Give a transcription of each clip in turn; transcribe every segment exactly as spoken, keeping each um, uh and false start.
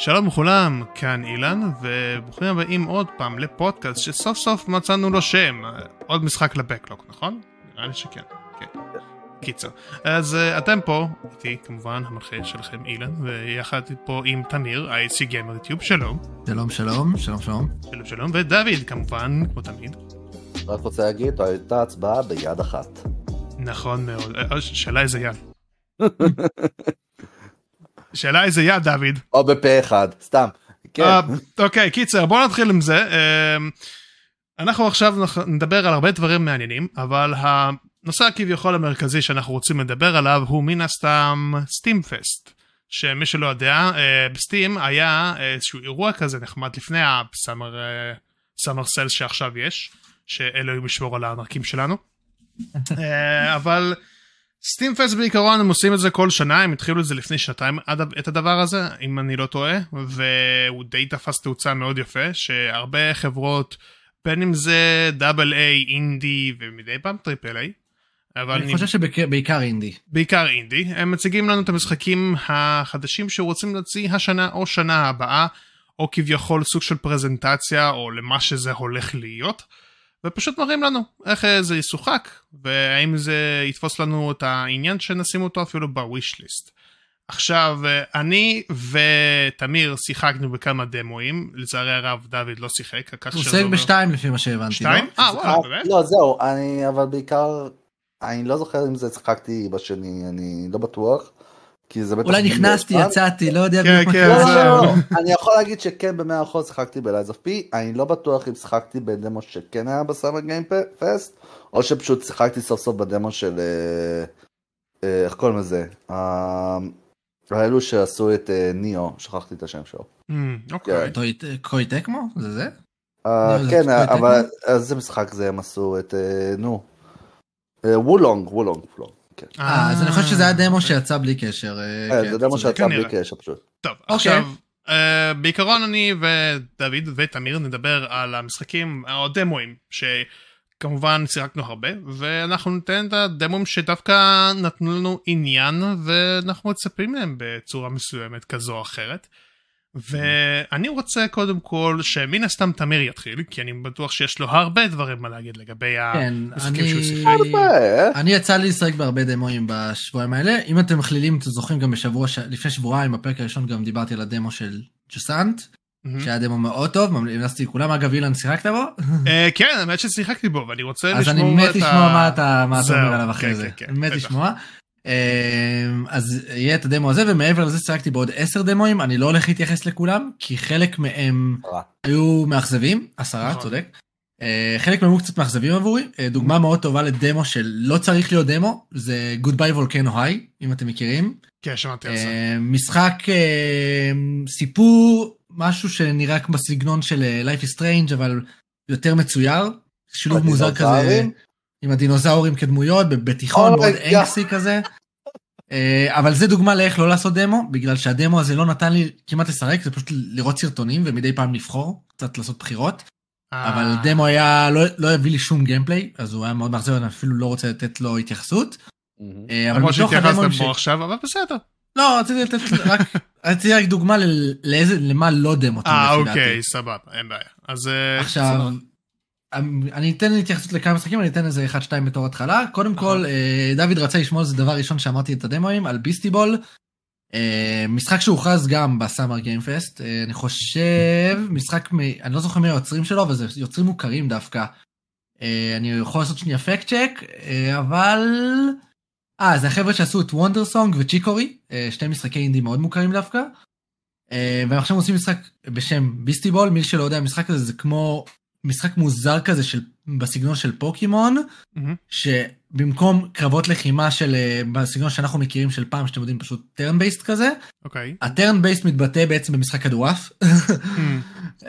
שלום לכולם, כאן אילן, וברוכים הבאים עוד פעם לפודקאסט שסוף סוף מצאנו לו שם. עוד משחק לבקלוק, נכון? נראה לי שכן, כן. קיצר. אז uh, אתם פה, איתי כמובן המנחה שלכם אילן, ויחד פה עם תמיר, ה-איי סי גיימר יוטיוב, שלום. שלום, שלום, שלום, שלום. שלום, שלום, ודוד כמובן, כמו תמיד. רק רוצה להגיד, הייתה הצבעה ביד אחת. נכון מאוד. שאלה איזה יד. שאלה איזה יד, דוד. או בפה אחד, סתם. כן. אוקיי, קיצר, בואו נתחיל עם זה. אנחנו עכשיו נדבר על הרבה דברים מעניינים, אבל הנושא הכביכול המרכזי שאנחנו רוצים לדבר עליו הוא מן הסתם סטים פסט. שמי שלא יודע, בסטים היה איזשהו אירוע כזה נחמד לפני הסאמר סאמר סלס שעכשיו יש, שאלוהים ישמור על הענקים שלנו. אבל סטים פסט בעיקרון הם עושים את זה כל שנה, הם התחילו את זה לפני שנתיים את הדבר הזה, אם אני לא טועה, והוא די תפס תאוצה מאוד יפה, שהרבה חברות, בין אם זה דאבל איי, אינדי, ומדי פעם טריפל איי, אני חושב שבעיקר אינדי. בעיקר אינדי, הם מציגים לנו את המשחקים החדשים שרוצים להוציא השנה או שנה הבאה, או כביכול סוג של פרזנטציה, או למה שזה הולך להיות, ופשוט מראים לנו איך זה ישוחק, והאם זה יתפוס לנו את העניין שנשים אותו אפילו בוויש ליסט. עכשיו, אני ותמיר שיחקנו בכמה דמוים, לצערי הרב דוד לא שיחק. הוא שיחק בשתיים לפי מה שהבנתי. שתיים? אה, וואו, באמת? לא, זהו, אני, אבל בעיקר, אני לא זוכר אם זה שיחקתי בשני, אני לא בטוח. אולי נכנסתי, יצאתי, לא יודע. אני יכול להגיד שכן במאה אחוז שיחקתי בלייז אוף פי, אני לא בטוח אם שיחקתי בדמו שכן היה בסאמר גיים פסט, או שפשוט שיחקתי סוף סוף בדמו של, איך קוראים לזה, האלו שעשו את ניאו, שכחתי את השם שלו. קוי טקמו? זה זה? כן, אבל זה משחק זה הם עשו את, נו, וולונג, וולונג, וולונג. אה, אז אני חושב שזה היה דמו שיצא בלי קשר. זה דמו שיצא בלי קשר פשוט. טוב, עכשיו, בעיקרון אני ודוד ותמיר נדבר על המשחקים, או דמוים, שכמובן שיחקנו הרבה, ואנחנו ניתן את הדמוים שדווקא נתנו לנו עניין, ואנחנו מצפים להם בצורה מסוימת כזו או אחרת. ואני רוצה קודם כל שמן הסתם תמיר יתחיל, כי אני בטוח שיש לו הרבה דברים מה להגיד לגבי המשחקים שהוא שיחק. אני יצא לי לשחק בהרבה דמוים בשבועיים האלה. אם אתם מכלילים, אתם זוכרים גם בשבוע, לפני שבועיים, בפרק הראשון גם דיברתי על הדמו של ג'וסנט, שהיה דמו מאוד טוב, המלצתי לכולם, אגב אילן שיחקת בו? כן, האמת ששיחקתי בו, ואני רוצה לשמוע אז אני מת לשמוע מה אתה אומר עליו אחרי זה. מת לשמוע. אז יהיה את הדמו הזה, ומעבר לזה שיחקתי בעוד עשר דמוים, אני לא הולך להתייחס לכולם, כי חלק מהם היו מאכזבים, עשרה, צודק, חלק מהם היו קצת מאכזבים עבורי, דוגמה מאוד טובה לדמו של לא צריך להיות דמו, זה Goodbye Volcano High, אם אתם מכירים. כן, שמעתי על זה. משחק, סיפור, משהו שנראה כמו בסגנון של Life is Strange, אבל יותר מצויר, שילוב מוזר כזה. עם הדינוזאורים כדמויות, בתיכון, מאוד אנגסי כזה. אבל זה דוגמה לאיך לא לעשות דמו, בגלל שהדמו הזה לא נתן לי כמעט לשחק, זה פשוט לראות סרטונים ומדי פעם לבחור, קצת לעשות בחירות. אבל דמו היה, לא הביא לי שום גיימפליי, אז הוא היה מאוד מאכזב, אני אפילו לא רוצה לתת לו התייחסות. כמו שהתייחסת בו עכשיו, אבל בסדר. לא, רציתי לתת רק, רציתי רק דוגמה למה לא דמו. אה, אוקיי, סבבה, אין בעיה. אז עכשיו, אני אתן התייחסות לכמה משחקים, אני אתן איזה אחד שתיים בתור התחלה. קודם כל, דוד רצה לשמוע, זה דבר ראשון שאמרתי את הדמוים, על ביסטיבול, משחק שהוכרז גם בסאמר גיים פסט, אני חושב, משחק, אני לא זוכר מי היוצרים שלו, אבל זה יוצרים מוכרים דווקא. אני יכול לעשות שנייה פקט צ'ק, אבל... אה, זה החבר'ה שעשו את וונדר סונג וצ'יקורי, שתי משחקי אינדי מאוד מוכרים דווקא, ועכשיו עושים משחק בשם ביסטיבול, מי שלא יודע, המשחק הזה זה כמו... משחק מוזר כזה של, בסגנון של פוקימון, mm-hmm. שבמקום קרבות לחימה של, בסגנון שאנחנו מכירים של פעם, שאתם יודעים פשוט טרן-בייסט כזה, okay. הטרן-בייסט מתבטא בעצם במשחק כדורעף, mm-hmm.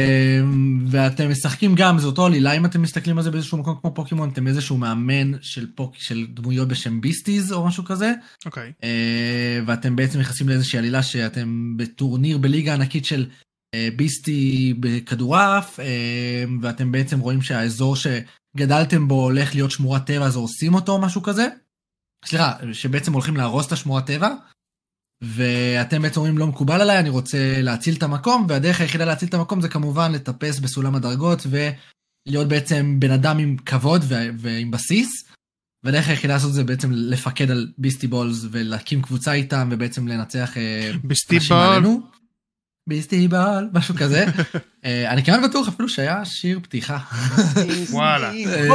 ואתם משחקים גם, זה אותו עלילה, אם אתם מסתכלים על זה באיזשהו מקום כמו פוקימון, אתם איזשהו מאמן של, פוק, של דמויות בשם ביסטיז או משהו כזה, okay. ואתם בעצם נכנסים לאיזושהי עלילה שאתם בטורניר בליגה ענקית של ביסטי בכדורעף, ואתם בעצם רואים שהאזור שגדלתם בו הולך להיות שמורת טבע, אז הורסים אותו או משהו כזה. סליחה, שבעצם הולכים להרוס את השמורת טבע, ואתם בעצם אומרים לא מקובל עליי, אני רוצה להציל את המקום, והדרך היחידה להציל את המקום זה כמובן לטפס בסולם הדרגות, ולהיות בעצם בן אדם עם כבוד ועם בסיס, והדרך היחידה לעשות זה בעצם לפקד על ביסטי בולס, ולהקים קבוצה איתם, ובעצם לנצח ביסטי בול. ביסטי בול, משהו כזה. אני כמעט בטוח אפילו שהיה שיר פתיחה. וואלה.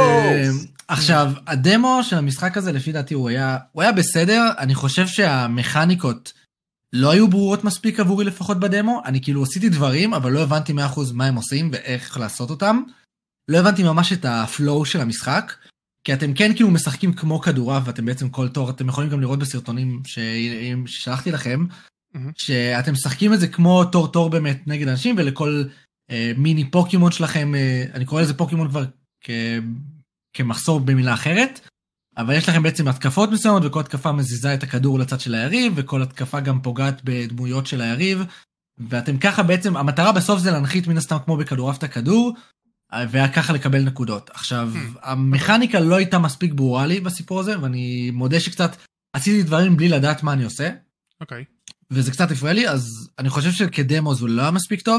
עכשיו, הדמו של המשחק הזה, לפי דעתי, הוא היה, הוא היה בסדר. אני חושב שהמכניקות לא היו ברורות מספיק עבורי לפחות בדמו. אני כאילו עשיתי דברים, אבל לא הבנתי מאה אחוז מה הם עושים ואיך לעשות אותם. לא הבנתי ממש את הפלואו של המשחק, כי אתם כן כאילו משחקים כמו כדורעף, ואתם בעצם כל תור, אתם יכולים גם לראות בסרטונים ששלחתי לכם, שאתם משחקים את זה כמו תור תור באמת נגד אנשים, ולכל אה, מיני פוקימון שלכם, אה, אני קורא לזה פוקימון כבר כ... כמחסור במילה אחרת, אבל יש לכם בעצם התקפות מסוימות, וכל התקפה מזיזה את הכדור לצד של היריב, וכל התקפה גם פוגעת בדמויות של היריב, ואתם ככה בעצם, המטרה בסוף זה להנחית מן הסתם כמו בכדורעף את הכדור, וככה לקבל נקודות. עכשיו, המכניקה לא הייתה מספיק ברורה לי בסיפור הזה, ואני מודה שקצת עשיתי דברים בלי לדעת מה אני עושה. אוקיי. וזה קצת הפריע לי, אז אני חושב שכדמו זה לא היה מספיק טוב,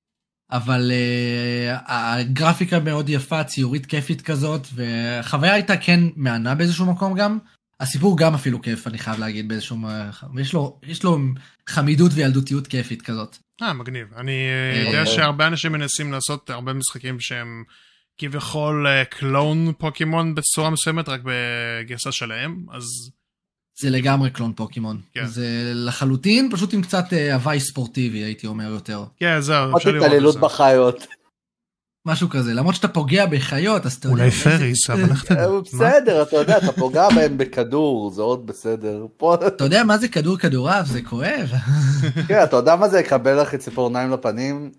אבל uh, הגרפיקה מאוד יפה, ציורית כיפית כזאת, והחוויה הייתה כן מענה באיזשהו מקום גם. הסיפור גם אפילו כיף, אני חייב להגיד באיזשהו... יש לו, יש לו חמידות וילדותיות כיפית כזאת. אה, מגניב. אני יודע שהרבה אנשים מנסים לעשות הרבה משחקים שהם כביכול קלון פוקימון בצורה מסוימת, רק בגרסה שלהם, אז... זה לגמרי קלון פוקימון. כן. זה לחלוטין, פשוט עם קצת הוואי ספורטיבי, הייתי אומר יותר. כן, זהו. עוד התעללות בחיות. משהו כזה, למרות שאתה פוגע בחיות, אז אתה... אולי פריס, אבל איך תדע? בסדר, אתה יודע, אתה פוגע בהם בכדור, זה עוד בסדר. אתה יודע מה זה כדור כדורעף, זה כואב. כן, אתה יודע מה זה יקבל לך ציפורניים לפנים?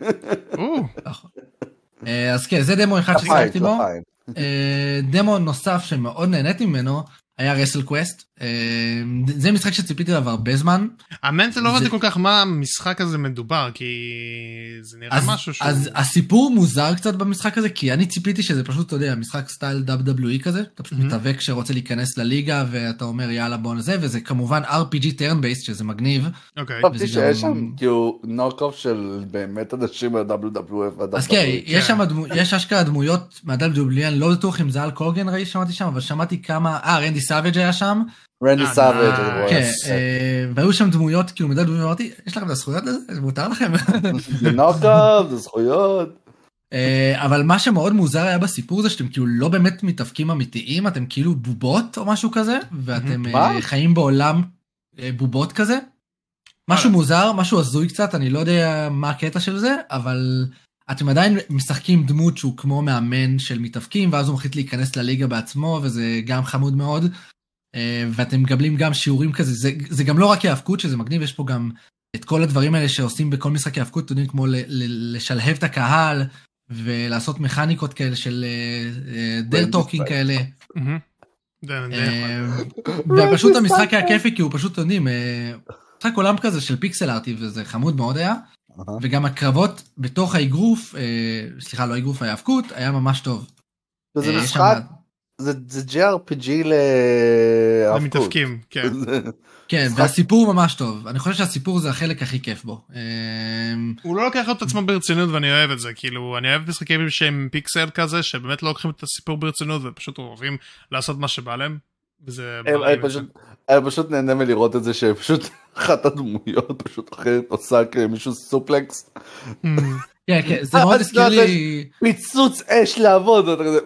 אז כן, זה דמו אחד ששחקתי בו. דמו נוסף שמאוד נהניתי ממנו, היה רסל קווסט. זה משחק שציפיתי עליו הרבה זמן. האמת, לא הבנתי כל כך מה המשחק הזה מדובר, כי זה נראה משהו שהוא... אז הסיפור מוזר קצת במשחק הזה, כי אני ציפיתי שזה פשוט, אתה יודע, משחק סטייל דאבליו דאבליו אי כזה, אתה פשוט מתאבק שרוצה להיכנס לליגה, ואתה אומר יאללה בוא נזה, וזה כמובן אר פי ג'י turn based, שזה מגניב. אוקיי. חשבתי שיש שם כאילו נוק-אוף של באמת אנשים מה-דאבליו דאבליו אף. אז כן, יש אשכרה דמויות מה-דאבליו דאבליו אי, אני לא בטוח אם זה אל קוגן ראי שמעתי שם, אבל שמעתי כמה, אה, רנדי סאביג' היה שם. רנדי סאביג'. כן, והיו שם דמויות, כאילו מדע דמויות, אמרתי, יש לכם את הזכויות לזה? זה מותר לכם? זה נוקאפ, זה זכויות. אבל מה שמאוד מוזר היה בסיפור זה שאתם כאילו לא באמת מתאבקים אמיתיים, אתם כאילו בובות או משהו כזה, ואתם חיים בעולם בובות כזה. משהו מוזר, משהו הזוי קצת, אני לא יודע מה הקטע של זה, אבל אתם עדיין משחקים דמות שהוא כמו מאמן של מתאבקים, ואז הוא מחליט להיכנס לליגה בעצמו, וזה גם חמוד מאוד. ואתם מקבלים גם שיעורים כזה, זה, זה גם לא רק האבקות שזה מגניב, יש פה גם את כל הדברים האלה שעושים בכל משחק האבקות, אתם יודעים, כמו ל, ל, לשלהב את הקהל, ולעשות מכניקות כאלה של דרטוקינג כאלה. ופשוט המשחק היה כיפי, כי הוא פשוט, אתם יודעים, משחק עולם כזה של פיקסל ארטי, וזה חמוד מאוד היה, וגם הקרבות בתוך האגרוף, סליחה, לא האגרוף, האבקות, היה ממש טוב. וזה משחק... זה ג'י אר פי ג'י למתאבקים, כן. כן, והסיפור ממש טוב. אני חושב שהסיפור זה החלק הכי כיף בו. הוא לא לוקח את עצמו ברצינות ואני אוהב את זה. כאילו, אני אוהב משחקים שהם פיקסל כזה, שבאמת לא לוקחים את הסיפור ברצינות ופשוט אוהבים לעשות מה שבא להם. וזה... אני פשוט נהנה מלראות את זה שפשוט אחת הדמויות פשוט אחרת עושה כמישהו סופלקס. כן, כן, זה מאוד הזכיר לי... פיצוץ אש לעבוד, ואתה כזה...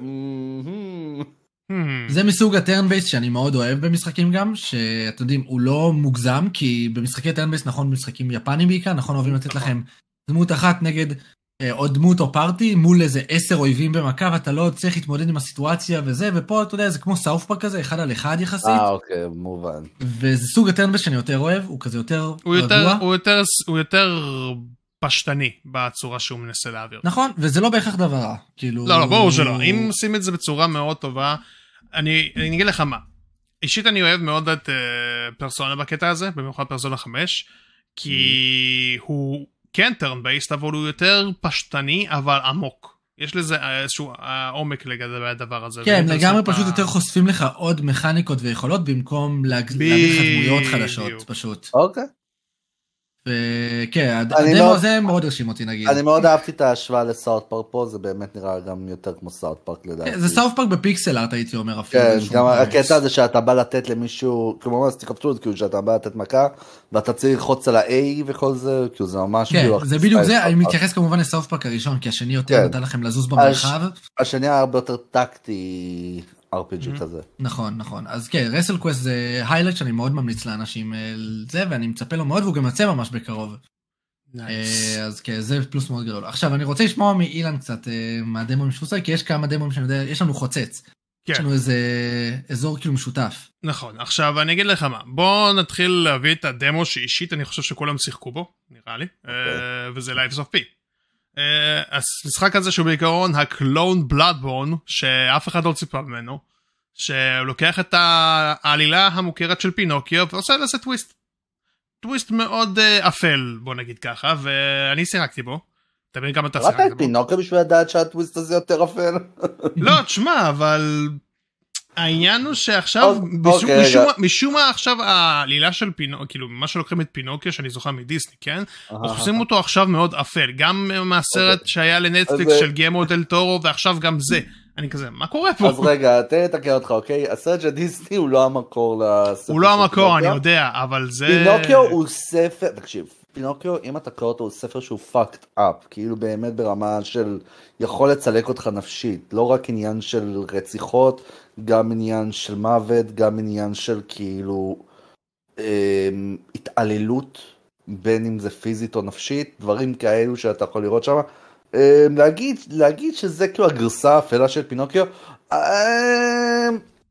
זה מסוג הטרן בייס שאני מאוד אוהב במשחקים גם, שאתם יודעים, הוא לא מוגזם, כי במשחקי טרן בייס, נכון, במשחקים יפנים בעיקר, נכון, אוהבים לתת לכם דמות אחת נגד עוד דמות או פארטי, מול איזה עשר אויבים במכה, ואתה לא צריך להתמודד עם הסיטואציה וזה, ופה, אתה יודע, זה כמו סאוף פארק כזה, אחד על אחד יחסית. אה, אוקיי, מובן. וזה סוג הטרן בייס שאני יותר אוהב, הוא כזה יותר רגוע. הוא יותר פשטני בצורה שהוא מנסה להעביר. נכון, וזה לא בהכרח דבר רע. כאילו... לא, לא, ברור שלא. אם עושים את זה בצורה מאוד טובה, אני, אני אגיד לך מה. אישית אני אוהב מאוד את uh, פרסונה בקטע הזה, במיוחד פרסונה חמש, כי mm. הוא כן turn based, אבל הוא יותר פשטני, אבל עמוק. יש לזה איזשהו עומק לגבי הדבר הזה. כן, לגמרי פשוט יותר חושפים לך עוד מכניקות ויכולות, במקום להביא לך דמויות חדשות, פשוט. אוקיי. וכן, הדמו הזה מאוד הרשים אותי נגיד. אני מאוד אהבתי את ההשוואה לסאוט פארק פה, זה באמת נראה גם יותר כמו סאוט פארק לדעתי. זה סאוט פארק בפיקסל ארט הייתי אומר אפילו. כן, גם הקטע הזה שאתה בא לתת למישהו, כמו ממש תקפצו, כאילו שאתה בא לתת מכה, ואתה צריך לחוץ על ה-A וכל זה, כאילו זה ממש... כן, זה בדיוק זה, אני מתייחס כמובן לסאוט פארק הראשון, כי השני יותר נתן לכם לזוז במרחב. השני היה הרבה יותר טקטי אר פי ג'י כזה. נכון, נכון. אז כן, רסל קווסט זה היילייט שאני מאוד ממליץ לאנשים זה, ואני מצפה לו מאוד, והוא גם יוצא ממש בקרוב. אז כן, זה פלוס מאוד גדול. עכשיו, אני רוצה לשמוע מאילן קצת מהדמוים שפוסר, כי יש כמה דמוים שאני יודע, יש לנו חוצץ. יש לנו איזה אזור כאילו משותף. נכון, עכשיו אני אגיד לך מה, בוא נתחיל להביא את הדמו שאישית, אני חושב שכולם שיחקו בו, נראה לי, וזה Lives of P. המשחק הזה שהוא בעיקרון הקלון בלאדבורן, שאף אחד לא ציפה ממנו, שלוקח את העלילה המוכרת של פינוקיו, ועושה לזה טוויסט. טוויסט מאוד אפל, בוא נגיד ככה, ואני שיחקתי בו. תבין כמה אתה שיחקת בו. רק את פינוקיו בשביל לדעת שהטוויסט הזה יותר אפל? לא, תשמע, אבל... העניין הוא שעכשיו, משום מה עכשיו העלילה של פינוקיו, כאילו מה שלוקחים את פינוקיו שאני זוכר מדיסני, כן? עושים אותו עכשיו מאוד אפל, גם מהסרט שהיה לנטפליקס של גיימו דל טורו, ועכשיו גם זה. אני כזה, מה קורה פה? אז רגע, תן לתקן אותך, אוקיי? הסרט של דיסני הוא לא המקור לספר. הוא לא המקור, אני יודע, אבל זה... פינוקיו הוא ספר, תקשיב, פינוקיו, אם אתה קורא אותו, הוא ספר שהוא fucked up, כאילו באמת ברמה של יכול לצלק אותך נפשית, לא רק עניין של רציחות, גם עניין של מוות, גם עניין של כאילו אה, התעללות, בין אם זה פיזית או נפשית, דברים כאלו שאתה יכול לראות שם. אה, להגיד, להגיד שזה כאילו הגרסה האפלה של פינוקיו, אה,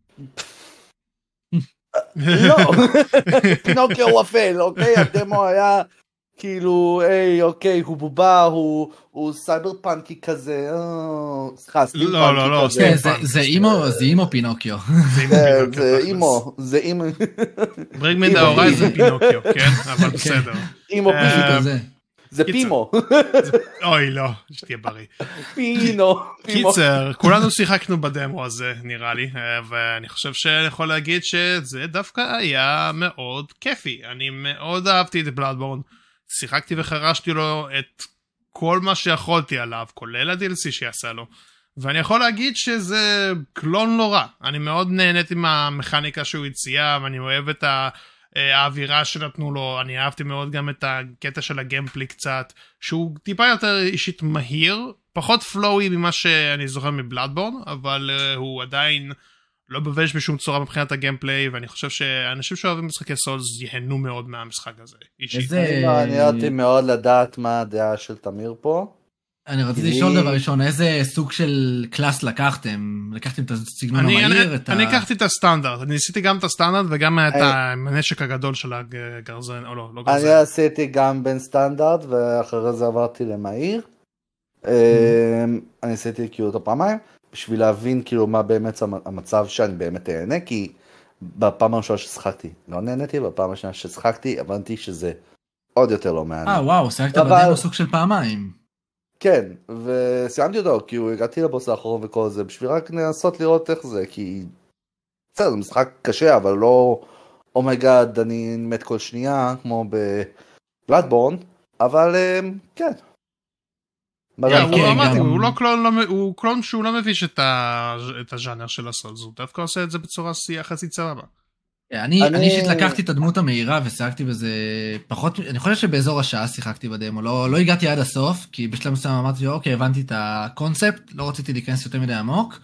לא, פינוקיו הוא אפל, אוקיי? הדמו היה כאילו, היי, אוקיי, הוא בובה, הוא, הוא סייבר פאנקי כזה, סליחה, סטים לא, פאנקי לא, לא, כזה. זה אימו, זה אימו פינוקיו. זה אימו, זה אימו. ברג מדאורי זה פינוקיו, כן? אבל בסדר. אימו פינוקיו. זה פימו. אוי, לא, שתהיה בריא. פינו. קיצר, כולנו שיחקנו בדמו הזה, נראה לי, ואני חושב שאני יכול להגיד שזה דווקא היה מאוד כיפי. אני מאוד אהבתי את בלאדבורן. שיחקתי וחרשתי לו את כל מה שיכולתי עליו, כולל ה-די אל סי שיעשה לו. ואני יכול להגיד שזה קלון לא רע. אני מאוד נהנית עם המכניקה שהוא הציע, ואני אוהב את ה... האווירה שנתנו לו, אני אהבתי מאוד גם את הקטע של הגיימפלי קצת, שהוא טיפה יותר אישית מהיר, פחות פלואי ממה שאני זוכר מבלאדבורן, אבל uh, הוא עדיין לא בבש בשום צורה מבחינת הגיימפלי, ואני חושב שאנשים שאוהבים משחקי סולס ייהנו מאוד מהמשחק הזה, אישית. אני רציתי מאוד לדעת מה הדעה של תמיר פה. אני רציתי לשאול דבר ראשון, איזה סוג של קלאס לקחתם? לקחתם את הסגנון המהיר? אני לקחתי את הסטנדרט, אני ניסיתי גם את הסטנדרט וגם את הנשק הגדול של הגרזן, או לא, לא גרזן. אני עשיתי גם בין סטנדרט, ואחרי זה עברתי למהיר. אני עשיתי כאילו אותו פעמיים, בשביל להבין כאילו מה באמת המצב שאני באמת אהנה, כי בפעם הראשונה ששחקתי לא נהניתי, בפעם השנייה ששחקתי הבנתי שזה עוד יותר לא מעניין. אה וואו, שיחקת בדמו סוג של פעמיים. כן, וסיימתי אותו, כי הוא הגעתי לבוס האחרון וכל זה, בשביל רק לנסות לראות איך זה, כי בסדר, זה משחק קשה, אבל לא, אומייגאד, אני מת כל שנייה, כמו בבלאדבורן, אבל כן. הוא קלון שהוא לא מביש את הז'אנר של הסולס, הוא דווקא עושה את זה בצורה יחסית סבבה. אני אישית לקחתי את הדמות המהירה ושיחקתי בזה פחות, אני חושב שבאזור השעה שיחקתי בדמו, לא הגעתי עד הסוף, כי בשלב מסוים אמרתי, אוקיי, הבנתי את הקונספט, לא רציתי להיכנס יותר מדי עמוק.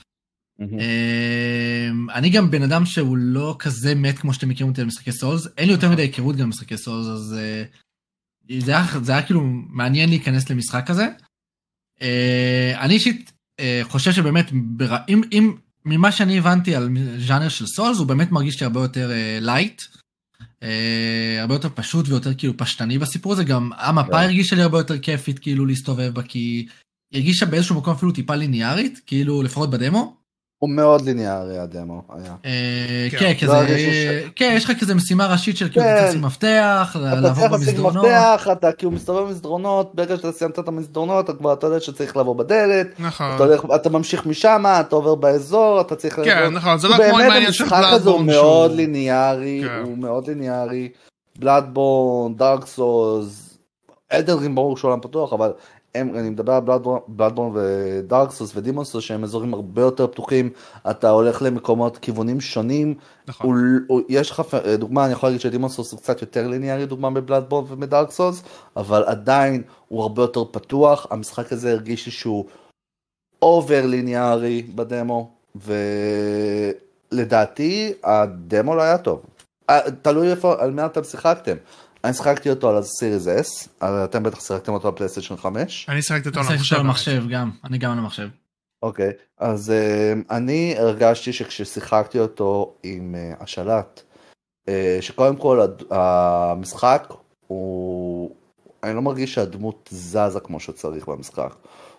אני גם בן אדם שהוא לא כזה מת כמו שאתם מכירים אותי על משחקי סולס, אין לי יותר מדי היכרות גם משחקי סולס, אז זה היה כאילו מעניין להיכנס למשחק הזה. אני אישית חושב שבאמת, אם ממה שאני הבנתי על ז'אנר של סולס, הוא באמת מרגיש לי הרבה יותר לייט, הרבה יותר פשוט ויותר כאילו פשטני בסיפור הזה, גם המפה הרגישה לי הרבה יותר כיפית כאילו להסתובב בה, כי הרגישה באיזשהו מקום אפילו טיפה ליניארית, כאילו לפחות בדמו, הוא מאוד ליניארי הדמו היה. כן, כן, יש לך כזה משימה ראשית של כאילו אתה תשים מפתח, לעבור במסדרונות. אתה צריך מפתח, אתה כאילו מסתובב במסדרונות, ברגע שאתה סיימת את המסדרונות, אתה כבר אתה יודע שצריך לעבור בדלת, אתה ממשיך משם, אתה עובר באזור, אתה צריך... כן, נכון, זה לא כמו עם העניין של בלאדבורן. הוא מאוד ליניארי, הוא מאוד ליניארי, בלאדבורן, דארק סולס, אלדן רינג ברור שהוא עולם פתוח, אבל... הם, אני מדבר על בלאדבורן ודארק סולס ודימון סולס שהם אזורים הרבה יותר פתוחים, אתה הולך למקומות, כיוונים שונים, נכון. הוא, הוא, יש לך, דוגמה, אני יכול להגיד שדימון סולס הוא קצת יותר ליניארי, דוגמה בבלאדבורן ובדארק סולס, אבל עדיין הוא הרבה יותר פתוח, המשחק הזה הרגיש לי שהוא אובר ליניארי בדמו, ולדעתי הדמו לא היה טוב, תלוי איפה, על מה אתם שיחקתם. אני שחקתי אותו על סיריס אס, אתם בטח שחקתם אותו על פלייסטיישן חמש. אני שחקתי אותו על המחשב גם, אני גם על המחשב. אוקיי, אז אני הרגשתי שכששיחקתי אותו עם השלט, שקודם כל המשחק, אני לא מרגיש שהדמות זזה כמו שצריך במשחק.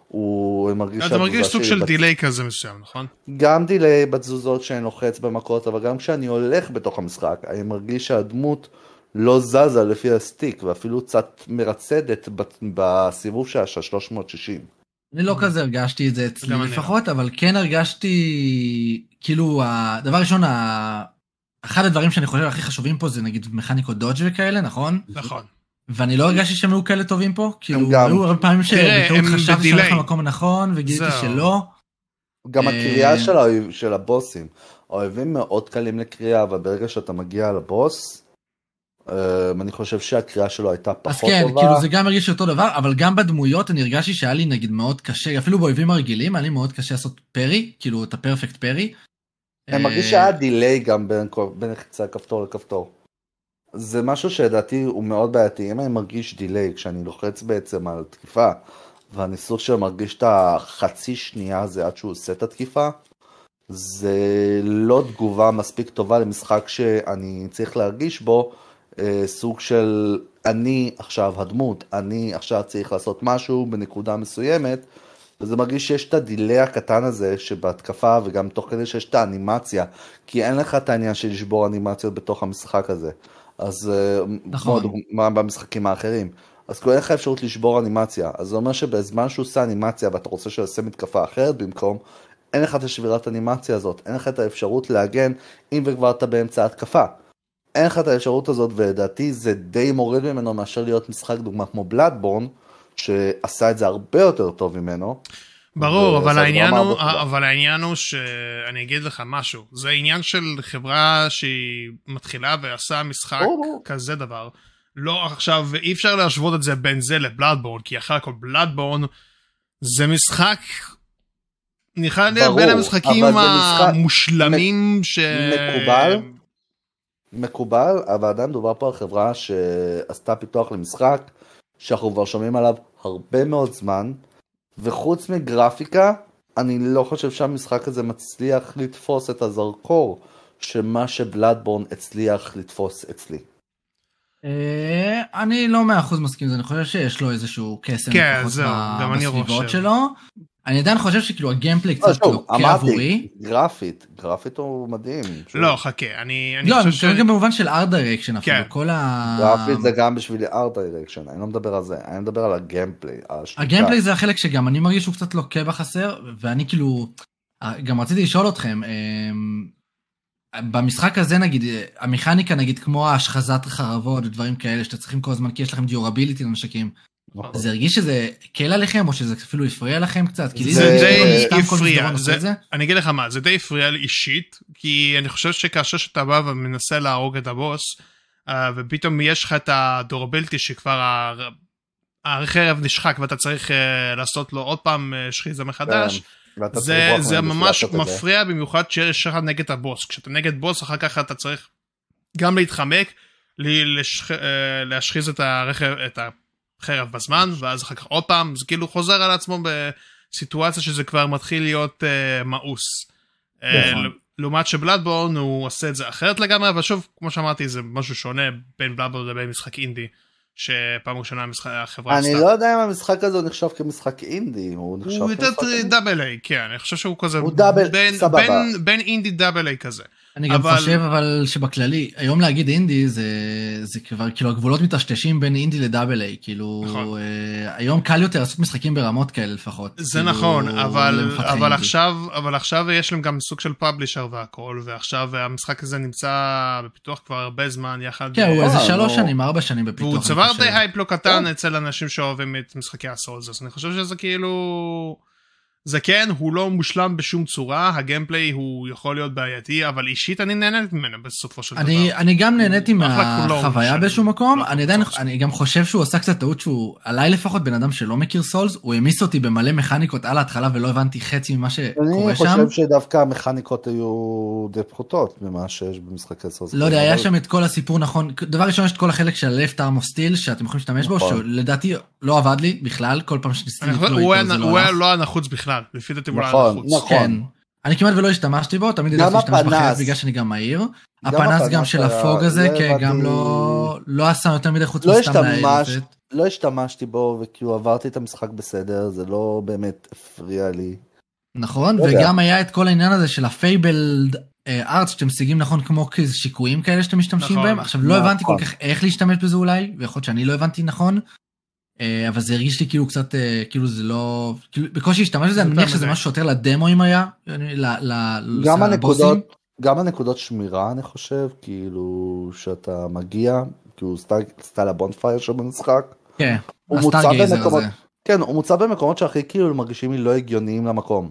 אתה מרגיש סוג של דיליי כזה מסוים, נכון? גם דיליי בתזוזות שאני לוחץ במכות, אבל גם כשאני הולך בתוך המשחק, אני מרגיש שהדמות לא זזה לפי הסטיק, ואפילו קצת מרצדת בסיבוב שלה של שלוש מאות ושישים. אני לא כזה הרגשתי את זה אצלי לפחות, אבל כן הרגשתי, כאילו, הדבר ראשון, אחד הדברים שאני חושב הכי חשובים פה זה נגיד מכניקות דודג' וכאלה, נכון? נכון. ואני לא הרגשתי שהם היו כאלה טובים פה, כאילו, היו הרבה פעמים שבטעות חשבתי שאני הולך למקום הנכון, וגיליתי שלא. גם הקריאה של הבוסים, האויבים מאוד קלים לקריאה, אבל ברגע שאתה מגיע לבוס, אני חושב שהקריאה שלו הייתה פחות טובה. אז כן, כאילו זה גם הרגיש אותו דבר, אבל גם בדמויות אני הרגשתי שהיה לי נגיד מאוד קשה, אפילו באויבים הרגילים, היה לי מאוד קשה לעשות פרי, כאילו את הפרפקט פרי. אני מרגיש שהיה דיליי גם בין לחיצה כפתור לכפתור. זה משהו שלדעתי הוא מאוד בעייתי, אם אני מרגיש דיליי כשאני לוחץ בעצם על תקיפה, ואני סוג של מרגיש את החצי שנייה הזה עד שהוא עושה את התקיפה, זה לא תגובה מספיק טובה למשחק שאני צריך להרגיש בו, סוג של אני עכשיו הדמות, אני עכשיו צריך לעשות משהו בנקודה מסוימת, וזה מרגיש שיש את הדילי הקטן הזה שבהתקפה וגם תוך כדי שיש את האנימציה, כי אין לך את העניין של לשבור אנימציות בתוך המשחק הזה, אז נכון. כמו במשחקים האחרים, אז כבר אין לך אפשרות לשבור אנימציה, אז זה אומר שבזמן שהוא עושה אנימציה ואתה רוצה שעושה מתקפה אחרת במקום, אין לך את השבירת אנימציה הזאת, אין לך את האפשרות להגן אם וכבר אתה באמצע התקפה. אין לך את האפשרות הזאת, ולדעתי זה די מוריד ממנו מאשר להיות משחק דוגמה כמו בלאדבורן, שעשה את זה הרבה יותר טוב ממנו. ברור, אבל העניין הוא, אבל העניין הוא שאני אגיד לך משהו, זה עניין של חברה שהיא מתחילה ועשה משחק כזה דבר. לא עכשיו, אי אפשר להשוות את זה בין זה לבלאדבורן, כי אחרי הכל בלאדבורן זה משחק, נראה לי בין המשחקים המושלמים ש... מקובל. מקובל, אבל עדיין דובר פה על חברה שעשתה פיתוח למשחק, שאנחנו כבר שומעים עליו הרבה מאוד זמן, וחוץ מגרפיקה, אני לא חושב שהמשחק הזה מצליח לתפוס את הזרקור, שמה שבלאדבורן הצליח לתפוס אצלי. אני לא מאה אחוז מסכים, אני חושב שיש לו איזשהו קסם בסביבות שלו. אני עדיין חושב שכאילו הגיימפלי קצת לוקה עבורי. גרפית, גרפית הוא מדהים. לא, חכה, אני לא, אני חושב גם במובן של ארט דירקשן אפילו, כל ה... גרפית זה גם בשבילי ארט דירקשן, אני לא מדבר על זה, אני מדבר על הגיימפלי. הגיימפלי זה החלק שגם אני מרגיש שהוא קצת לוקה בחסר, ואני כאילו, גם רציתי לשאול אתכם, במשחק הזה נגיד, המכניקה נגיד כמו השחזת חרבות ודברים כאלה, שאתה צריכים כל הזמן, כי יש לכם דיורביליטי לנשקים, זה הרגיש שזה קל עליכם, או שזה אפילו הפריע לכם קצת? זה די הפריע, אני אגיד לך מה, זה די הפריע לי אישית, כי אני חושב שכאשר שאתה בא ומנסה להרוג את הבוס, ופתאום יש לך את הדורבילטי שכבר החרב נשחק, ואתה צריך לעשות לו עוד פעם שחיזה מחדש, זה ממש מפריע, במיוחד שיש לך נגד הבוס. כשאתה נגד בוס, אחר כך אתה צריך גם להתחמק, להשחיז את הרכב, את ה... חרב בזמן, ואז אחר כך עוד פעם, זה כאילו חוזר על עצמו בסיטואציה שזה כבר מתחיל להיות uh, מאוס. Uh, לעומת שבלאדבורן הוא עושה את זה אחרת לגמרי, אבל שוב, כמו שאמרתי, זה משהו שונה בין בלאדבורן לבין משחק אינדי, שפעם ראשונה החברה אני לא יודע אם המשחק הזה נחשב כמשחק אינדי, הוא נחשב הוא יותר דאבל איי, כן, אני חושב שהוא כזה, בין אינדי דאבל איי כזה. אני גם חושב אבל שבכללי, היום להגיד אינדי זה כבר, כאילו הגבולות מטשטשים בין אינדי לדאבל איי, כאילו היום קל יותר לעשות משחקים ברמות כאלה לפחות. זה נכון, אבל עכשיו, אבל עכשיו יש להם גם סוג של פאבלישר והכל, ועכשיו המשחק הזה נמצא בפיתוח כבר הרבה זמן יחד. כן, הוא איזה שלוש שנים, ארבע שנים בפיתוח. והוא צבר די הייפ לא קטן אצל אנשים שאוהבים את משחקי הסולס, אז אני חושב שזה כאילו... זה כן, הוא לא מושלם בשום צורה, הגיימפליי הוא יכול להיות בעייתי, אבל אישית אני נהנית ממנו בסופו של דבר. אני גם נהניתי מהחוויה באיזשהו מקום, אני עדיין, אני גם חושב שהוא עושה קצת טעות שהוא, עליי לפחות בן אדם שלא מכיר סולס, הוא המיס אותי במלא מכניקות על ההתחלה ולא הבנתי חצי ממה שקורה שם. אני חושב שדווקא המכניקות היו די פחותות ממה שיש במשחקי סולס. לא יודע, היה שם את כל הסיפור נכון, דבר ראשון יש את כל החלק של left arm of steel שאתם יכולים להשתמש בו, שלדעתי לא עבד לי בכלל, כל פעם שניסיתי לקלוא איתו זה לא הלך. הוא לא הנחוץ בכלל, לפי דעתי הוא לא נכון, הנחוץ. נכון. אני כמעט ולא השתמשתי בו, תמיד ידעתי להשתמש בחלק בגלל שאני גם מהיר. הפנס גם של הפוג הזה, כי גם לא עשה יותר מדי חוץ מסתם להעיר. לא השתמשתי בו, וכאילו עברתי את המשחק בסדר, זה לא באמת הפריע לי. נכון, וגם היה את כל העניין הזה של הפייבלד ארץ, שאתם משיגים נכון כמו שיקויים כאלה שאתם משתמשים בהם. עכשיו לא הבנתי כל כך איך להשתמש בזה אולי, ויכול להיות שאני לא הבנתי נכון. אבל זה הרגיש לי כאילו קצת, כאילו זה לא, בקושי השתמש בזה, אני מניח שזה משהו יותר לדמוים היה, גם הנקודות, גם הנקודות שמירה אני חושב, כאילו שאתה מגיע, כאילו סטייל הבונפייר של במשחק. כן, הסטארגייזר הזה. כן, הוא מוצא במקומות שהכי כאילו מרגישים לי לא הגיוניים למקום.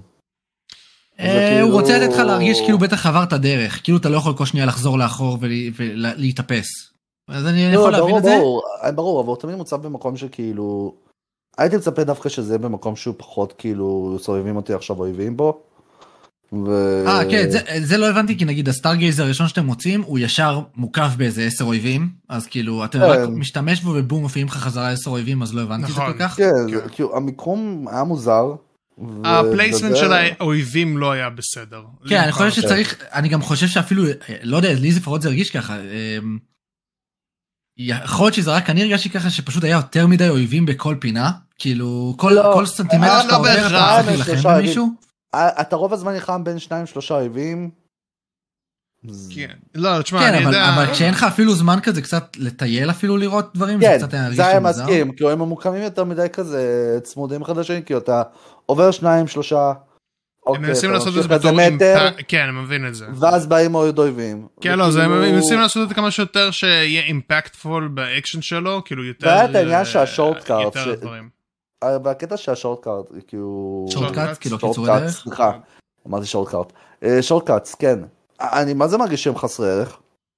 הוא רוצה לתת לך להרגיש כאילו בטח עברת דרך, כאילו אתה לא יכול כל שנייה לחזור לאחור ולהתאפס. אז אני יכול להבין את זה? ברור, אבל הוא תמיד מוצב במקום שכאילו, הייתי מצפה דווקא שזה במקום שהוא פחות כאילו סובבים אותי עכשיו אויבים בו. אה, כן, זה לא הבנתי, כי נגיד הסטארגייזר הראשון שאתם מוצאים, הוא ישר מוקף באיזה עשר אויבים, אז כאילו, אתה רק משתמש בו ובום, מופיעים לך חזרה עשר אויבים, אז לא הבנתי את זה כל כך. כן, כאילו, המיקום היה מוזר. הפלייסמנט של האויבים לא היה בסדר. כן, אני חושב שצריך, אני גם חושב שאפילו, לא יודע, לי לפחות זה הרגיש ככה, יכול להיות שזה רק אני הרגשתי ככה שפשוט היה יותר מדי אויבים בכל פינה, כאילו כל סנטימטר שאתה עובר אתה צריך להילחם במישהו. אתה רוב הזמן נלחם בין שניים שלושה אויבים. כן, לא, תשמע, אני יודע. אבל כשאין לך אפילו זמן כזה קצת לטייל אפילו לראות דברים, כן, זה היה מסכים, כי הם ממוקמים יותר מדי כזה צמודים חדשים, כי אתה עובר שניים שלושה הם מנסים לעשות את זה בתור אימפקט, כן, אני מבין את זה. ואז באים עוד אויבים. כן, לא, הם מנסים לעשות את זה כמה שיותר שיהיה אימפקטפול באקשן שלו, כאילו יותר... והיה את העניין שהשורטקארט, והקטע שהשורטקארט, כאילו... שורטקארט, כאילו קיצורי דרך? סליחה, אמרתי שורטקארט. שורטקארט, כן. אני, מה זה מרגיש שהם חסרי ערך?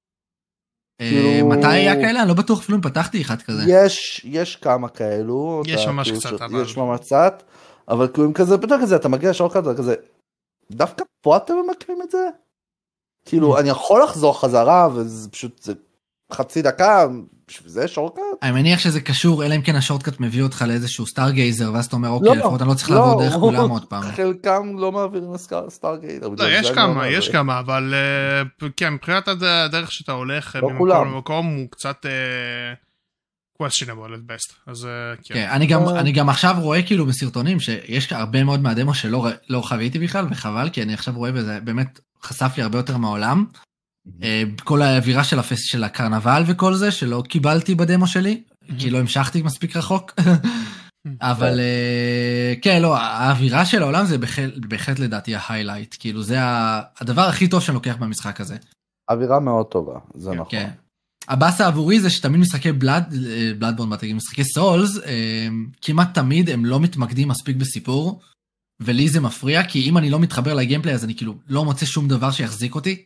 מתי היה כאלה? אני לא בטוח אפילו אם פתחתי אחד כזה. יש כמה כאלו. יש ממש קצת. יש ממש קצת. אבל כאילו אם כזה, פתאום כזה, אתה מגיע לשורטקאט, אתה כזה, דווקא פה אתם ממקמים את זה? כאילו, אני יכול לחזור חזרה, וזה פשוט, זה חצי דקה, בשביל זה שורטקאט? אני מניח שזה קשור, אלא אם כן השורטקאט מביא אותך לאיזשהו סטארגייזר, ואז אתה אומר, אוקיי, לפחות אני לא צריך לעבור דרך כולם עוד פעם. חלקם לא מעבירים לסטארגייזר. לא, יש כמה, יש כמה, אבל כן, מבחינת הדרך שאתה הולך, במקום למקום, הוא קצת... questionable at best, אז כן. כן, אני גם, אני גם עכשיו רואה כאילו בסרטונים שיש הרבה מאוד מהדמו שלא לא חוויתי בכלל, וחבל, כי אני עכשיו רואה וזה באמת חשף לי הרבה יותר מהעולם. כל האווירה של הפס, של הקרנבל וכל זה, שלא קיבלתי בדמו שלי, כי לא המשכתי מספיק רחוק. אבל כן, לא, האווירה של העולם זה בהחלט לדעתי ההיילייט, כאילו זה הדבר הכי טוב שאני לוקח במשחק הזה. אווירה מאוד טובה, זה נכון. כן. הבאסה עבורי זה שתמיד משחקי בלאד, בלאדבורן, משחקי סולס, כמעט תמיד הם לא מתמקדים מספיק בסיפור, ולי זה מפריע, כי אם אני לא מתחבר לגיימפליי, אז אני כאילו לא מוצא שום דבר שיחזיק אותי.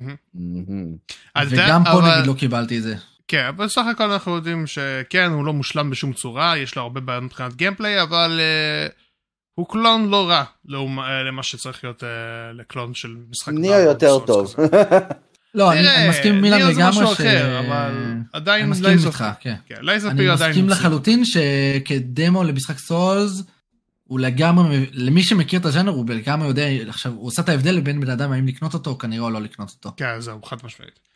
וגם פה נגיד לא קיבלתי את זה. כן, אבל בסך הכל אנחנו יודעים שכן, הוא לא מושלם בשום צורה, יש לו הרבה בעיות מבחינת גיימפליי, אבל הוא קלון לא רע, למה שצריך להיות לקלון של משחק. נהיה יותר טוב. לא, אני מסכים עם מילן לגמרי ש... עדיין אני מסכים איתך, כן. אני מסכים לחלוטין שכדמו למשחק סולס, הוא לגמרי, למי שמכיר את הז'אנר, הוא לגמרי יודע, עכשיו, הוא עושה את ההבדל לבין בן אדם, האם לקנות אותו, או כנראה או לא לקנות אותו. כן, זהו, חד משמעית.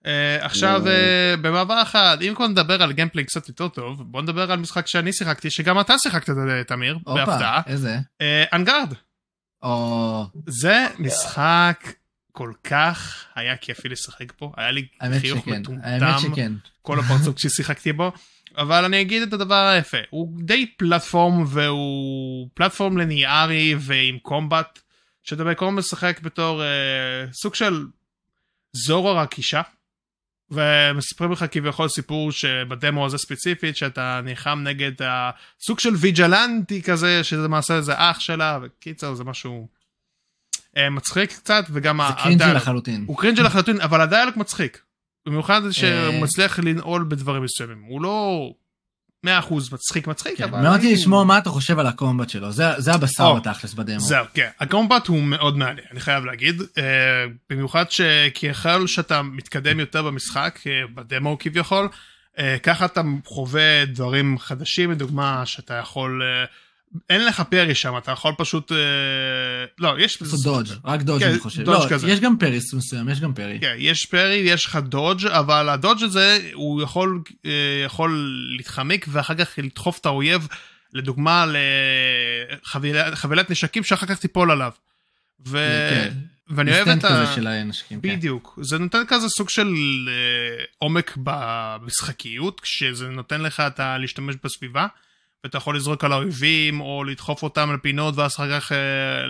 עכשיו במעבר אחד, אם כבר נדבר על גיימפליי קצת יותר טוב, בוא נדבר על משחק שאני שיחקתי, שגם אתה שיחקת תמיר, בהפתעה. איזה? אנגארד. זה משחק כל כך היה כיפי לשחק פה, היה לי חיוך מטומטם, כל הפרצות ששיחקתי בו, אבל אני אגיד את הדבר היפה, הוא די פלטפורם, והוא פלטפורם ליניארי ועם קומבט, שאתה בעיקרון משחק בתור סוג של זורו רקישה, ומספרים לך כביכול סיפור שבדמו הזה ספציפית, שאתה נלחם נגד הסוג של ויג'לנטי כזה, שזה מעשה איזה אח שלה, וקיצר זה משהו מצחיק קצת, וגם זה קרינג'י לחלוטין. הוא קרינג'י לחלוטין, אבל הדיאלוג מצחיק. במיוחד שהוא מצליח לנעול בדברים מסוימים. הוא לא מאה אחוז מצחיק מצחיק, אבל... מעוניין לשמוע מה אתה חושב על הקומבט שלו, זה הבשר בתכלס בדמו. זהו, כן. הקומבט הוא מאוד מעניין, אני חייב להגיד. במיוחד שככל שאתה מתקדם יותר במשחק, בדמו כביכול, ככה אתה חווה דברים חדשים, לדוגמה שאתה יכול... אין לך פרי שם, אתה יכול פשוט... לא, יש... דודג', רק דודג' אני חושב. לא, יש גם פריס מסוים, יש גם פרי. כן, יש פרי, יש לך דודג', אבל הדודג' הזה, הוא יכול, יכול להתחמק, ואחר כך לדחוף את האויב, לדוגמה, לחבילת נשקים, שאחר כך תיפול עליו. ואני אוהב את ה... בדיוק. זה נותן כזה סוג של עומק במשחקיות, כשזה נותן לך להשתמש בסביבה, ואתה יכול לזרוק על האויבים, או לדחוף אותם לפינות, ואז אחר כך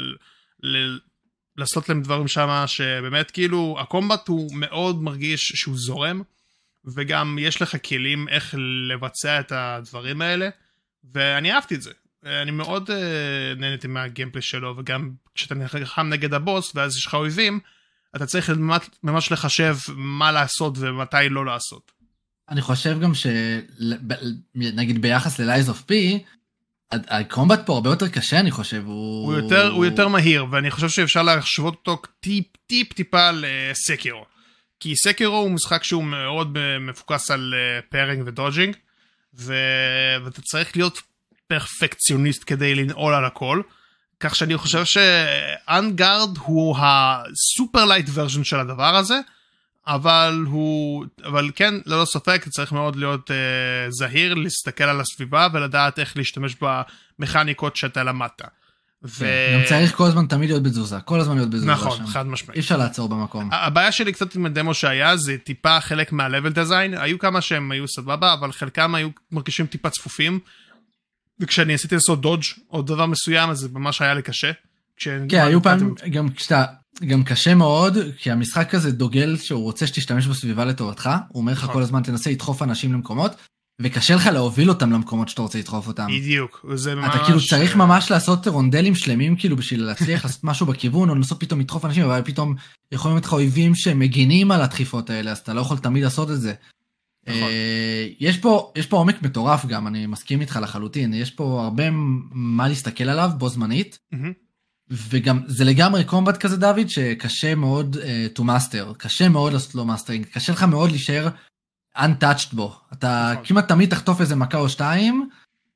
לעשות להם דברים שם, שבאמת כאילו, הקומבט הוא מאוד מרגיש שהוא זורם, וגם יש לך כלים איך לבצע את הדברים האלה, ואני אהבתי את זה. אני מאוד נהניתי מהגיימפלי שלו, וגם כשאתה נלחם נגד הבוס, ואז יש לך אויבים, אתה צריך ממש לחשב מה לעשות, ומתי לא לעשות. אני חושב גם שנגיד ביחס ל-Lies of P, הקומבט פה הרבה יותר קשה, אני חושב. הוא יותר, הוא יותר מהיר, ואני חושב שאפשר להשוות אותו טיפ, טיפ, טיפה לסקירו. כי סקירו הוא משחק שהוא מאוד מפוקס על פארינג ודודג'ינג, ואתה צריך להיות פרפקציוניסט כדי לנעול על הכל, כך שאני חושב שאנגארד הוא הסופר לייט ורז'ן של הדבר הזה, אבל הוא, אבל כן, ללא ספק, צריך מאוד להיות uh, זהיר, להסתכל על הסביבה, ולדעת איך להשתמש במכניקות שאתה למדת. ו... גם צריך כל הזמן תמיד להיות בתזוזה, כל הזמן להיות בתזוזה. נכון, שם. חד משמעית. אי אפשר לעצור במקום. הבעיה שלי קצת עם הדמו שהיה, זה טיפה חלק מהלבל דיזיין, היו כמה שהם היו סבבה, אבל חלקם היו מרגישים טיפה צפופים, וכשאני עשיתי לעשות דודג' או דבר מסוים, אז זה ממש היה לי קשה. כן, היו פעם, גם כשאתה... גם קשה מאוד, כי המשחק הזה דוגל שהוא רוצה שתשתמש בסביבה לטובתך, הוא אומר לך כל הזמן תנסה לדחוף אנשים למקומות, וקשה לך להוביל אותם למקומות שאתה רוצה לדחוף אותם. בדיוק, זה ממש... אתה כאילו צריך ממש לעשות רונדלים שלמים, כאילו בשביל להצליח לעשות משהו בכיוון, או לנסות פתאום לדחוף אנשים, אבל פתאום יכולים להיות לך אויבים שמגינים על הדחיפות האלה, אז אתה לא יכול תמיד לעשות את זה. יש פה, יש פה עומק מטורף גם, אני מסכים איתך לחלוטין, יש פה הרבה מה להסתכל עליו בו זמנית, וגם זה לגמרי קומבט כזה דוד שקשה מאוד uh, to master, קשה מאוד לעשות לו מאסטרינג, קשה לך מאוד להישאר untouched בו, אתה נכון. כמעט תמיד תחטוף איזה מכה או שתיים,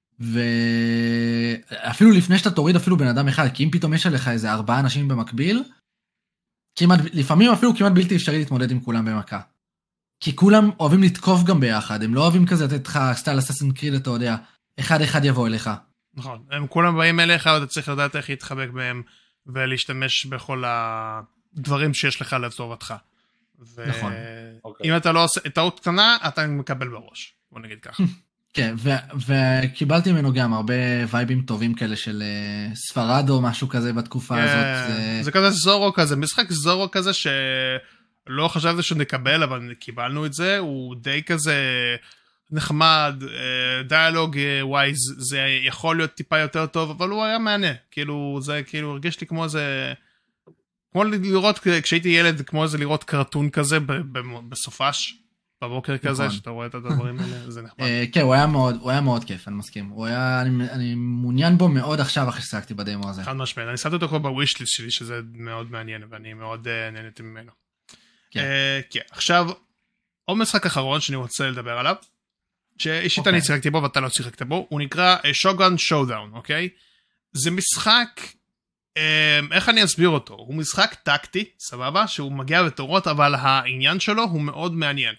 ואפילו לפני שאתה תוריד אפילו בן אדם אחד, כי אם פתאום יש עליך איזה ארבעה אנשים במקביל, כמעט, לפעמים אפילו כמעט בלתי אפשרי להתמודד עם כולם במכה, כי כולם אוהבים לתקוף גם ביחד, הם לא אוהבים כזה לתת לך סטייל אסאסין קריד, אתה יודע, אחד אחד יבוא אליך. נכון, הם כולם באים אליך, ואתה צריך לדעת איך להתחבק בהם, ולהשתמש בכל הדברים שיש לך לטובתך. נכון. אם אתה לא עושה טעות קטנה, אתה מקבל בראש, בוא נגיד ככה. כן, וקיבלתי ממנו גם הרבה וייבים טובים כאלה של ספרד או משהו כזה בתקופה הזאת. זה כזה זורו כזה, משחק זורו כזה שלא חשבתי שנקבל, אבל קיבלנו את זה, הוא די כזה... נחמד, דיאלוג ווייז, זה יכול להיות טיפה יותר טוב, אבל הוא היה מענה, כאילו, זה כאילו הרגיש לי כמו איזה, כמו לראות, כשהייתי ילד, כמו איזה לראות קרטון כזה, בסופש, בבוקר כזה, שאתה רואה את הדברים האלה, זה נחמד. כן, הוא היה מאוד, הוא היה מאוד כיף, אני מסכים, הוא היה, אני מעוניין בו מאוד עכשיו, אחרי ששחקתי בדמו הזה. חד משמעית, אני שמתי אותו כבר בווישליסט שלי, שזה מאוד מעניין, ואני מאוד נהניתי ממנו. כן, עכשיו, עוד משחק אחרון שאני רוצה לדבר עליו, שאישית אני שיחקתי בו ואתה לא שיחקת בו, הוא נקרא שוגן שואודאון, אוקיי? זה משחק איך אני אסביר אותו? הוא משחק טקטי, סבבה, שהוא מגיע בתורות, אבל העניין שלו הוא מאוד מעניין.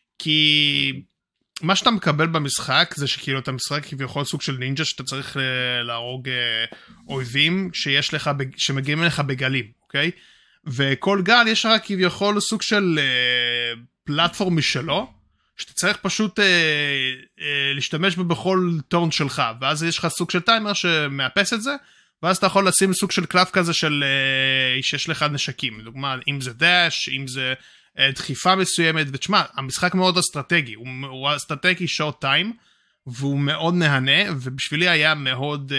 כי מה שאתה מקבל במשחק זה שכאילו אתה משחק כביכול סוג של נינג'ה שאתה צריך להרוג אויבים שיש לך, שמגיעים אליך בגלים, אוקיי? וכל גל יש רק כביכול סוג של פלטפורם משלו, שאתה צריך פשוט להשתמש בו בכל טורן שלך, ואז יש לך סוג של טיימר שמאפס את זה, ואז אתה יכול לשים סוג של קלף כזה של שיש לך נשקים, לדוגמה, אם זה דש, אם זה דחיפה מסוימת, ותשמע, המשחק מאוד אסטרטגי, הוא, הוא אסטרטגי שורט טיים, והוא מאוד נהנה, ובשבילי היה מאוד,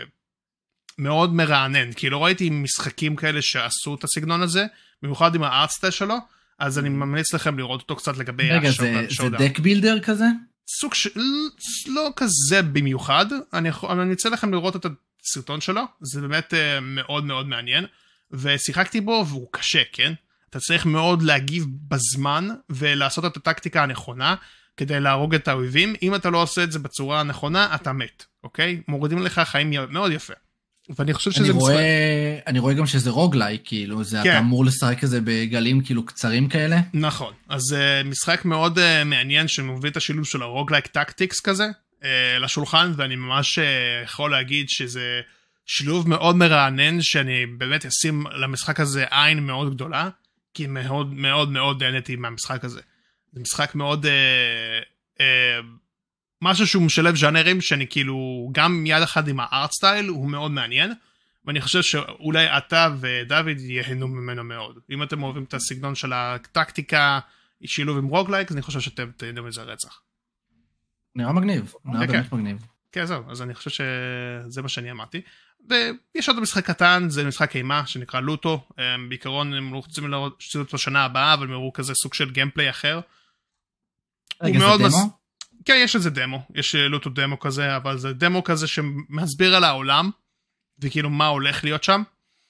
מאוד מרענן, כי לא ראיתי משחקים כאלה שעשו את הסגנון הזה, במיוחד עם הארטסטייל שלו, אז אני ממליץ לכם לראות אותו קצת לגבי רגע, זה, זה דק בילדר כזה? סוג של, לא כזה במיוחד, אני, אני אצא לכם לראות את הסרטון שלו, זה באמת מאוד מאוד מעניין, ושיחקתי בו והוא קשה, כן? אתה צריך מאוד להגיב בזמן, ולעשות את הטקטיקה הנכונה, כדי להרוג את האויבים. אם אתה לא עושה את זה בצורה הנכונה, אתה מת, אוקיי? מורידים לך חיים מאוד יפה. ואני חושב שזה אני רואה, משחק... אני רואה גם שזה רוגלייק, כאילו, זה כן. אתה אמור לשחק כזה בגלים כאילו קצרים כאלה. נכון, אז uh, משחק מאוד uh, מעניין, שמוביל את השילוב של הרוגלייק טקטיקס כזה, uh, לשולחן, ואני ממש uh, יכול להגיד שזה שילוב מאוד מרענן, שאני באמת אשים למשחק הזה עין מאוד גדולה, כי מאוד מאוד מאוד נהניתי מהמשחק הזה. זה משחק מאוד, אה, אה, משהו שהוא משלב ז'אנרים, שאני כאילו, גם יד אחד עם הארט סטייל, הוא מאוד מעניין, ואני חושב שאולי אתה ודוד יהנו ממנו מאוד. אם אתם אוהבים את הסגנון של הטקטיקה, שילוב עם רוגלייק, אז אני חושב שאתם תהנו מזה רצח. נראה מגניב, נראה okay. באמת מגניב. כן, זהו, אז אני חושב שזה מה שאני אמרתי. ויש עוד משחק קטן, זה משחק אימה שנקרא לוטו, בעיקרון הם רוצים לראות אותו שנה הבאה, אבל הם הראו כזה סוג של גיימפליי אחר. רגע, זה דמו? מס... כן, יש לזה דמו, יש לוטו דמו כזה, אבל זה דמו כזה שמסביר על העולם, וכאילו מה הולך להיות שם.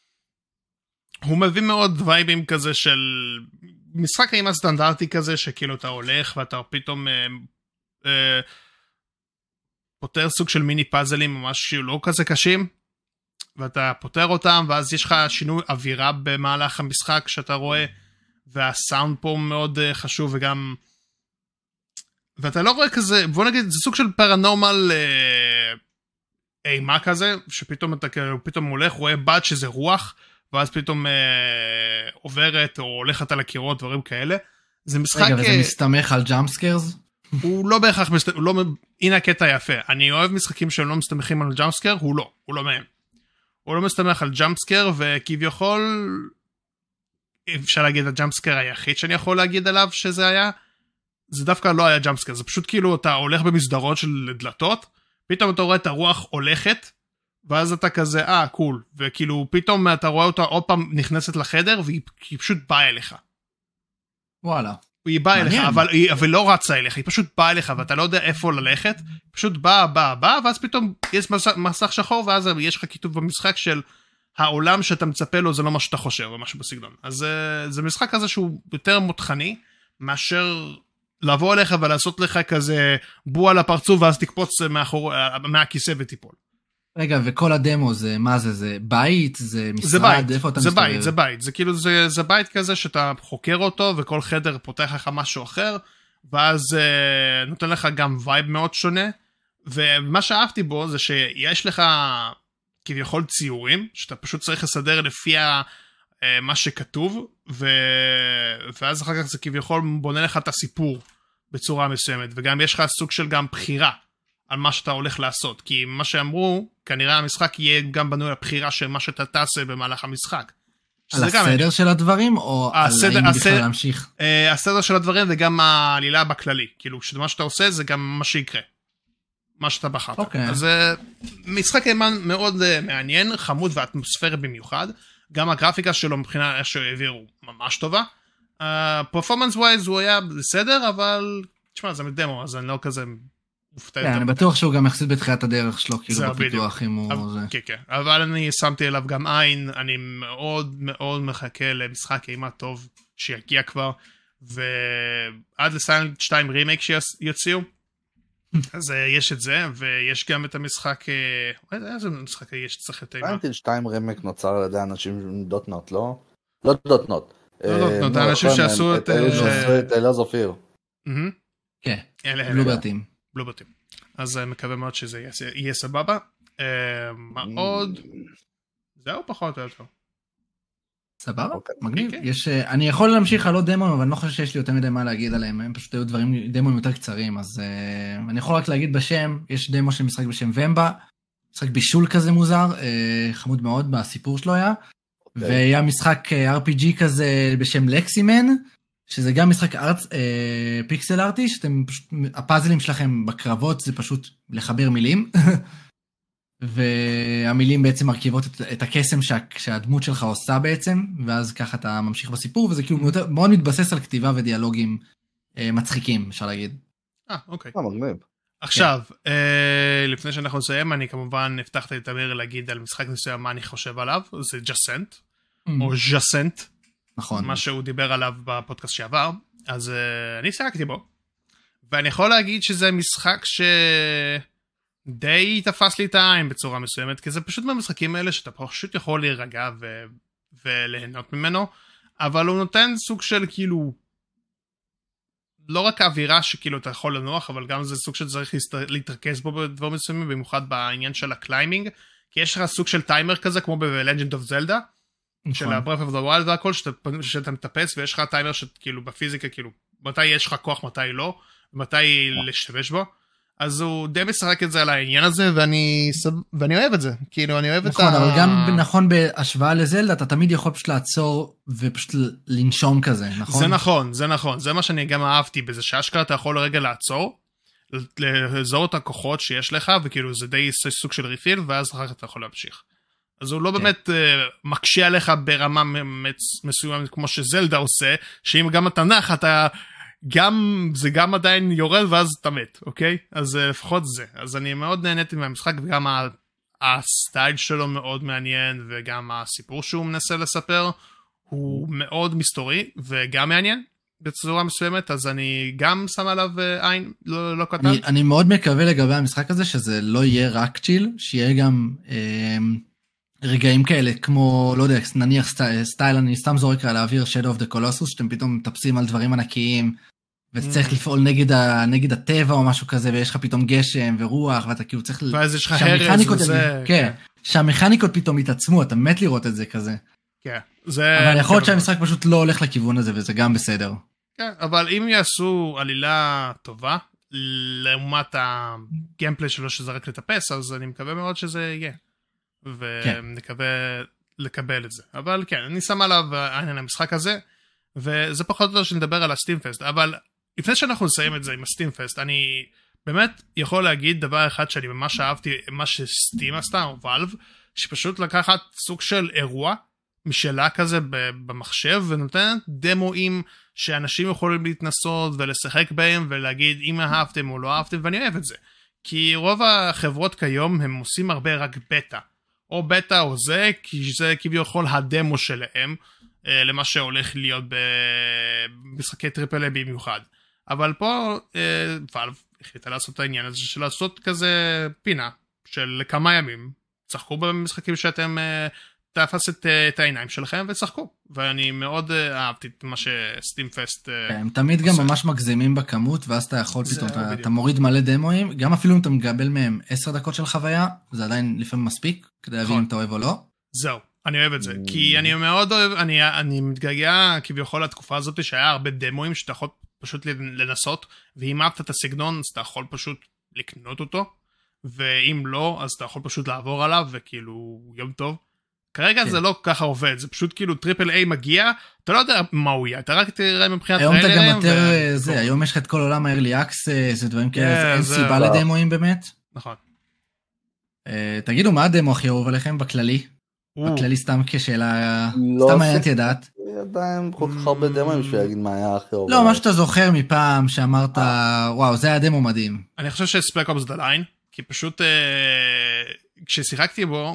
הוא מביא מאוד וייבים כזה של משחק אימה סטנדרטי כזה, שכאילו אתה הולך ואתה פתאום... אה, אה, פותר סוג של מיני פאזלים ממש לא כזה קשים, ואתה פותר אותם, ואז יש לך שינוי אווירה במהלך המשחק שאתה רואה, והסאונד פה מאוד חשוב, וגם, ואתה לא רואה כזה, בוא נגיד, זה סוג של פרנורמל אה, אימה כזה, שפתאום אתה פתאום הולך, רואה בד שזה רוח, ואז פתאום אה, עוברת, או הולכת על הקירות, דברים כאלה. זה משחק... רגע, וזה מסתמך על ג'אמפסקרס? הוא לא בהכרח, הוא לא, הנה הקטע יפה, אני אוהב משחקים שהם לא מסתמכים על ג'אמפסקר, הוא לא, הוא לא מהם. הוא לא מסתמך על ג'אמפסקר, וכביכול, אפשר להגיד הג'אמפסקר היחיד שאני יכול להגיד עליו שזה היה, זה דווקא לא היה ג'אמפסקר, זה פשוט כאילו אתה הולך במסדרות של דלתות, פתאום אתה רואה את הרוח הולכת, ואז אתה כזה, אה, קול, וכאילו פתאום אתה רואה אותה עוד פעם נכנסת לחדר, והיא פשוט באה אליך. וואלה. היא באה אליך, אבל היא אבל לא רצה אליך, היא פשוט באה אליך, ואתה לא יודע איפה ללכת, פשוט באה, באה, באה, ואז פתאום יש מסך, מסך שחור, ואז יש לך כיתוב במשחק של העולם שאתה מצפה לו, זה לא מה שאתה חושב, או משהו בסגנון. אז זה משחק כזה שהוא יותר מותחני, מאשר לבוא אליך ולעשות לך כזה בוע לפרצוף, ואז תקפוץ מאחור, מהכיסא וטיפול. רגע, וכל הדמו זה, מה זה, זה בית, זה משרד, זה בית, איפה אתה זה מסתובב? בית, זה בית, זה כאילו, זה, זה בית כזה שאתה חוקר אותו, וכל חדר פותח לך משהו אחר, ואז אה, נותן לך גם וייב מאוד שונה, ומה שאהבתי בו זה שיש לך כביכול ציורים, שאתה פשוט צריך לסדר לפי ה, אה, מה שכתוב, ו, ואז אחר כך זה כביכול בונה לך את הסיפור בצורה מסוימת, וגם יש לך סוג של גם בחירה, על מה שאתה הולך לעשות, כי מה שאמרו, כנראה המשחק יהיה גם בנוי לבחירה של מה שאתה תעשה במהלך המשחק. על הסדר של הדברים, או על האם בכלל להמשיך? הסדר של הדברים וגם העלילה בכללי, כאילו שמה שאתה עושה זה גם מה שיקרה, מה שאתה בחרת. אז משחק אימן מאוד מעניין, חמוד ואטמוספרי במיוחד, גם הגרפיקה שלו מבחינה איך שהעבירו ממש טובה, פרפורמנס ווייז הוא היה בסדר, אבל תשמע זה מדמו, אז אני לא כזה... אני בטוח שהוא גם יחסית בתחילת הדרך שלו, כאילו בפיתוח אם הוא זה. כן, כן, אבל אני שמתי אליו גם עין, אני מאוד מאוד מחכה למשחק אימה טוב שיגיע כבר, ועד לסיילנט שתיים רימייק שיוציאו, אז יש את זה, ויש גם את המשחק, איזה משחק יש שצריך לטעימה? סיילנט היל שתיים רמק נוצר על ידי אנשים עם דוטנוט, לא? לא דוטנוט. לא דוטנוט, האנשים שעשו את... את אלאז אופיר. כן, בלוברטים. בלוברטים. אז מקווה מאוד שזה יהיה סבבה. מה עוד? זהו פחות או יותר. סבבה, מגניב. אני יכול להמשיך על עוד דמוים, אבל אני לא חושב שיש לי יותר מדי מה להגיד עליהם, הם פשוט היו דברים, דמוים יותר קצרים, אז אני יכול רק להגיד בשם, יש דמו של משחק בשם ומבה, משחק בישול כזה מוזר, חמוד מאוד בסיפור שלו היה, והיה משחק אר פי ג'י כזה בשם לקסימן, שזה גם משחק פיקסל ארטי, שאתם פשוט, הפאזלים שלכם בקרבות זה פשוט לחבר מילים, והמילים בעצם מרכיבות את, את הקסם שה, שהדמות שלך עושה בעצם, ואז ככה אתה ממשיך בסיפור, וזה כאילו מאוד, מאוד מתבסס על כתיבה ודיאלוגים אה, מצחיקים, אפשר להגיד. אה, אוקיי. אה, מגניב. עכשיו, כן. אה, לפני שאנחנו נסיים, אני כמובן הבטחתי לתמיר להגיד על משחק מסוים מה אני חושב עליו, זה ג'סנט, mm. או ג'סנט, נכון. מה שהוא דיבר עליו בפודקאסט שעבר, אז אה, אני שיחקתי בו, ואני יכול להגיד שזה משחק ש... די תפס לי את העין בצורה מסוימת, כי זה פשוט מהמשחקים האלה שאתה פשוט יכול להירגע ו... וליהנות ממנו, אבל הוא נותן סוג של כאילו, לא רק האווירה שכאילו אתה יכול לנוח, אבל גם זה סוג שצריך להתרכז בו בדבר מסוימים, במיוחד בעניין של הקליימינג, כי יש לך סוג של טיימר כזה, כמו ב-Legend of Zelda, נכון. של ה-Breath of the Wild והכל, שאתה, שאתה מטפס, ויש לך טיימר שכאילו בפיזיקה, כאילו, מתי יש לך כוח, מתי לא, ומתי להשתמש בו. אז הוא די משחק את זה על העניין הזה, ואני, ואני אוהב את זה. כאילו, אני אוהב נכון, את ה... נכון, אבל גם נכון בהשוואה לזלדה, אתה תמימד יכול פשוט לעצור ופשוט לנשום כזה, נכון? זה נכון, זה נכון. זה מה שאני גם אהבתי בזה, שאשכרה אתה יכול רגע לעצור, לעזור את הכוחות שיש לך, וכאילו זה די סוג של ריפיל, ואז אחר כך אתה יכול להמשיך. אז הוא לא כן. באמת uh, מקשה עליך ברמה מסוימת, כמו שזלדה עושה, שאם גם אתה נח, אתה... גם, זה גם עדיין יורד ואז אתה מת, אוקיי? אז uh, לפחות זה. אז אני מאוד נהניתי מהמשחק, וגם ה- הסטייל שלו מאוד מעניין, וגם הסיפור שהוא מנסה לספר, הוא מאוד מסתורי, וגם מעניין בצורה מסוימת, אז אני גם שם עליו uh, עין לא, לא קטן. אני, אני מאוד מקווה לגבי המשחק הזה, שזה לא יהיה רק צ'יל, שיהיה גם אה, רגעים כאלה, כמו, לא יודע, נניח סטייל, סטייל אני סתם זורק על האוויר Shadow of the Colossus, שאתם פתאום מטפסים על דברים ענקיים, ואתה צריך לפעול נגד, ה, נגד הטבע או משהו כזה, ויש לך פתאום גשם ורוח, ואתה כאילו צריך... ואז יש לך הרס וזה... כן, שהמכניקות פתאום יתעצמו, אתה מת לראות את זה כזה. כן, זה... אבל יכול להיות שהמשחק פשוט לא הולך לכיוון הזה, וזה גם בסדר. כן, אבל אם יעשו עלילה טובה, לעומת הגיימפלי שלו שזה רק לטפס, אז אני מקווה מאוד שזה יהיה. ונקווה לקבל את זה. אבל כן, אני שם עליו העניין המשחק הזה, וזה פחות או יותר שנדבר על הסטימפסט, אבל לפני שאנחנו נסיים את זה עם הסטימפסט, אני באמת יכול להגיד דבר אחד שאני ממש אהבתי, מה שסטים עשתה, או ואלב, שפשוט לקחת סוג של אירוע, משלה כזה במחשב, ונותנת דמואים שאנשים יכולים להתנסות ולשחק בהם, ולהגיד אם אהבתם או לא אהבתם, ואני אוהב את זה. כי רוב החברות כיום הם עושים הרבה רק בטא, או בטא או זה, כי זה כביכול הדמו שלהם, למה שהולך להיות במשחקי טריפל איי במיוחד. אבל פה ואלב החליטה לעשות את העניין הזה של לעשות כזה פינה של כמה ימים. צחקו במשחקים שאתם תפס את, את העיניים שלכם וצחקו. ואני מאוד אהבתי את מה שסטימפסט הם תמיד גם ממש מגזימים בכמות, ואז אתה יכול פתאום, אתה, אתה מוריד מלא דמואים, גם אפילו אם אתה מגבל מהם עשר דקות של חוויה, זה עדיין לפעמים מספיק, כדי להבין אם אתה אוהב או לא. זהו. אני אוהב את זה, כי אני מאוד אוהב, אני, אני מתגעגע כביכול לתקופה הזאת שהיה הרבה דמואים שאתה יכול פשוט לנסות, ואם אהבת את הסגנון אז אתה יכול פשוט לקנות אותו, ואם לא אז אתה יכול פשוט לעבור עליו וכאילו יום טוב. כרגע כן. זה לא ככה עובד, זה פשוט כאילו טריפל איי מגיע, אתה לא יודע מה הוא יהיה, אתה רק תראה מבחינת היום אתה גם יותר ו... זה, היום יש לך את כל עולם ה-early access, זה דברים כאלה, אין סיבה לדמואים באמת. נכון. תגידו מה הדמו הכי אהוב עליכם בכללי? בכללי סתם כשאלה, סתם מעיינתי לדעת. עדיין כל כך הרבה דמוים בשביל להגיד מה היה הכי אהוב. לא, מה שאתה זוכר מפעם שאמרת, וואו, זה היה דמו מדהים. אני חושב שספלק אופס דה ליין, כי פשוט כששיחקתי בו,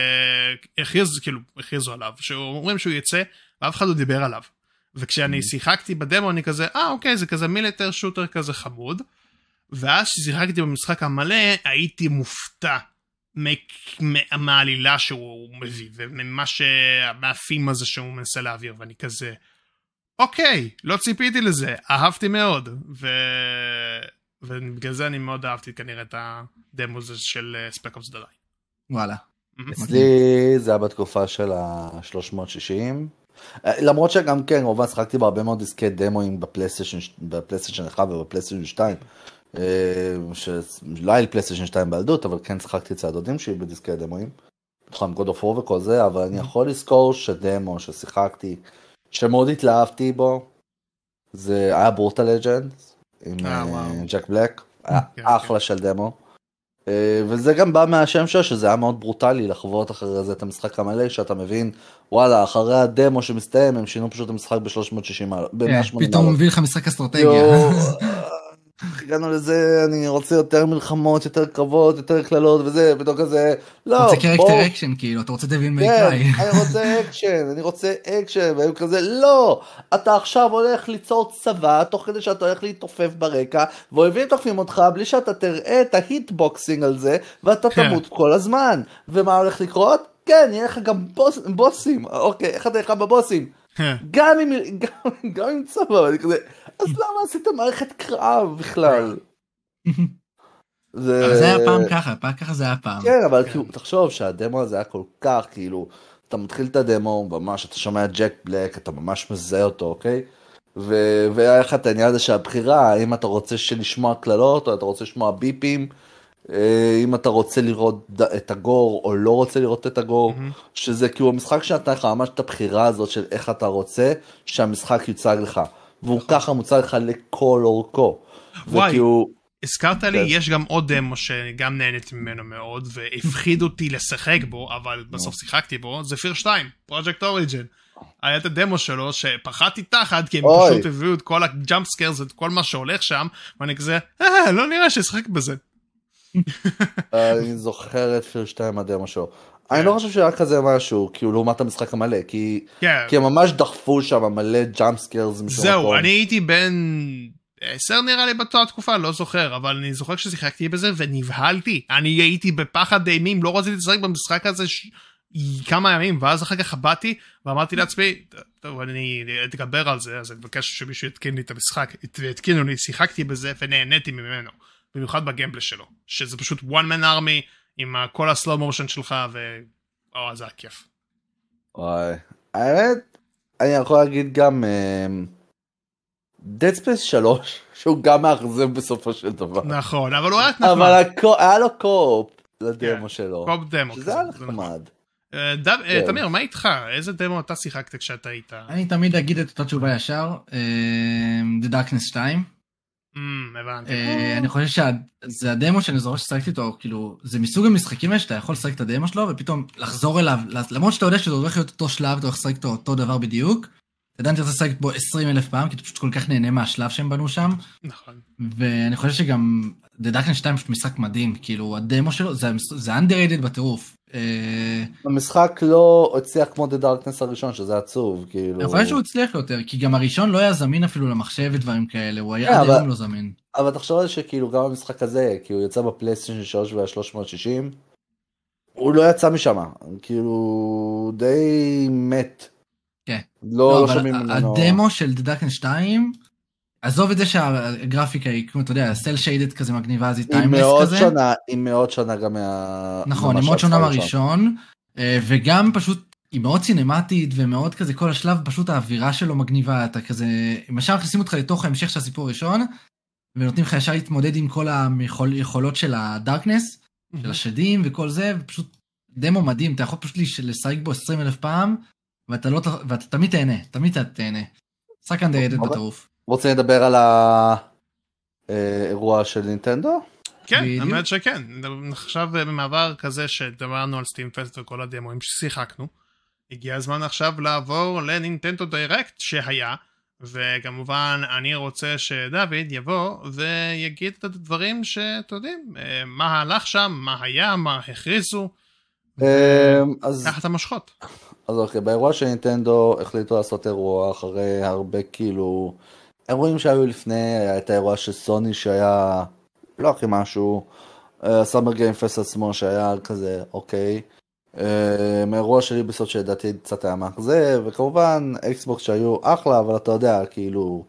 כשהכריזו עליו, שאומרים שהוא יצא, ואף אחד לא דיבר עליו. וכשאני שיחקתי בדמו, אני כזה, אה, אוקיי, זה כזה מיליטר שוטר כזה חמוד, ואז ששיחקתי במשחק המלא, הייתי מופתע מהעלילה שהוא מביא, וממה שהמאפים הזה שהוא מנסה להעביר, ואני כזה, אוקיי, לא ציפיתי לזה, אהבתי מאוד, ו... ובגלל זה אני מאוד אהבתי כנראה את הדמו הזה של ספק אופס דה ליין. וואלה. אצלי זה היה בתקופה של ה-שלוש מאות שישים, למרות שגם כן, רובן שחקתי בהרבה מאוד דיסקי דמוים בפלייסטיישן אחד ובפלייסטיישן שתיים, שלא היה לי פלייסטיישן שתיים בילדות, אבל כן שחקתי אצל הדודים שלי בדיסקי דמוים, בתחום God of War וכל זה, אבל אני יכול לזכור שדמו ששיחקתי, שמאוד התלהבתי בו, זה היה ברוטל לג'נד, עם ג'ק בלק, היה אחלה של דמו, וזה גם בא מהשם שלו, שזה היה מאוד ברוטלי לחוות אחרי זה את המשחק המלא, שאתה מבין, וואלה, אחרי הדמו שמסתיים, הם שינו פשוט את המשחק ב-שלוש מאות שישים מעלות. פתאום מביא לך משחק אסטרטגיה. הגענו לזה, אני רוצה יותר מלחמות, יותר קרבות, יותר כללות וזה, בתוך כזה, לא. אתה רוצה קרקטר אקשן, כאילו, אתה רוצה דביל מייקריי. כן, אני רוצה אקשן, אני רוצה אקשן, והיו כזה, לא, אתה עכשיו הולך ליצור צבא, תוך כדי שאתה הולך להתעופף ברקע, ואויבים תוקפים אותך, בלי שאתה תראה את ההיטבוקסינג על זה, ואתה תמות כל הזמן. ומה הולך לקרות? כן, יהיה לך גם בוסים, אוקיי, איך אתה לך בבוסים? גם עם צבא, אני כזה, אז למה עשית מערכת קרב בכלל? אבל זה היה פעם ככה, פעם ככה זה היה פעם. כן, אבל תחשוב שהדמו הזה היה כל כך, כאילו, אתה מתחיל את הדמו, ממש, אתה שומע ג'ק בלק, אתה ממש מזהה אותו, אוקיי? והיה לך את העניין הזה שהבחירה, האם אתה רוצה לשמוע כללות, או אתה רוצה לשמוע ביפים, אם אתה רוצה לראות את הגור או לא רוצה לראות את הגור, שזה כאילו המשחק שנתן לך ממש את הבחירה הזאת של איך אתה רוצה שהמשחק יוצג לך, והוא ככה מוצג לך לכל אורכו. וואי, הזכרת לי, יש גם עוד דמו שגם נהניתי ממנו מאוד, והפחיד אותי לשחק בו, אבל בסוף שיחקתי בו, זה פיר שתיים, פרויקט אוריג'ן. היה את הדמו שלו שפחדתי תחת, כי הם פשוט הביאו את כל הג'אמפ סקיירס, את כל מה שהולך שם, ואני כזה, אה, לא נראה שישחק בזה. אני זוכר את פיר שתיים הדמו שלו. אני לא חושב שהיה כזה משהו, כאילו לעומת המשחק המלא, כי הם ממש דחפו שם מלא ג'אמפ סקיירס. זהו, אני הייתי בין עשר נראה לי בתואר תקופה, לא זוכר, אבל אני זוכר ששיחקתי בזה ונבהלתי. אני הייתי בפחד אימים, לא רציתי לשחק במשחק הזה כמה ימים, ואז אחר כך באתי ואמרתי לעצמי, טוב, אני אתגבר על זה, אז אני מבקש שמישהו יתקין לי את המשחק, והתקינו לי, שיחקתי בזה ונהניתי ממנו. במיוחד בגיימפלי שלו, שזה פשוט one man army, עם כל הסלואו מושן שלך, ו... או, זה הכיף. וואי, האמת, אני יכול להגיד גם, Dead Space שלוש, שהוא גם מאכזב בסופו של דבר. נכון, אבל הוא היה נחמד. אבל היה לו קופ לדמו שלו. קופ דמו. שזה היה נחמד. תמיר, מה איתך? איזה דמו אתה שיחקת כשאתה היית? אני תמיד אגיד את אותה תשובה ישר, The Darkness שתיים. אני חושב שזה הדמו שאני זוכר ששחקתי אותו, כאילו, זה מסוג המשחקים האלה שאתה יכול לשחק את הדמו שלו, ופתאום לחזור אליו, למרות שאתה יודע שזה הולך להיות אותו שלב, אתה הולך לשחק אותו אותו דבר בדיוק, אתה יודע, אני רוצה לשחק בו עשרים אלף פעם, כי אתה פשוט כל כך נהנה מהשלב שהם בנו שם, ואני חושב שגם The Darkness שתיים פשוט משחק מדהים, כאילו, הדמו שלו, זה underrated בטירוף. המשחק לא הצליח כמו The Darkness הראשון, שזה עצוב, כאילו. אני חושב שהוא הצליח יותר, כי גם הראשון לא היה זמין אפילו למחשב ודברים כאלה, הוא היה עד היום לא זמין. אבל תחשוב על זה שכאילו גם המשחק הזה, כי הוא יצא בפלייסטיישן שלוש וה-שלוש מאות שישים, הוא לא יצא משם, כאילו די מת. כן. לא שומעים ממנו. הדמו של The Darkness שתיים, עזוב את זה שהגרפיקה היא, כמו אתה יודע, סל שיידד כזה מגניבה, אז היא טיימלס כזה. היא מאוד שונה גם מה... נכון, היא מאוד שונה מהראשון, וגם פשוט היא מאוד סינמטית ומאוד כזה, כל השלב פשוט האווירה שלו מגניבה, אתה כזה, אם ישר מכניסים אותך לתוך ההמשך של הסיפור הראשון, ונותנים לך ישר להתמודד עם כל היכולות של הדארקנס, של השדים וכל זה, ופשוט דמו מדהים, אתה יכול פשוט לשחק בו עשרים אלף פעם, ואתה תמיד תהנה, תמיד תהנה. שחק אנדררייטד בטירוף. רוצה לדבר על האירוע של נינטנדו? כן, האמת שכן. עכשיו במעבר כזה שדברנו על סטים פסט וכל הדמוים ששיחקנו, הגיע הזמן עכשיו לעבור לנינטנדו דיירקט שהיה, וכמובן אני רוצה שדוד יבוא ויגיד את הדברים שאתה יודעים, מה הלך שם, מה היה, מה הכריזו, וכך את המשכות. אז אוקיי, באירוע של נינטנדו החליטו לעשות אירוע אחרי הרבה כאילו... אירועים שהיו לפני, היה את האירוע של סוני שהיה לא הכי משהו. סאמר גיים פסט עצמו שהיה כזה, אוקיי. מאירוע של יוביסופט שלדעתי קצת היה מאכזב, וכמובן אקסבוקס שהיו אחלה, אבל אתה יודע, כאילו,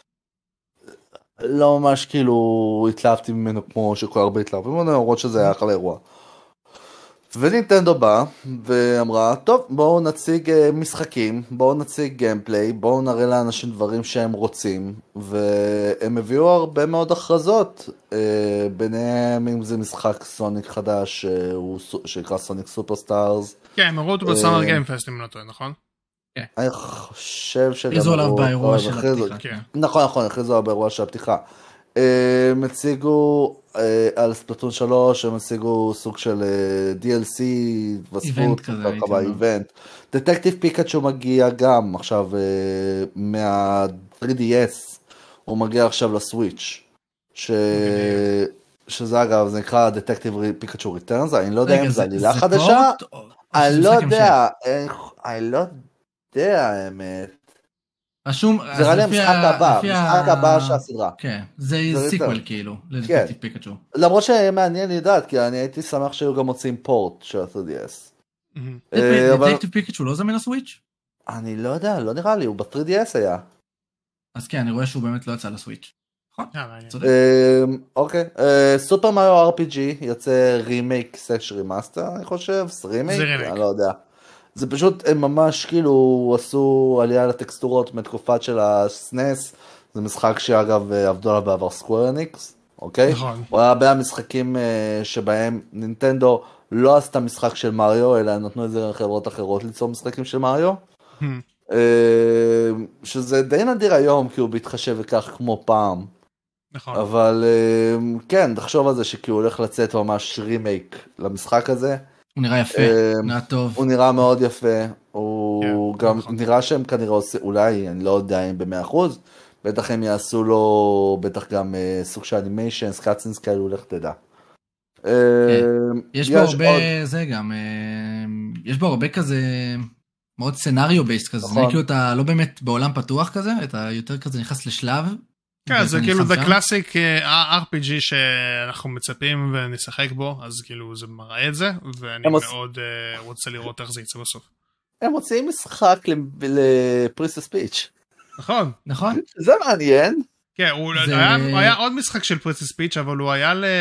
לא ממש כאילו התלהבתי ממנו כמו שכל הרבה התלהבו ממנו, למרות שזה היה אחלה אירוע. ונינטנדו בא ואמרה, טוב, בואו נציג משחקים, בואו נציג גיימפליי, בואו נראה לאנשים דברים שהם רוצים, והם הביאו הרבה מאוד הכרזות, ביניהם אם זה משחק סוניק חדש, שנקרא סוניק סופרסטארס. כן, הם הראו אותו בסאמר גיים פסט, אם לא טועה, נכון? אני חושב שגם... הכריזו עליו באירוע של הפתיחה. נכון, נכון, הכריזו עליו באירוע של הפתיחה. הם הציגו על ספלטון שלוש, הם הציגו סוג של די אל סי, איבנט כזה, איבנט. דטקטיב פיקאצ'ו מגיע גם עכשיו מה-תרי די אס, הוא מגיע עכשיו לסוויץ', שזה אגב, זה נקרא דטקטיב פיקאצ'ו ריטרנס, אני לא יודע אם זה עלילה חדשה, אני לא יודע, אני לא יודע האמת. רשום, זה ראה לי המשחק הבא, המשחק הבא שהסדרה. כן, זה סיקוול כאילו, לדטקטיב פיקאצ'ו. למרות שמעניין לדעת, כי אני הייתי שמח שהיו גם מוצאים פורט של ה-תרי די אס. דטקטיב פיקאצ'ו לא זמין לסוויץ'? אני לא יודע, לא נראה לי, הוא ב-תרי די אס היה. אז כן, אני רואה שהוא באמת לא יצא לסוויץ'. אוקיי, סופר מריו אר פי ג'י יוצא רימייק סלש רימאסטר, אני חושב, רימייק, אני לא יודע. זה פשוט, הם ממש כאילו עשו עלייה לטקסטורות מתקופת של הסנס, זה משחק שאגב עבדו עליו בעבר סקוואר אניקס, אוקיי? נכון. הוא היה הרבה המשחקים שבהם נינטנדו לא עשתה משחק של מריו, אלא נתנו את זה לחברות אחרות ליצור משחקים של מריו, שזה די נדיר היום, כי הוא בהתחשב וכך כמו פעם. נכון. אבל כן, תחשוב על זה שכי הוא הולך לצאת ממש רימייק למשחק הזה, הוא נראה יפה, נראה טוב. הוא נראה מאוד יפה, הוא גם נראה שהם כנראה עושים, אולי, אני לא יודע אם במאה אחוז, בטח הם יעשו לו, בטח גם סוג של אנימיישן, סקאצינס כאלו, לך תדע. יש בו הרבה, זה גם, יש בו הרבה כזה, מאוד סנריו בייסט כזה, זה כאילו אתה לא באמת בעולם פתוח כזה, אתה יותר כזה נכנס לשלב, כן, זה כאילו זה קלאסיק אר פי ג'י שאנחנו מצפים ונשחק בו, אז כאילו זה מראה את זה, ואני מאוד רוצה לראות איך זה יצא בסוף. הם מוצאים משחק לפריסס פיץ'. נכון. נכון. זה מעניין. כן, היה עוד משחק של פריסס פיץ', אבל הוא היה ל...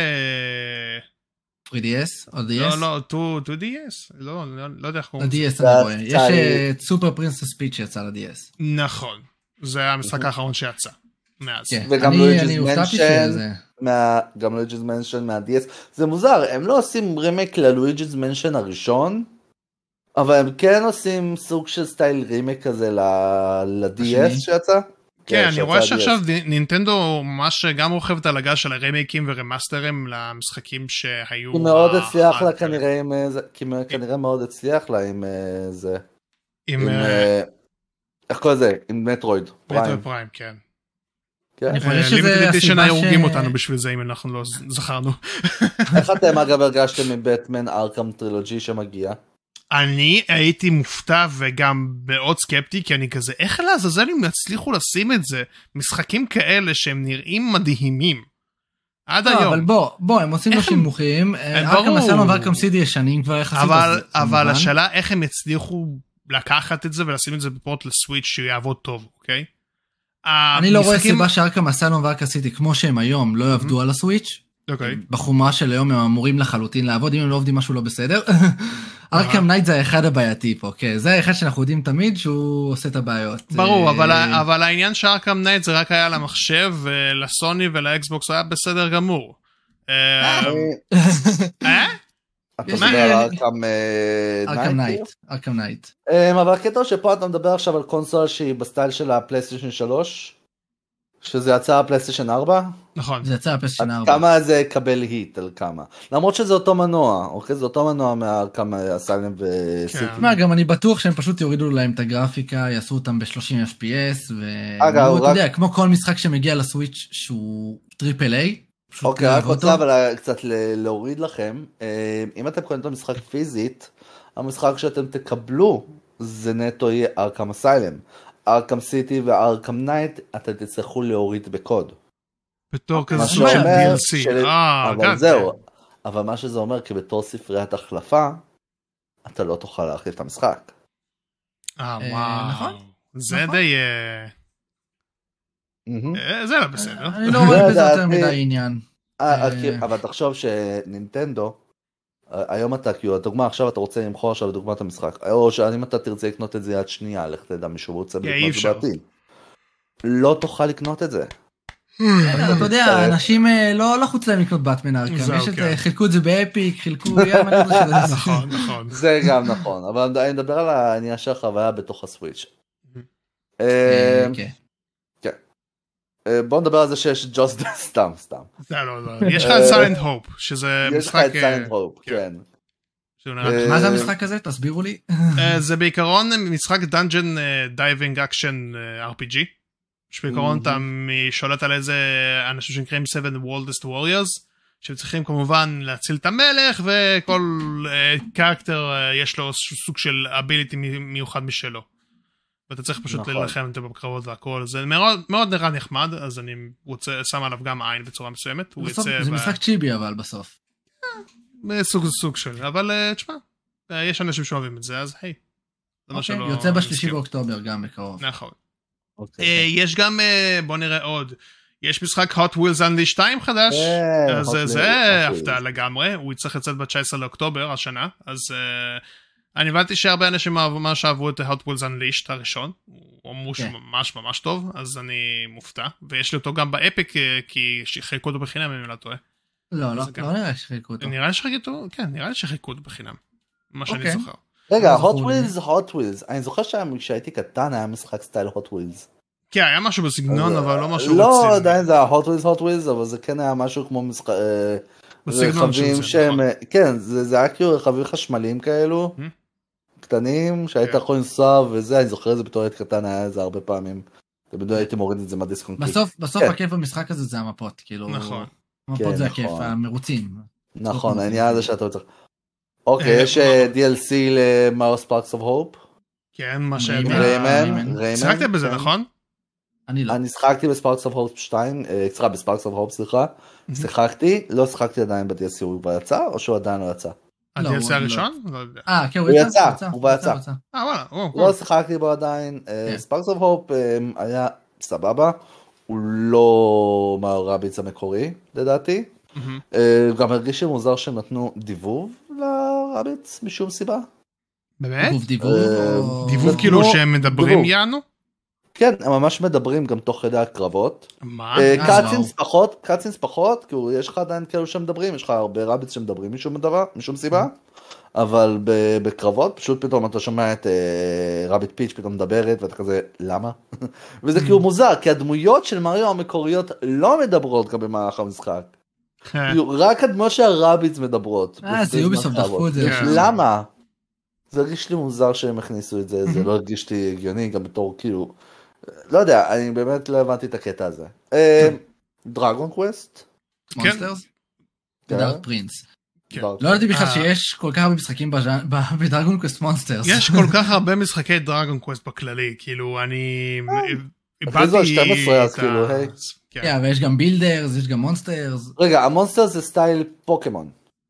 תרי די אס? או די אס? לא, לא, טו די אס? לא, לא יודע איך קוראים. ל-די אס אני רואה. יש סופר פרינסס פיץ' שיצא ל-די אס. נכון. זה היה המשחק האחרון שיצא. מאז. וגם לואיג'יז מנשן, גם לואיג'יז מנשן מה-די אס, זה מוזר, הם לא עושים רימייק ללואיג'יז מנשן הראשון, אבל הם כן עושים סוג של סטייל רימייק כזה ל-די אס שיצא. כן, אני רואה שעכשיו נינטנדו ממש גם רוכבת על הגל של הרימייקים ורמאסטרים למשחקים שהיו... היא מאוד הצליח לה כנראה עם זה, כנראה מאוד הצליח לה עם זה. עם... איך קורא זה? עם מטרויד פריים. מטרויד פריים, כן. לימיטד אדישן היו הורגים אותנו בשביל זה אם אנחנו לא זכרנו. איך אתם אגב הרגשתם מבטמן ארכם טרילוגי שמגיע? אני הייתי מופתע וגם מאוד סקפטי, כי אני כזה, איך לעזאזל אם יצליחו לשים את זה, משחקים כאלה שהם נראים מדהימים. עד היום. אבל בוא, בוא, הם עושים לו שימוכים, ארכם אסלום וארכם סיטי ישנים כבר יחסית. אבל השאלה איך הם יצליחו לקחת את זה ולשים את זה בפורט לסוויץ' שיעבוד טוב, אוקיי? אני לא רואה סיבה שארכם אסלום וארכם סיטי, כמו שהם היום, לא יעבדו על הסוויץ'. בחומרה של היום הם אמורים לחלוטין לעבוד, אם הם לא עובדים משהו לא בסדר. ארכם נייט זה האחד הבעייתי פה, זה האחד שאנחנו יודעים תמיד שהוא עושה את הבעיות. ברור, אבל העניין שארכם נייט זה רק היה למחשב, ולסוני ולאקסבוקס היה בסדר גמור. אה? אתה מדבר על ארכם נייט? ארכם נייט. אבל הקטע שפה אתה מדבר עכשיו על קונסולה שהיא בסטייל של הפלייסטיישן שלוש, שזה יצא הפלייסטיישן ארבע? נכון. זה יצא הפלייסטיישן ארבע. כמה זה יקבל היט על כמה? למרות שזה אותו מנוע, אוקיי? זה אותו מנוע מהארכם אסילום וסיטי. מה, גם אני בטוח שהם פשוט יורידו להם את הגרפיקה, יעשו אותם ב-שלושים אף פי אס, ואתה יודע, כמו כל משחק שמגיע לסוויץ' שהוא טריפל איי, אוקיי, רק רוצה אבל קצת להוריד לכם, אם אתם קונים את המשחק פיזית, המשחק שאתם תקבלו זה נטו יהיה ארכם אסילום. ארכם סיטי וארכם נייט, אתם תצטרכו להוריד בקוד. בתור כזה מה סוג של שאומר די אל סי. של- אה, אבל גאד. זהו, אבל מה שזה אומר, כי בתור ספריית החלפה, אתה לא תוכל להחליף את המשחק. אה, אה, וואו. נכון. זה נכון. די... אה, מהמם. אה, זה לא בסדר. אני לא רואה בזה יותר לדעתי- מדי עניין. אה, אה. כי- אבל תחשוב שנינטנדו, אה, היום אתה, כאילו, הדוגמה, עכשיו אתה רוצה למכור עכשיו לדוגמת המשחק, או שאם אתה תרצה לקנות את זה יד שנייה, לך תדע מישהו רוצה אי לקנות את אפשר. זה בעתיד. לא תוכל לקנות את זה. אתה יודע, אנשים אה, לא לחוץ להם לקנות באטמן ארכם. זהו, יש את, כן. אה, חילקו את זה באפיק, חילקו... יא, מה אני יודע שזה- נכון, נכון. זה גם נכון, אבל אני מדבר על העניין של החוויה בתוך הסוויץ'. אה, אה, כן. אה, בוא נדבר על זה שיש ג'וסט סתם, סתם. זה לא, לא. יש לך את סיילנט הופ, שזה יש לך משחק... את סיילנט הופ, כן. כן. שהוא נראה- אה, מה זה המשחק הזה? תסבירו לי. אה, זה בעיקרון משחק דאנג'ן דייבינג אקשן אר פי ג'י. שבעיקרון אתה שולט על איזה אנשים שנקראים Seven Wildest Warriors, שהם צריכים כמובן להציל את המלך, וכל קרקטר יש לו סוג של אביליטי מיוחד משלו. ואתה צריך פשוט נכון. להילחם את זה בקרבות והכל. זה מאוד, מאוד נראה נחמד, אז אני רוצה, שם עליו גם עין בצורה מסוימת. הוא בסוף יצא זה ב- משחק צ'יבי אבל בסוף. בסוג סוג של, אבל אה, תשמע, אה, יש אנשים שאוהבים את זה, אז היי. זה מה אוקיי, שלא יוצא בשלישי נזכיר. באוקטובר גם בקרוב. נכון. אוקיי. אה, יש גם, אה, בוא נראה עוד, יש משחק Hot Wheels Unleashed שתיים חדש, כן, אז Hot אה, Wheels, זה Hot Wheels. הפתעה לגמרי, הוא יצטרך לצאת ב-תשעה עשר לאוקטובר השנה, אז אה, אני הבנתי שהרבה אנשים ממש אהבו את Hot Wheels Unleashed הראשון, הוא אמרו כן. שממש ממש טוב, אז אני מופתע, ויש לי אותו גם באפיק, אה, כי חילקו אותו בחינם אם אני לא טועה. לא, לא, זה גם- לא נראה שחילקו אותו. נראה לי שחילקו אותו, כן, נראה לי שחילקו אותו בחינם, מה שאני אוקיי. זוכר. רגע, לא hot זכור לי. wheels, hot wheels. אני זוכר שכשהייתי קטן היה משחק סטייל hot wheels. כן, היה משהו בסגנון, אבל לא משהו לא, רציני. עדיין זה היה hot wheels, hot wheels, אבל זה כן היה משהו כמו משחק... אה, בסגנון של רכבים זה, שהם... נכון. כן, זה זה היה כאילו רכבים חשמליים כאלו, Hmm? קטנים, שהיית כן. יכול לנסוע וזה, אני זוכר את זה בתור ילד קטן, היה את זה הרבה פעמים. תמיד הייתי מוריד את זה מהדיסק און קי. בסוף, בסוף כן. הכיף במשחק הזה זה המפות, כאילו... נכון. המפות כן, זה נכון. הכיף, המרוצים. נכון, לא העניין הזה שאתה צריך... אה, אוקיי, יש אה, די אל סי ל-Mars Sparks of Hope. כן, מה ריימן. שאתה... ריימן, ריימן. שיחקת בזה, כן. נכון? אני לא. אני שיחקתי בספארקס אוף הופ שתיים, אה, סליחה, בספארקס אוף הופ, סליחה. שיחקתי, לא שיחקתי עדיין ב-די אל סי, הוא כבר יצא, או שהוא עדיין לא יצא? לא, ה-די אל סי הוא- הראשון? לא יודע. אה, כן, הוא הוא יצא? יצא, הוא כבר יצא. אה, וואלה, וואו, לא וואו. שיחקתי בו עדיין, כן. ספארקס אוף הופ היה סבבה, הוא לא מהרביץ המקורי, לדעתי. מהמם. אה, גם הרגיש לי מוזר שנתנו דיבוב לרביץ משום סיבה. באמת? דיבוב, דיבוב. אה, או- דיבוב נתנו- כאילו שהם מדברים דיבוב. יענו? כן, הם ממש מדברים גם תוך כדי הקרבות. מה? אה, אה, קאצינס פחות, קאצינס פחות, כאילו יש לך עדיין כאלו שמדברים, יש לך הרבה רביץ שמדברים משום דבר, משום סיבה, אבל ב- בקרבות פשוט פתאום אתה שומע את אה, רביט פיץ' פתאום מדברת ואתה כזה, למה? וזה כאילו מוזר, כי הדמויות של מריו המקוריות לא מדברות גם במהלך המשחק, כאילו, רק הדמויות של הרביץ מדברות. אה, זה בזמן יוביסופט קרבות. דחפו את זה. כן. למה? זה הרגיש לי מוזר שהם הכניסו את זה, זה לא הרגיש לי הגיוני גם בתור כאילו, לא יודע, אני באמת לא הבנתי את הקטע הזה. דרגון קווסט? מונסטרס? דארק פרינס. כן. לא ידעתי בכלל אה. שיש כל כך הרבה משחקים בז'אנ- ב- בדרגון קווסט מונסטרס. יש כל כך הרבה משחקי דרגון קווסט בכללי, כאילו אני הכריזו על שתים עשרה, אז את ה- כאילו, היי. כן. כן, ויש גם בילדרס, יש גם מונסטרס. רגע, המונסטר זה סטייל פוקימון.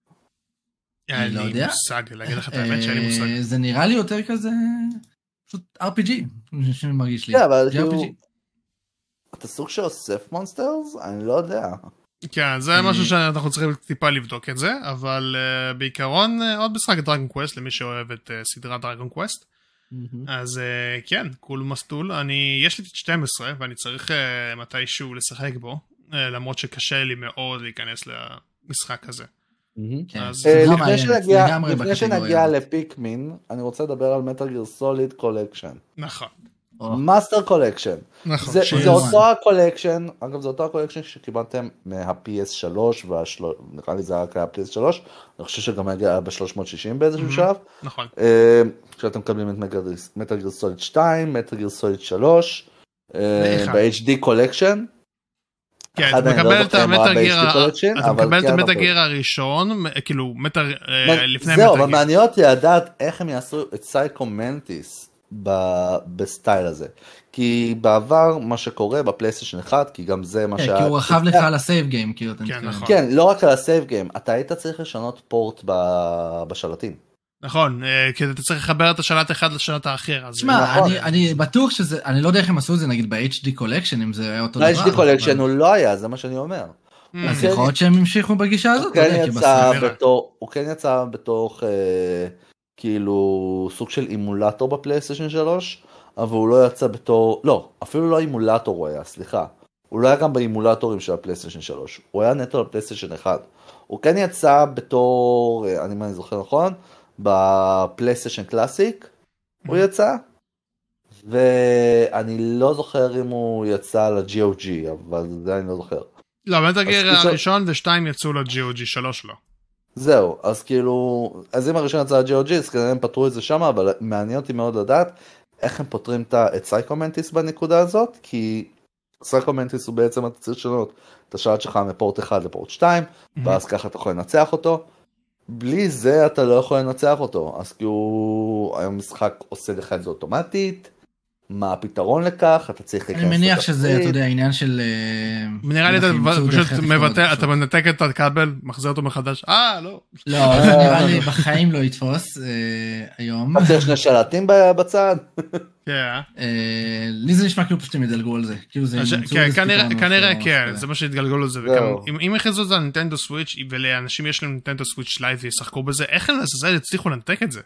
אין אני לא לי יודע. מושג, להגיד לך את האמת שאין לי מושג. אה, זה נראה לי יותר כזה, פשוט אר פי ג'י, שמרגיש לי. כן, אבל ג'י אר פי כאילו, ג'י. אתה סוג שאוסף מונסטרס? אני לא יודע. כן, זה אה. משהו שאנחנו צריכים טיפה לבדוק את זה, אבל uh, בעיקרון uh, עוד משחק דרגון קווסט למי שאוהב את uh, סדרת דרגון קווסט. אז uh, כן, קול מסטול. אני, יש לי את שתים עשרה ואני צריך uh, מתישהו לשחק בו, uh, למרות שקשה לי מאוד להיכנס למשחק הזה. כן, אז- זה אה, לא לפני מעניין, שנגיע- לגמרי לפני בקטגוריה שנגיע הזאת. לפיקמין, אני רוצה לדבר על מטל גיר סוליד קולקשן. נכון, או, מאסטר קולקשן. נכון. זה שיש- זה אותו הקולקשן, אגב זה אותו הקולקשן שקיבלתם מה-פי אס שלוש, נראה לי זה היה רק היה-פי אס שלוש, אני חושב שגם היה ב-שלוש מאות שישים באיזשהו שלב, נכון. אה, כשאתם מקבלים את מטל גיר סוליד שתיים, מטל גיר סוליד שלוש, ואחד. ב-אייץ' די קולקשן, כן, אחד אתה אני לא מקבל את זוכר מה המטה ב-אייץ' גיר, די קולקשן, אתה אבל מקבל את כן, המטה אבל- גיר הראשון, כאילו מטה, אה, לפני זהו, המטה אבל גיר. מעניין אותי לדעת איך הם יעשו את סייקו מנטיס ב- בסטייל הזה. כי בעבר מה שקורה בפלייסטיישן אחד, כי גם זה מה כי הוא רכב לך על הסייב גיים, כאילו, אתה כן, נכון. כן, לא רק על הסייב גיים, אתה היית צריך לשנות פורט ב- בשלטים. נכון, כי אתה צריך לחבר את השלט אחד לשלט האחר. שמע, אני בטוח שזה, אני לא יודע איך הם עשו את זה, נגיד ב-אייץ' די Collection, אם זה היה אותו דבר. ב-אייץ' די Collection הוא לא היה, זה מה שאני אומר. אז יכול להיות שהם המשיכו בגישה הזאת. הוא כן יצא בתוך כאילו סוג של אימולטור בפלייסטיישן שלוש, אבל הוא לא יצא בתור, לא, אפילו לא אימולטור הוא היה, סליחה. הוא לא היה גם באימולטורים של הפלייסטיישן שלוש, הוא היה נטו לפלייסטיישן אחד. הוא כן יצא בתור, אני מה אני זוכר נכון, בפלייסטיישן קלאסיק הוא יצא, ואני לא זוכר אם הוא יצא ל-ג'י או ג'י, אבל זה אני לא זוכר. לא, מטל גיר הראשון ושתיים יצאו ל-ג'י או ג'י, שלוש לא. זהו, אז כאילו, אז אם הראשון יצא ל-ג'י או ג'י, אז כנראה הם פתרו את זה שם, אבל מעניין אותי מאוד לדעת איך הם פותרים את סייקומנטיס בנקודה הזאת, כי סייקומנטיס הוא בעצם אתה צריך לשנות את השלט שלך מפורט אחד לפורט שתיים, ואז ככה אתה יכול לנצח אותו. בלי זה אתה לא יכול לנצח אותו, אז כאילו המשחק עושה לך את זה אוטומטית, מה הפתרון לכך, אתה צריך להיכנס לתפריט. אני מניח שזה, אתה יודע, העניין של... נראה לי אתה פשוט מבטא, אתה מנתק את הכבל, מחזיר אותו מחדש, אה, לא. לא, זה נראה לי בחיים לא יתפוס היום. אתה צריך שני שלטים בצד? כן. לי זה נשמע כאילו פשוט הם ידלגו על זה. כנראה כן, זה מה שהתגלגלו לזה. אם יכנסו את זה על נינטנדו סוויץ' ולאנשים יש להם נינטנדו סוויץ' לייב וישחקו בזה, איך הם לעזאזל הצליחו לנתק את זה?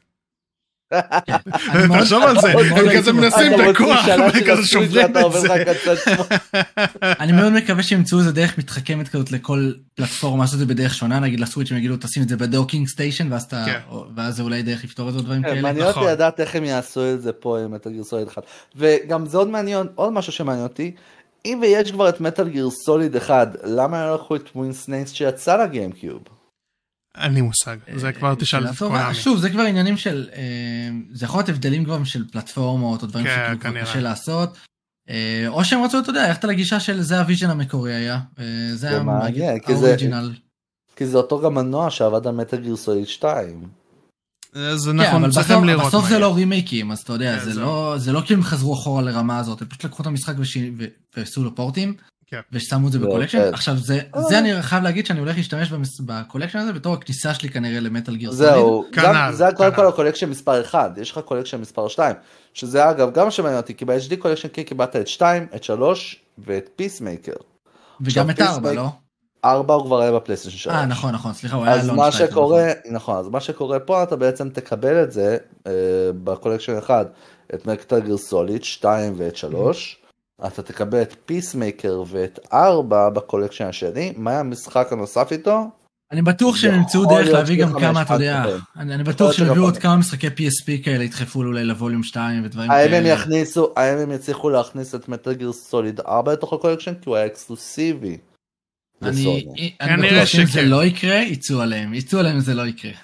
תחשוב על זה, הם כזה מנסים בכוח, וכזה שוברים את זה. אני מאוד מקווה שימצאו איזה דרך מתחכמת כזאת לכל פלטפורמה, לעשות את זה בדרך שונה, נגיד לסוויץ' הם יגידו תשים את זה בדוקינג סטיישן, ואז זה אולי דרך לפתור את זה דברים כאלה. מעניין אותי לדעת איך הם יעשו את זה פה עם מטל גיר סוליד אחד, וגם זה עוד מעניין, עוד משהו שמעניין אותי, אם ויש כבר את מטל גיר סוליד אחד, למה לא לקחו את טווין סנייקס שיצא לגיימקיוב? אין לי מושג, זה כבר תשאל את קונאמי. שוב, זה כבר עניינים של, זה יכול להיות הבדלים כבר של פלטפורמות, או דברים שכבר קשה לעשות, או שהם רצו, אתה יודע, איך אתה לגישה של זה הוויז'ן המקורי היה, זה היה האוריג'ינל. כי זה אותו גם מנוע שעבד על מטל גיר סוליד שתיים. זה נכון, צריכים לראות. בסוף זה לא רימייקים, אז אתה יודע, זה לא כי הם חזרו אחורה לרמה הזאת, הם פשוט לקחו את המשחק ועשו לו פורטים, ושמו את זה בקולקשן. עכשיו זה אני חייב להגיד שאני הולך להשתמש בקולקשן הזה בתור הכניסה שלי כנראה למטל גיר סוליד. זהו, זה קודם כל הקולקשן מספר אחד, יש לך קולקשן מספר שתיים, שזה אגב גם שמעניין אותי, כי ב-אייץ' די קולקשן קיבלת את שתיים, את שלוש ואת פיסמייקר. וגם את ארבע, לא? ארבע הוא כבר היה בפלייסטיישן שלוש. אה, נכון, נכון, סליחה, הוא היה אז מה שקורה, נכון, אז מה שקורה פה, אתה בעצם תקבל את זה בקולקשן אחד, את מטל גיר סוליד, שתיים ואת שלוש, אתה תקבל את פיסמייקר ואת ארבע בקולקשן השני, מה היה המשחק הנוסף איתו? אני בטוח שהם ימצאו דרך להביא גם כמה, אתה יודע, אני בטוח שהם יביאו עוד כמה משחקי פי אס פי כאלה, ידחפו אולי לווליום שתיים ודברים כאלה. האם הם יכניסו, האם הם יצליחו להכניס את מטל גיר סוליד ארבע לתוך הקולקשן, כי הוא היה אקסקלוסיבי. אני בטוח שאם זה לא יקרה, יצאו עליהם, יצאו עליהם זה לא יקרה.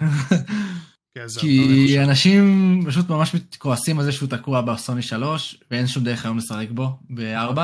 כי אנשים פשוט ממש כועסים על זה שהוא תקוע בסוני שלוש, ואין שום דרך היום לשחק בו, בארבע.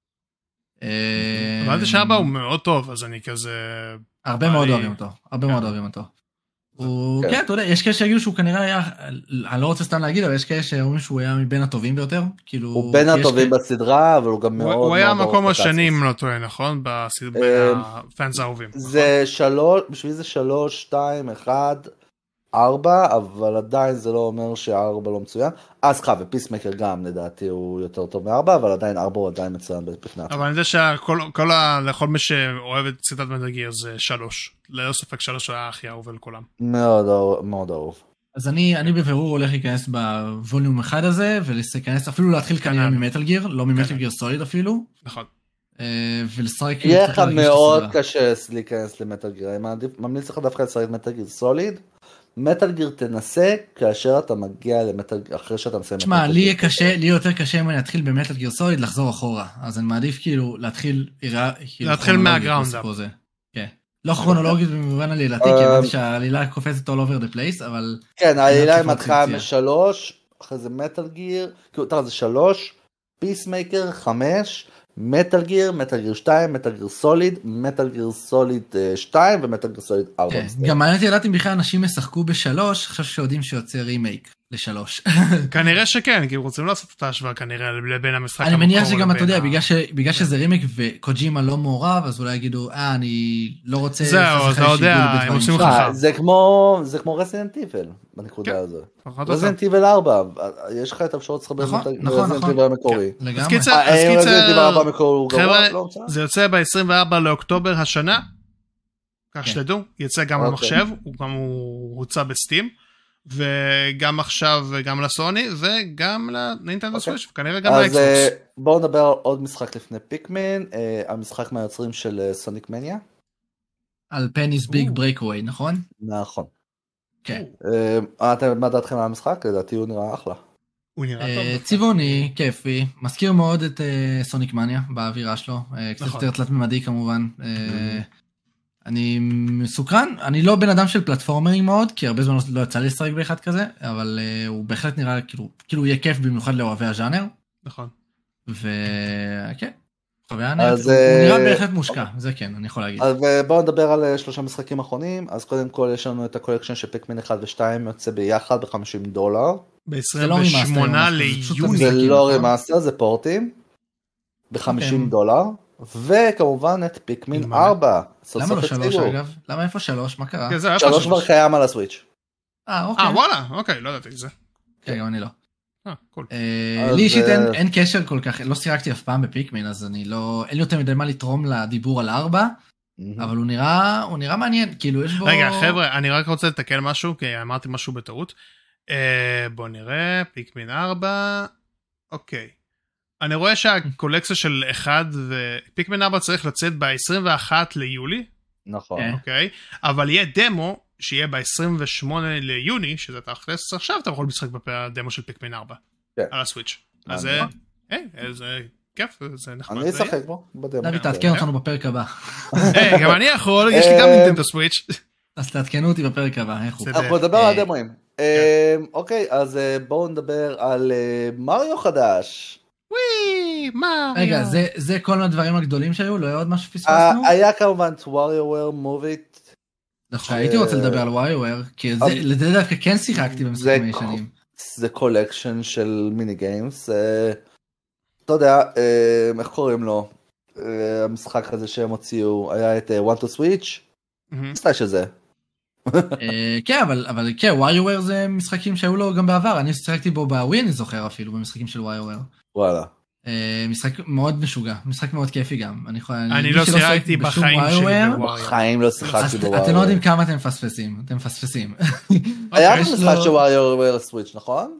הבנתי שארבע הוא מאוד טוב, אז אני כזה... הרבה מאוד אוהבים אותו, הרבה מאוד אוהבים אותו. כן, אתה יודע, יש כאלה שיגידו שהוא כנראה היה, אני לא רוצה סתם להגיד, אבל יש כאלה שאומרים שהוא היה מבין הטובים ביותר. הוא בין הטובים בסדרה, אבל הוא גם מאוד... הוא היה המקום השני, אם לא טועה, נכון? בין הפאנס האהובים. זה שלוש, בשביל זה שלוש, שתיים, אחד... ארבע, אבל עדיין זה לא אומר שארבע לא מצוין. אז סליחה, ופיסמקר גם לדעתי הוא יותר טוב מארבע, אבל עדיין ארבע הוא עדיין מצוין בפני עצמו. אבל אני יודע שלכל מי שאוהב את סרטת מטל גיר זה שלוש. ללא ספק שלוש היה הכי אהוב על כולם. מאוד מאוד אהוב. אז אני, אני בבירור הולך להיכנס בווליום אחד הזה, ולהיכנס אפילו להתחיל כנראה ממטל גיר, לא ממטל גיר סוליד אפילו. נכון. ולשחק... יהיה לך מאוד קשה להיכנס למטל גיר. אני ממליץ לך דווקא לשחק מטל גיר סוליד. מטל גיר תנסה כאשר אתה מגיע למטל גיר, אחרי שאתה מסיים מטל גיר. תשמע, לי יהיה קשה, לי יותר קשה אם אני אתחיל במטל גיר סוליד לחזור אחורה, אז אני מעדיף כאילו להתחיל... להתחיל מהגראונד. כן. לא כרונולוגית במובן עלילתי, כי הבנתי שהעלילה קופצת all over the place, אבל... כן, העלילה היא מתחילה משלוש, אחרי זה מטל גיר, כאילו, תראה, זה שלוש, פיסמייקר, חמש, מטל גיר, מטל גיר שתיים, מטל גיר סוליד, מטל גיר סוליד שתיים ומטל גיר סוליד ארבע. גם מעניין אותי לדעת אם בכלל אנשים ישחקו בשלוש, עכשיו שיודעים שיוצא רימייק לשלוש. כנראה שכן, כי רוצים לעשות את ההשוואה כנראה לבין המשחק אני המקור. מניח שגם אתה יודע, ה- בגלל ש- בגלל שזה רימיק וקוג'ימה לא מעורב, אז אולי יגידו, אה, אני לא רוצה... זהו, חס אתה וחלילה יודע, שיגעו לי הם בדברים עושים שלך. לך- אה, זה כמו זה כמו רזידנט איבל בנקודה כן. הזו. פחות או רזידנט איבל ארבע, יש לך את האפשרות לחבר נכון, את נכון, רזידנט נכון. איבל המקורי. אז לגמרי. קיצר, אה, אז האם רזידנט איבל ארבע קיצר, המקורי הוא גרוע? חבר'ה, לא בסדר. זה יוצא ב-עשרים וארבעה לאוקטובר השנה, כך כן. שתדעו, יצא גם אוקיי. למחשב, הוא גם הוא הוצא בסטים, וגם עכשיו גם לסוני, וגם לנינטנדו אוקיי. סוויץ', וכנראה גם אז אה, לאקסבוקס. בואו נדבר על עוד משחק לפני פיקמן, אה, המשחק מהיוצרים של אה, סוניק מניה. על פניס ביג או. ברייקווי, נכון? נכון. כן. אה, אתם- מה דעתכם על המשחק? לדעתי הוא נראה אחלה. הוא נראה טוב. אה, דווקא. צבעוני, כיפי, מזכיר מאוד את אה, סוניק מניה באווירה שלו, אה, קצת נכון. יותר תלת ממדי כמובן. אה, אני מסוקרן, אני לא בן אדם של פלטפורמרים מאוד, כי הרבה זמן לא יצא לי לשחק באחד כזה, אבל אה, הוא בהחלט נראה כאילו, כאילו יהיה כיף במיוחד לאוהבי הז'אנר, נכון. וכן, חוויה נהנית, אז, הוא הוא נראה אה, בהחלט מושקע, זה כן, אני יכול להגיד. אז אה, בואו נדבר על אה, שלושה משחקים אחרונים. אז קודם כל יש לנו את הקולקשן של פיקמן אחד ושתיים יוצא ביחד ב-חמישים דולר. זה לא רימאסטר ב-עשרים ושמונה ממש, זה פשוט ליוני. זה משחקים, לא נכון? רימאסטר, זה פורטים. ב-חמישים אוקיי. דולר. וכמובן את פיקמן מה? ארבע. סוף למה לא סוף שלוש הציגו. אגב? למה איפה שלוש? מה קרה? כן, זה, איפה שלוש כבר קיים על הסוויץ'. אה, אוקיי. אה, וואלה, אוקיי, לא ידעתי את זה. כן, גם אני לא. אה, קול. אה, אז, לי אישית אין- אה, אין קשר כל כך, לא שיחקתי אף פעם בפיקמן, אז אני לא, אין לי יותר מדי מה לתרום לדיבור על ארבע, אבל הוא נראה, הוא נראה מעניין, כאילו יש בו... רגע, חבר'ה, אני רק רוצה לתקן משהו, כי אמרתי משהו בטעות. אה, בוא נראה, פיקמן ארבע, אוקיי. אני רואה שהקולקציה של אחד, ופיקמן ארבע צריך לצאת ב-עשרים ואחד ליולי, נכון. כן. אוקיי? אבל יהיה דמו שיהיה ב-עשרים ושמונה ליוני, שזה תכלס עכשיו, אתה יכול לשחק בדמו של פיקמן ארבע, כן. על הסוויץ'. אז מעניין. אה, אה, זה כיף, זה נחמד. אני זה אשחק בו. בדמו. דוד, תעדכן אותנו בפרק הבא. אה, גם אני יכול, יש לי גם אה, נינטנדו סוויץ'. אז תעדכנו אותי בפרק הבא, איך הוא? בסדר. אנחנו נדבר על אה, דמוים. אה, אוקיי, אז אה, בואו נדבר על אה, מריו חדש. וואי, מה? רגע, זה- זה כל הדברים הגדולים שהיו? לא היה עוד משהו אה, פספסנו? היה כמובן את WarioWare Move It. דווקא הייתי רוצה לדבר על WarioWare, כי זה- לזה דווקא כן שיחקתי במשחקים זה- הישנים. זה קולקשן של מיני גיימס. אה, אתה יודע, אה, איך קוראים לו? אה, המשחק הזה שהם הוציאו, היה את אה, One to Switch. מהמם. סטייל שזה. אה, כן, אבל אבל כן, WarioWare זה משחקים שהיו לו גם בעבר, אני שיחקתי בו בווי, אני זוכר אפילו, במשחקים של WarioWare. וואלה. אה, משחק מאוד משוגע, משחק מאוד כיפי גם. אני יכול- אני מי לא שלא שיחקתי שיחק בשום בחיים שלי WarioWare, בווריו. בחיים לא אז שיחקתי ת- בוואריו. אתם לא יודעים כמה אתם מפספסים, אתם מפספסים. היה יש משחק לו- של WarioWare לסוויץ', נכון?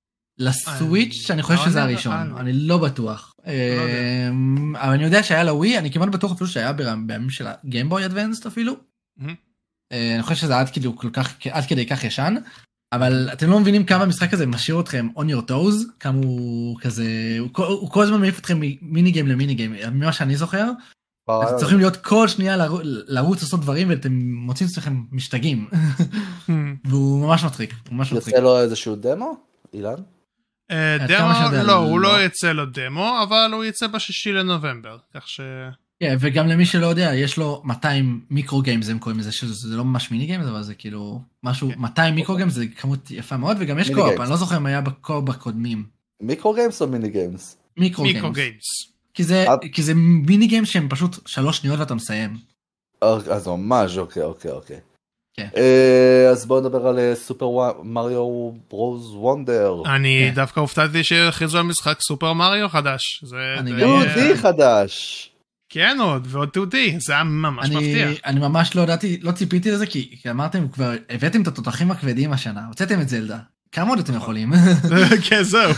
לסוויץ', אני חושב לא שזה יודע, הראשון, אה, אני לא בטוח. יודע. אמ, אבל אני יודע שהיה לווי, אני כמעט בטוח אפילו שהיה ברם- בימים של הגיימבוי אדוונסט אפילו. מהמם. אה, אני חושב שזה עד כאילו כל כך, עד כדי כך ישן, אבל אתם לא מבינים כמה המשחק הזה משאיר אתכם on your toes, כמה הוא כזה, הוא כל- הוא כל הזמן מעיף אתכם ממיני גיים למיני גיים, ממה שאני זוכר, אתם צריכים להיות כל שנייה לרו- לרוץ לעשות דברים ואתם מוצאים את עצמכם משתגעים, מהמם. והוא ממש מצחיק, הוא ממש מצחיק. יוצא לו איזשהו דמו? אילן? אה, עד כמה שאני דמו, יודע, לא, הוא לא. לא יצא לו דמו, אבל הוא יצא בשישי לנובמבר, כך ש... כן, וגם למי שלא יודע, יש לו מאתיים מיקרו גיימס, הם קוראים לזה, שזה לא ממש מיני גיימס, אבל זה כאילו משהו, כן. מאתיים מיקרו גיימס זה כמות יפה מאוד, וגם יש מיני קו-אפ, גיימס. אני לא זוכר אם היה בקו-אפ הקודמים. מיקרו גיימס או מיני גיימס? מיקרו מיקרו גיימס. גיימס. כי זה, את- כי זה מיני גיימס שהם פשוט שלוש שניות ואתה מסיים. אז ממש, אוקיי, אוקיי, אוקיי. כן. אה, אז בואו נדבר על אה, סופר וו- מריו ברוז וונדר. אני כן. דווקא הופתעתי שהכריזו על משחק סופר מריו חדש. זה אני די, גם- אה, יהודי חדש. כן עוד, ועוד תעודי, זה היה ממש אני, מפתיע. אני ממש לא ידעתי, לא ציפיתי לזה, כי, כי אמרתם כבר, הבאתם את התותחים הכבדים השנה, הוצאתם את זלדה. כמה עוד אתם יכולים? כן, זהו.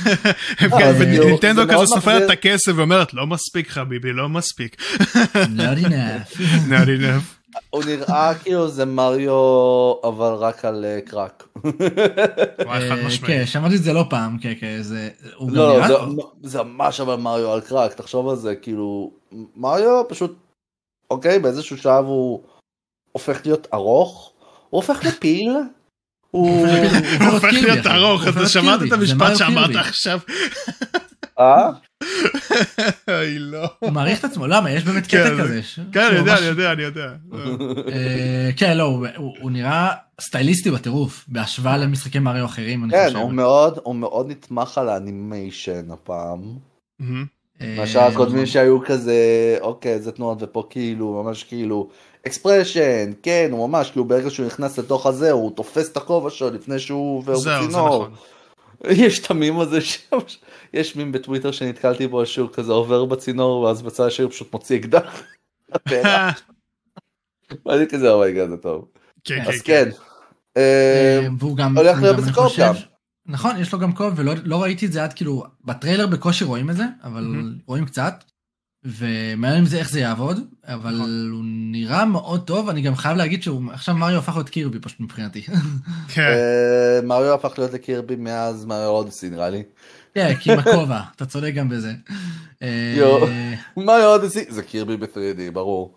הם אבל כן, זה כאילו- ונינטנדו זה מאוד כזה סופרת את מחזיר- הכסף ואומרת, לא מספיק חביבי, לא מספיק. Not enough. Not enough. הוא נראה כאילו זה מריו, אבל רק על אה, קרק. וואי, חד אה, משמעי. כן, שמעתי את זה לא פעם, כן, כן, זה, הוא גם לא, נראה זה- טוב. זה ממש אבל מריו על קרק, תחשוב על זה, כאילו, מריו פשוט, אוקיי, באיזשהו שלב הוא הופך להיות ארוך, הוא הופך לפיל, הוא... הוא הופך להיות אחי. ארוך, הוא הופך אתה להיות שמעת קירבי, את זה המשפט מריו שאמרת קירבי. עכשיו? אה? אוי, לא. הוא מעריך את עצמו, למה? יש באמת קטע כזה. כן, אני יודע, אני יודע, אני יודע. כן, לא, הוא נראה סטייליסטי בטירוף, בהשוואה למשחקי מריו אחרים, אני חושב. כן, הוא מאוד נתמך על האנימיישן הפעם. משל הקודמים שהיו כזה, אוקיי, זה תנועות, ופה כאילו, ממש כאילו, אקספרשן, כן, הוא ממש, כאילו ברגע שהוא נכנס לתוך הזה, הוא תופס את הכובע שלו לפני שהוא עובר בצינור. יש את המים הזה, יש מים בטוויטר שנתקלתי בו, שהוא כזה עובר בצינור, ואז בצד השיר פשוט מוציא אקדח. ואני כזה, אומייגאד, זה טוב. אז כן. והוא גם... הולך להיות בזה קוב גם. נכון, יש לו גם קוב, ולא ראיתי את זה עד כאילו, בטריילר בקושי רואים את זה, אבל רואים קצת, ומעניין עם זה איך זה יעבוד, אבל הוא נראה מאוד טוב, אני גם חייב להגיד שעכשיו מריו הפך להיות קירבי פשוט מבחינתי. מריו הפך להיות לקירבי מאז מריו אודיסי נראה לי. כן, כי עם הכובע, אתה צודק גם בזה. מריו אודיסי זה קירבי ב-תרי די, ברור.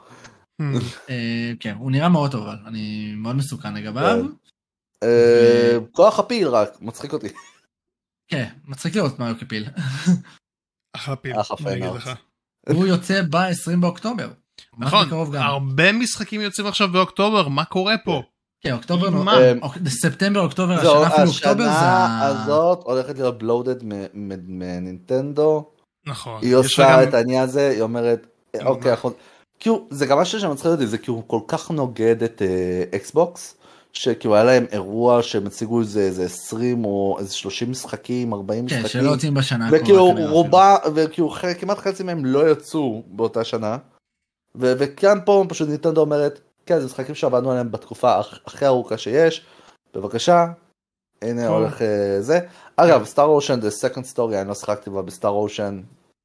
כן, הוא נראה מאוד טוב, אני מאוד מסוכן לגביו. כוח הפיל רק, מצחיק אותי. כן, מצחיק לראות מריו כפיל. אחלה פיל, אני אגיד לך. הוא יוצא ב-עשרים באוקטובר. נכון, הרבה משחקים יוצאים עכשיו באוקטובר, מה קורה פה? כן, אוקטובר, ספטמבר, אוקטובר, השנה אפילו אוקטובר זה... השנה הזאת הולכת להיות בלודד מנינטנדו. נכון. היא עושה את העניין הזה, היא אומרת, אוקיי, כאילו, זה גם משהו שמצחיק אותי, זה כאילו כל כך נוגד את אקסבוקס, שכאילו היה להם אירוע שהם הציגו איזה עשרים או איזה שלושים משחקים, ארבעים משחקים. כן, שלא יוצאים בשנה. וכאילו רובה, וכאילו כמעט חצי מהם לא יצאו באותה שנה. וכאן פה פשוט ניטנדו אומרת, כן, זה משחקים שעבדנו עליהם בתקופה הכי ארוכה שיש, בבקשה, הנה הולך זה. אגב, סטאר אושן, The Second Story, אני לא שחקתי בה בסטאר אושן,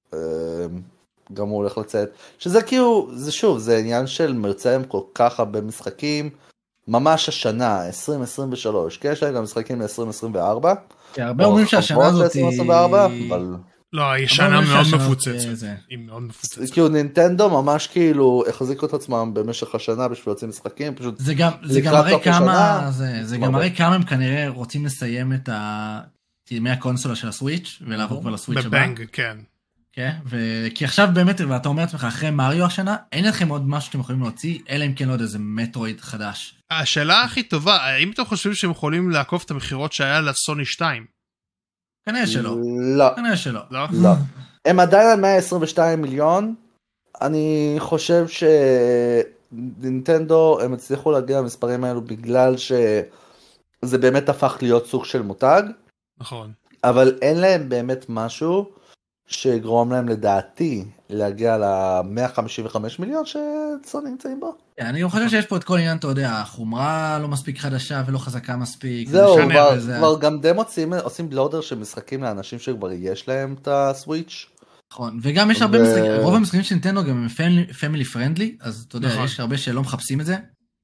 גם הוא הולך לצאת, שזה כאילו, זה שוב, זה עניין של מרצם כל כך הרבה משחקים, ממש השנה, עשרים עשרים ושלוש, כי יש להם גם משחקים ל-עשרים עשרים וארבע. הרבה אומרים שהשנה הזאת היא... לא, היא שנה מאוד מפוצצת. היא מאוד מפוצצת. כאילו נינטנדו ממש כאילו החזיקו את עצמם במשך השנה בשביל להוציא משחקים, פשוט... זה גם מראה כמה, זה גם מראה כמה הם כנראה רוצים לסיים את ימי הקונסולה של הסוויץ' ולעבור כבר לסוויץ' הבא. בבנג, כן. כן, כי עכשיו באמת, ואתה אומר לעצמך, אחרי מריו השנה, אין לכם עוד משהו שאתם יכולים להוציא, אלא אם כן לא יודע, איזה מטרואיד חדש. השאלה הכי טובה, האם אתם חושבים שהם יכולים לעקוף את המחירות שהיה לסוני שתיים? כנראה שלא. לא. כנראה שלא. לא? לא. הם עדיין על מאה עשרים ושתיים מיליון, אני חושב שנינטנדו, הם הצליחו להגיע למספרים האלו, בגלל שזה באמת הפך להיות סוג של מותג. נכון. אבל אין להם באמת משהו, שגרום להם לדעתי להגיע ל-מאה חמישים וחמישה מיליון שסוני נמצאים בו. אני גם חושב שיש פה את כל עניין, אתה יודע, החומרה לא מספיק חדשה ולא חזקה מספיק. זהו, כבר גם די עושים בלודר של משחקים לאנשים שכבר יש להם את הסוויץ'. נכון, וגם יש הרבה משחקים, רוב המשחקים של נינטנדו גם הם פמילי פרנדלי, אז אתה יודע, יש הרבה שלא מחפשים את זה.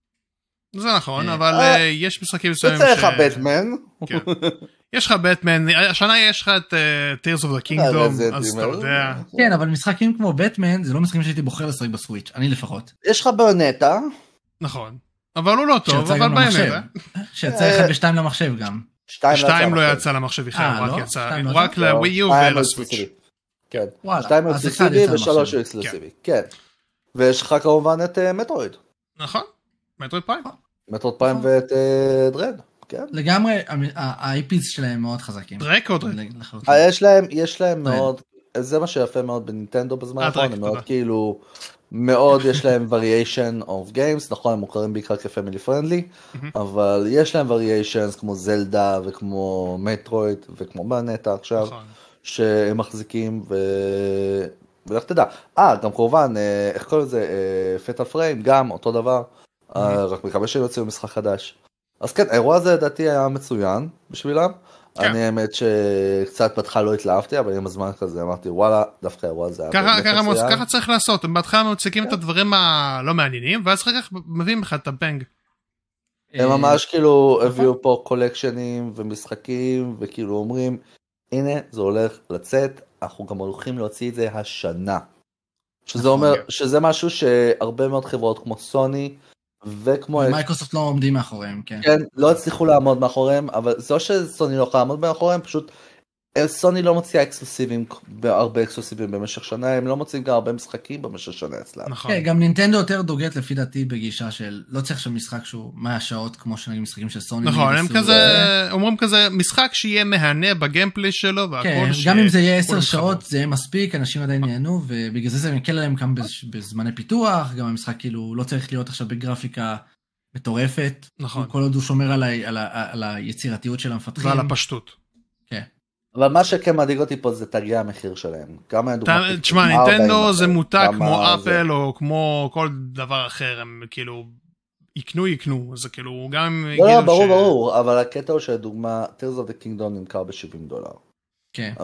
זה נכון, אבל יש משחקים מסוימים ש... יוצא לך בטמן. יש לך בטמן, השנה יש לך את Tears of the Kingdom, אז אתה יודע. כן, אבל משחקים כמו בטמן, זה לא משחקים שהייתי בוחר לשחק בסוויץ', אני לפחות. יש לך ביונטה. נכון, אבל הוא לא טוב, אבל ביונטה. שיצא אחד ושתיים למחשב גם. שתיים לא יצא למחשב בכלל, רק לווי יו ולסוויץ'. כן, שתיים אקסקלוסיבי ושלוש אקסקלוסיבי, כן. ויש לך כמובן את מטרויד. נכון, מטרויד פריים. מטרויד פריים ואת דרד. לגמרי, ה-איי פיז שלהם מאוד חזקים. דרק או דרד? יש להם, יש להם מאוד, זה מה שיפה מאוד בנינטנדו בזמן האחרון, הם מאוד כאילו, מאוד יש להם variation of games, נכון, הם מוכרים בעיקר כפמילי פרנדלי, אבל יש להם variations כמו זלדה וכמו מטרויד וכמו בנטה עכשיו, שהם מחזיקים ו... ולך תדע. אה, גם כמובן, איך קוראים לזה, פטל פריים, גם אותו דבר, רק מקווה שהם יוצאים משחק חדש. אז כן, האירוע הזה לדעתי היה מצוין בשבילם. כן. אני האמת שקצת בהתחלה לא התלהבתי, אבל עם הזמן כזה אמרתי, וואלה, דווקא האירוע הזה היה באמת מצוין. ככה צריך לעשות, הם בהתחלה מציגים את הדברים הלא מעניינים, ואז אחר כך מביאים לך את הבנג. הם ממש כאילו הביאו פה קולקשנים ומשחקים, וכאילו אומרים, הנה זה הולך לצאת, אנחנו גם הולכים להוציא את זה השנה. שזה אומר, שזה משהו שהרבה מאוד חברות כמו סוני, וכמו... מייקרוסופט לא עומדים מאחוריהם, כן. כן, לא הצליחו לעמוד מאחוריהם, אבל זו שסוני לא יכולה לעמוד מאחוריהם, פשוט סוני לא מוציאה אקסקלוסיבים, הרבה אקסקלוסיבים במשך שנה, הם לא מוציאים גם הרבה משחקים במשך שנה אצלם. נכון. כן, גם נינטנדו יותר דוגת לפי דעתי בגישה של, לא צריך שם משחק שהוא מאה שעות, כמו שנגיד משחקים של סוני. נכון, הם כזה, אומרים כזה, משחק שיהיה מהנה בגיימפלי שלו, כן, גם אם זה יהיה עשר שעות, זה יהיה מספיק, אנשים עדיין נהנו, ובגלל זה זה מקל עליהם גם בזמני פיתוח, גם המשחק כאילו לא צריך להיות עכשיו בגרפיקה מטורפת. נכון. כל עוד הוא שומר על היצירתיות של המפתחים. ועל הפשטות. כן. אבל מה שכן מדאיג אותי פה זה תגי המחיר שלהם. תשמע, נינטנדו זה מותג כמו אפל או כמו כל דבר אחר, הם כאילו יקנו יקנו, זה כאילו גם אם יגידו ש... לא, ברור, ברור, אבל הקטע הוא שהדוגמה, Tears of the Kingdom נמכר ב-שבעים דולר. כן.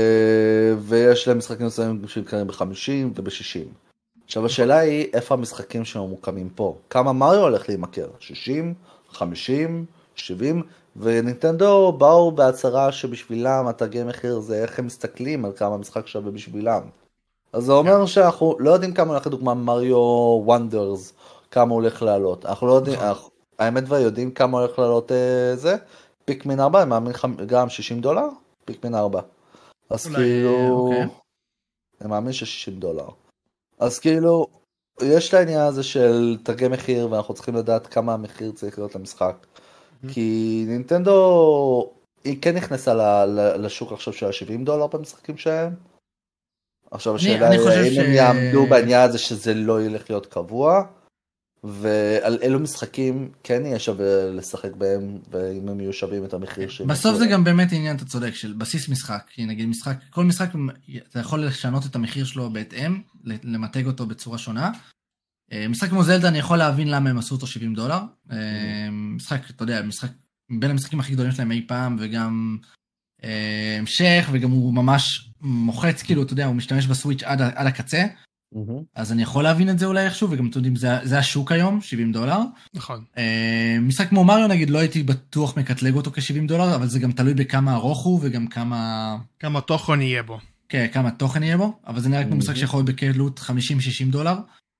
ויש להם משחקים נוספים שנמכרים ב-חמישים וב-שישים. עכשיו השאלה היא, איפה המשחקים שמוקמים פה? כמה מריו הולך להימכר? שישים, חמישים, שבעים? ונינטנדו באו בהצהרה שבשבילם התגי מחיר זה איך הם מסתכלים על כמה המשחק שווה בשבילם. אז זה אומר שאנחנו לא יודעים כמה הולך לדוגמה מריו וונדרס, כמה הולך לעלות. אנחנו לא יודעים, האמת ויודעים כמה הולך לעלות זה. פיקמין ארבע, אני מאמין גם שישים דולר? פיקמין ארבע. אז כאילו, אני מאמין ש-שישים דולר. אז כאילו, יש לעניין הזה של תגי מחיר, ואנחנו צריכים לדעת כמה המחיר צריך להיות למשחק. כי נינטנדו, היא כן נכנסה לשוק עכשיו של ה-שבעים דולר במשחקים שלהם. עכשיו השאלה היא, האם הם יעמדו בעניין הזה שזה לא ילך להיות קבוע, ועל אילו משחקים כן יהיה שווה לשחק בהם, ואם הם יהיו שווים את המחיר שהם... בסוף זה גם באמת עניין, אתה צודק, של בסיס משחק. כי נגיד משחק, כל משחק, אתה יכול לשנות את המחיר שלו בהתאם, למתג אותו בצורה שונה. משחק כמו זלדה, אני יכול להבין למה הם עשו אותו שבעים דולר. משחק, אתה יודע, משחק בין המשחקים הכי גדולים שלהם אי פעם, וגם המשך, וגם הוא ממש מוחץ, כאילו, אתה יודע, הוא משתמש בסוויץ' עד, עד הקצה. אז אני יכול להבין את זה אולי איכשהו, וגם אתם יודעים, זה, זה השוק היום, שבעים דולר. נכון. משחק כמו מריו, נגיד, לא הייתי בטוח מקטלג אותו כ-שבעים דולר, אבל זה גם תלוי בכמה ארוך הוא, וגם כמה... כמה תוכן יהיה בו. כן, כמה תוכן יהיה בו, אבל זה נראה כמו משחק שיכול בקלות חמישים שישים דולר.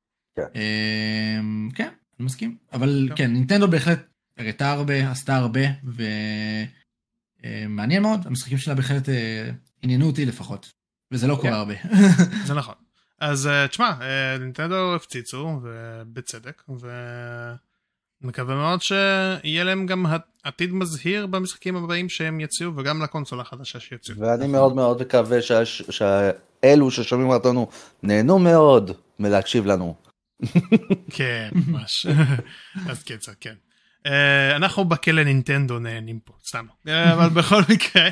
כן, אני מסכים. אבל כן, נינטנדו בהחלט הראתה הרבה, עשתה הרבה, ומעניין מאוד, המשחקים שלה בהחלט עניינו אותי לפחות, וזה לא קורה הרבה. זה נכון. אז תשמע, נינטנדו הפציצו, ובצדק, ומקווה מאוד שיהיה להם גם עתיד מזהיר במשחקים הבאים שהם יציעו, וגם לקונסולה החדשה שיציעו. ואני מאוד מאוד מקווה שאלו ששומעים אותנו נהנו מאוד מלהקשיב לנו. כן, ממש. אז קצר, כן. אנחנו בכלא נינטנדו נהנים פה, סתם. אבל בכל מקרה,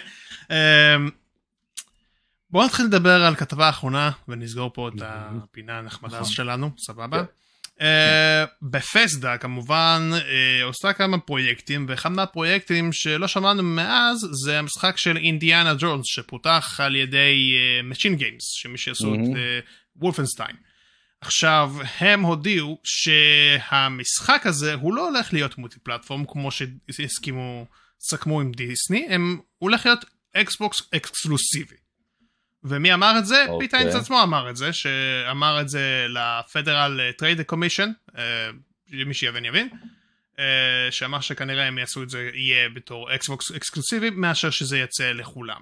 בואו נתחיל לדבר על כתבה האחרונה, ונסגור פה את הפינה הנחמדה שלנו, סבבה? בפסדה, כמובן, עושה כמה פרויקטים, ואחד מהפרויקטים שלא שמענו מאז, זה המשחק של אינדיאנה ג'ונס, שפותח על ידי Machine Games, שמי שעשו את וולפנשטיין. עכשיו, הם הודיעו שהמשחק הזה הוא לא הולך להיות מולטי פלטפורם, כמו שהסכימו, סכמו עם דיסני, הם הולך להיות אקסבוקס אקסקלוסיבי. ומי אמר את זה? פיט היינס עצמו אמר את זה, שאמר את זה לפדרל טרייד קומישן, מי שיבין יבין, שאמר שכנראה הם יעשו את זה יהיה בתור אקסבוקס אקסקלוסיבי, מאשר שזה יצא לכולם.